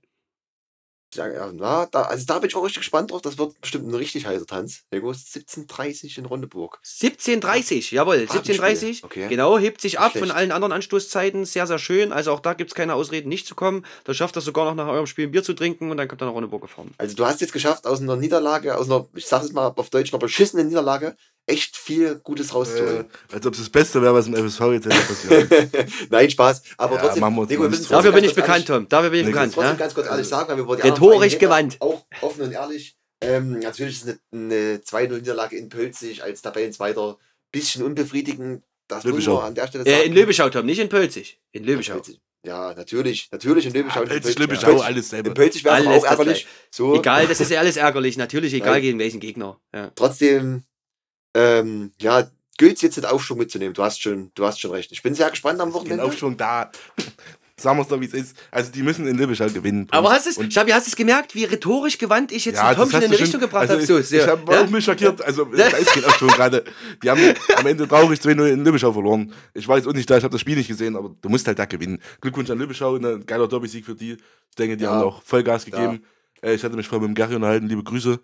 Ja, ja, na, da, also da bin ich auch richtig gespannt drauf. Das wird bestimmt ein richtig heißer Tanz. siebzehn Uhr dreißig in Ronneburg. siebzehn Uhr dreißig, jawohl, siebzehn Uhr dreißig. Okay. Genau, hebt sich ab Schlecht. von allen anderen Anstoßzeiten. Sehr, sehr schön. Also auch da gibt es keine Ausreden, nicht zu kommen. Da schafft das sogar noch nach eurem Spiel ein Bier zu trinken und dann kommt er nach Ronneburg gefahren. Also du hast jetzt geschafft, aus einer Niederlage, aus einer, ich sag es mal auf Deutsch, einer beschissenen Niederlage, echt viel Gutes rauszuholen. Äh, als ob es das Beste wäre, was im F S V jetzt hätte passieren. Nein, Spaß. Aber Ja, trotzdem, machen wir uns Nico, mal wir nicht müssen so. Dafür trotzdem bin ich ganz kurz bekannt, Tom. Dafür bin ich Nee, bekannt. trotzdem Ja? ganz kurz alles sagen, weil wir über die Rhetorisch anderen Vereine gewandt. Auch offen und ehrlich. Ähm, natürlich ist eine, eine zwei null Niederlage in Pölzig als Tabellenzweiter ein bisschen unbefriedigend. Das muss Löbischau. man an der Stelle sagen. Äh, in Löbischau, Tom, nicht in Pölzig. In Löbischau. Pölzig. Ja, natürlich. Natürlich in Löbischau. Ja, und in Pelzig, Pölzig. Löbischau, Ja. alles In selber. Pölzig wäre es Alles auch das ärgerlich. So, Egal, das ist ja alles ärgerlich. Natürlich, egal Nein. gegen welchen Gegner. Ja. trotzdem, ähm, ja, gilt es jetzt den Aufschwung mitzunehmen. Du hast schon, du hast schon recht. Ich bin sehr gespannt am Kein Wochenende. Aufschwung da. Sagen wir es doch, wie es ist. Also, die müssen in Löbischau gewinnen. Aber hast es, Und- Schabi, hast du es gemerkt, wie rhetorisch gewandt ich jetzt Ja, den Tom das schon hast in du eine Richtung gebracht also habe? ich, So, ich sehr. hab, war Ja? auch mich schockiert. Also, da ist kein Aufschwung gerade. Die haben am Ende traurig zwei null in Löbischau verloren. Ich weiß auch nicht, da ich habe das Spiel nicht gesehen, aber du musst halt da gewinnen. Glückwunsch an Löbischau, ein geiler Derby-Sieg für die. Ich denke, die Ja. haben auch Vollgas gegeben. Äh, Ich hatte mich vorhin mit dem Gary unterhalten, liebe Grüße.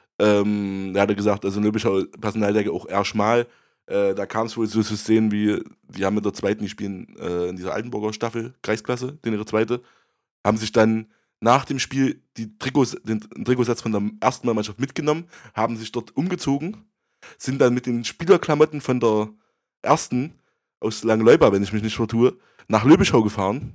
Ähm, er hatte gesagt, also in Löbischau Personaldecke auch eher schmal. Äh, da kam es wohl so zu sehen, wie die haben mit der zweiten, die spielen äh, in dieser Altenburger Staffel, Kreisklasse, den ihre zweite, haben sich dann nach dem Spiel die Trikots, den, den Trikotsatz von der ersten Mannschaft mitgenommen, haben sich dort umgezogen, sind dann mit den Spielerklamotten von der ersten aus Langleuba, wenn ich mich nicht vertue, nach Löbischau gefahren.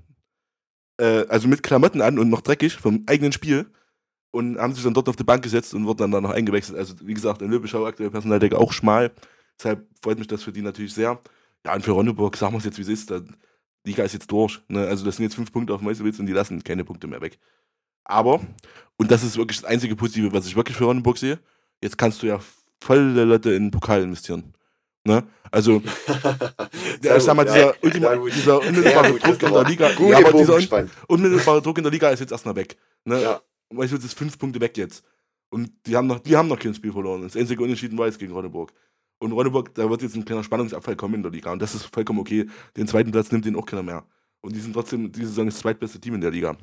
Äh, also mit Klamotten an und noch dreckig vom eigenen Spiel. Und haben sich dann dort auf die Bank gesetzt und wurden dann da noch eingewechselt. Also wie gesagt, in Löbischau aktuell Personaldecke auch schmal. Deshalb freut mich das für die natürlich sehr. Ja, und für Ronneburg, sagen wir es jetzt, wie es ist, die Liga ist jetzt durch. Ne? Also das sind jetzt fünf Punkte auf Meisterwitz und die lassen keine Punkte mehr weg. Aber, und das ist wirklich das einzige Positive, was ich wirklich für Ronneburg sehe, jetzt kannst du ja volle Leute in den Pokal investieren. Ne? Also, der, ich sag mal, dieser, ultima, Sehr gut. dieser unmittelbare Sehr gut, Druck in Christopher. der Liga, Gut ja, aber gebogen, dieser un, gespannt. unmittelbare Druck in der Liga ist jetzt erstmal weg. Ne? Ja. Meisterwitz ist fünf Punkte weg jetzt. Und die haben noch, die haben noch kein Spiel verloren. Das einzige Unentschieden war jetzt gegen Ronneburg. Und Ronneburg, da wird jetzt ein kleiner Spannungsabfall kommen in der Liga. Und das ist vollkommen okay. Den zweiten Platz nimmt den auch keiner mehr. Und die sind trotzdem, diese Saison das zweitbeste Team in der Liga.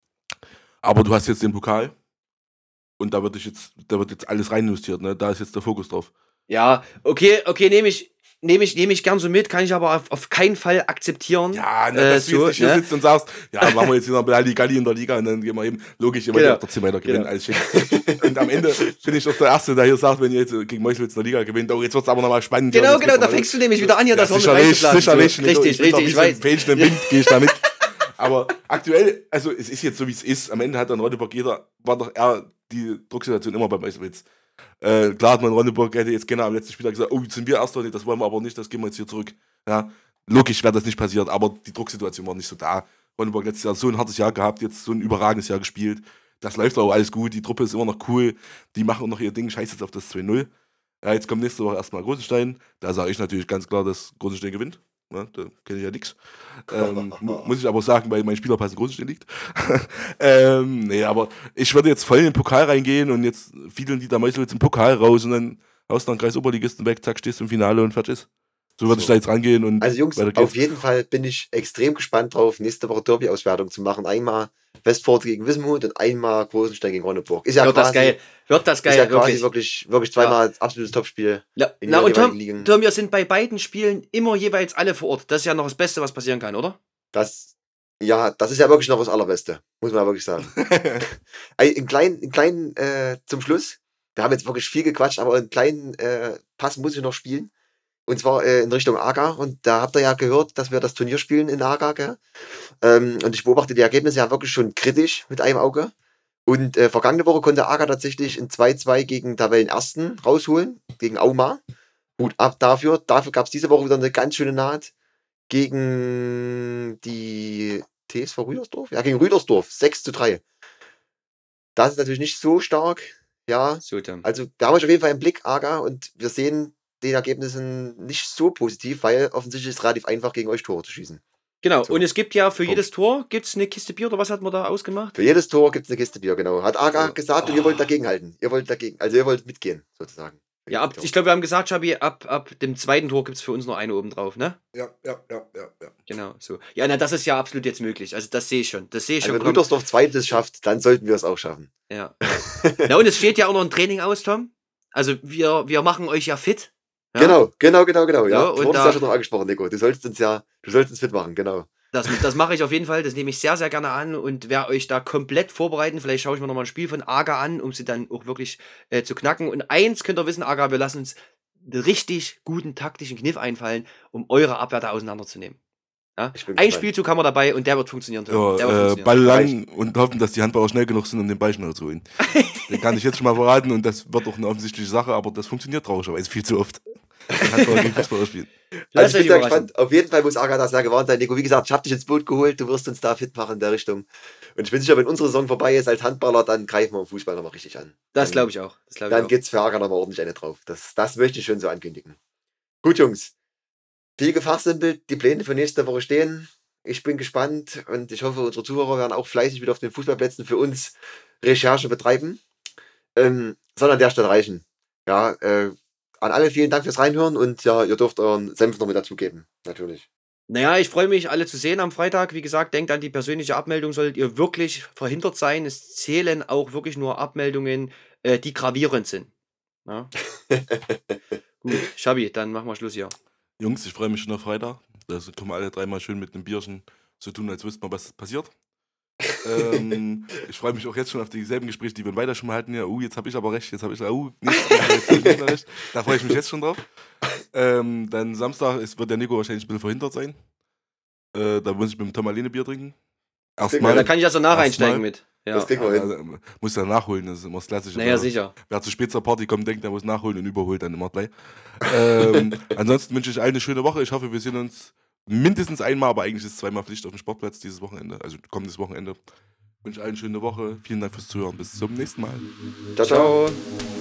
Aber du hast jetzt den Pokal. Und da wird, ich jetzt, da wird jetzt alles rein investiert. Ne? Da ist jetzt der Fokus drauf. Ja, okay, okay, nehme ich, nehme ich, nehme ich gern so mit, kann ich aber auf, auf keinen Fall akzeptieren. Ja, ne, Äh, dass du so, jetzt nicht hier ne? sitzt und sagst, ja, machen wir jetzt hier noch Galli in der Liga und dann gehen wir eben, logisch, ihr wollt Genau. ja trotzdem weiter gewinnen, Genau. alles schick. Und am Ende bin ich doch der Erste, der hier sagt, wenn ihr jetzt gegen Meuselwitz in der Liga gewinnt, oh, jetzt wird es aber nochmal spannend. Genau, ja, jetzt genau, geht's da noch fängst du nämlich wieder an, hier Ja, das Horn mit sicherlich, reinzublasen. sicherlich. So, Nico, richtig, ich bin doch richtig, wie ich so ein weiß. Fähnchen im Wind, gehe ich damit. Aber aktuell, also es ist jetzt so, wie es ist. Am Ende hat dann Ronneburg jeder, war doch eher die Drucksituation immer bei Meuselwitz. Äh, klar hat man Ronneburg, hätte jetzt gerne am letzten Spieltag gesagt, oh, jetzt sind wir Erster, das wollen wir aber nicht, das gehen wir jetzt hier zurück. Ja, logisch wäre das nicht passiert, aber die Drucksituation war nicht so da. Ronneburg letztes Jahr so ein hartes Jahr gehabt, jetzt so ein überragendes Jahr gespielt. Das läuft auch alles gut, die Truppe ist immer noch cool, die machen noch ihr Ding, scheiß jetzt auf das zwei null. Ja, jetzt kommt nächste Woche erstmal Großenstein, da sage ich natürlich ganz klar, dass Großenstein gewinnt. Ja, da kenne ich ja nichts. Ähm, mu- muss ich aber sagen, weil mein Spielerpass in Großenstein liegt. ähm, nee, aber ich würde jetzt voll in den Pokal reingehen und jetzt fiedeln die da Meuselwitz im Pokal raus und dann haust du einen Kreisoberligisten weg, zack, stehst du im Finale und fertig ist. So würde ich da jetzt rangehen und Also Jungs, weiter geht's. auf jeden Fall bin ich extrem gespannt drauf, nächste Woche Derby-Auswertung zu machen. Einmal Westford gegen Wismut und einmal Großenstein gegen Ronneburg. Ist ja Wird quasi, das geil, wird das ist ja geil, quasi wirklich. wirklich, wirklich zweimal absolutes Topspiel. Ja, in na, jeder und Tom, jeweiligen Ligen. Tom, wir sind bei beiden Spielen immer jeweils alle vor Ort. Das ist ja noch das Beste, was passieren kann, oder? Das, ja, das ist ja wirklich noch das Allerbeste, muss man ja wirklich sagen. Ein, einen kleinen, einen kleinen äh, zum Schluss. Wir haben jetzt wirklich viel gequatscht, aber einen kleinen äh, Pass muss ich noch spielen. Und zwar äh, in Richtung Aga. Und da habt ihr ja gehört, dass wir das Turnier spielen in Aga. Gell? Ähm, und ich beobachte die Ergebnisse ja wirklich schon kritisch mit einem Auge. Und äh, vergangene Woche konnte Aga tatsächlich ein zwei zwei gegen Tabellenersten rausholen, gegen Auma. Gut ab dafür. Dafür gab es diese Woche wieder eine ganz schöne Naht gegen die T S V Rüdersdorf. Ja, gegen Rüdersdorf. sechs zu drei. Das ist natürlich nicht so stark. Ja, So, Tom. also da haben wir auf jeden Fall im Blick, Aga, und wir sehen den Ergebnissen nicht so positiv, weil offensichtlich ist es relativ einfach, gegen euch Tore zu schießen. Genau, So. und es gibt ja für Punkt. jedes Tor gibt's eine Kiste Bier, oder was hat man da ausgemacht? Für jedes Tor gibt es eine Kiste Bier, genau. Hat Aga So. gesagt und ihr wollt dagegenhalten. Ihr wollt dagegen, also ihr wollt mitgehen, sozusagen. Für Ja, jedes ab, Tor. ich glaube, wir haben gesagt, Schabi, ab, ab dem zweiten Tor gibt's für uns noch eine oben drauf, ne? Ja, ja, ja, ja, ja. Genau, so. Ja, na, das ist ja absolut jetzt möglich. Also, das sehe ich schon. Das sehe ich Also schon. wenn Komm. Rüdersdorf zweites schafft, dann sollten wir es auch schaffen. Ja. Na, und es steht ja auch noch ein Training aus, Tom. Also, wir, wir machen euch ja fit. Ja? Genau, genau, genau, genau. Ja, Ja, du und wurdest da- ja schon drauf angesprochen, Nico. Du sollst uns ja, du sollst uns fit machen, genau. Das, das mache ich auf jeden Fall, das nehme ich sehr, sehr gerne an und werde euch da komplett vorbereiten. Vielleicht schaue ich mir nochmal ein Spiel von Aga an, um sie dann auch wirklich äh, zu knacken. Und eins könnt ihr wissen, Aga, wir lassen uns einen richtig guten taktischen Kniff einfallen, um eure Abwehr da auseinanderzunehmen. Ja? Ich bin Ein gespannt. Spielzug haben wir dabei und der wird funktionieren. Tom. Ja, der wird äh, funktionieren. Ball lang und hoffen, dass die Handballer schnell genug sind, um den Ball schnell zu holen. Den kann ich jetzt schon mal verraten und das wird auch eine offensichtliche Sache, aber das funktioniert traurigerweise viel zu oft. Die Handballer gegen Fußballer spielen. Lasst Also euch ich bin sehr überraschen. gespannt. Auf jeden Fall muss Agatha sehr gewarnt sein. Nico, wie gesagt, ich habe dich ins Boot geholt. Du wirst uns da fit machen in der Richtung. Und ich bin sicher, wenn unsere Saison vorbei ist als Handballer, dann greifen wir im Fußball nochmal richtig an. Das Dann- glaube ich auch. Das glaub ich Dann auch. geht's für Agatha nochmal ordentlich eine drauf. Das, das möchte ich schon so ankündigen. Gut, Jungs. Viel gefachsimpelt. Die Pläne für nächste Woche stehen. Ich bin gespannt und ich hoffe, unsere Zuhörer werden auch fleißig wieder auf den Fußballplätzen für uns Recherche betreiben. Ähm, soll an der Stelle reichen. Ja, äh, an alle vielen Dank fürs Reinhören und ja, ihr dürft euren Senf noch mit dazugeben. Natürlich. Naja, ich freue mich, alle zu sehen am Freitag. Wie gesagt, denkt an die persönliche Abmeldung, solltet ihr wirklich verhindert sein. Es zählen auch wirklich nur Abmeldungen, äh, die gravierend sind. Ja? Gut, Schabi, dann machen wir Schluss hier. Jungs, ich freue mich schon auf Freitag. Da können wir alle dreimal schön mit einem Bierchen so tun, als wüssten wir, was passiert. ähm, ich freue mich auch jetzt schon auf dieselben Gespräche, die wir weiter schon mal hatten. Ja, uh, jetzt habe ich aber recht, jetzt habe ich, uh, nicht, jetzt hab ich nicht mehr recht. Da freue ich mich jetzt schon drauf. Ähm, dann Samstag ist, wird der Nico wahrscheinlich ein bisschen verhindert sein. Äh, da muss ich mit dem Tom alleine Bier trinken. Kriegen wir Da Erstmal. kann ich also nach Erstmal. einsteigen mit. Ja. Das kriegen wir hin. Also, muss ja nachholen, das ist immer das Klassische. Naja, Wer- sicher. Wer zu spät zur Party kommt, denkt, er muss nachholen und überholt dann immer gleich. ähm, ansonsten wünsche ich allen eine schöne Woche. Ich hoffe, wir sehen uns mindestens einmal, aber eigentlich ist es zweimal Pflicht auf dem Sportplatz dieses Wochenende, also kommendes Wochenende. Ich wünsche allen eine schöne Woche. Vielen Dank fürs Zuhören. Bis zum nächsten Mal. Ciao, ciao. Ciao.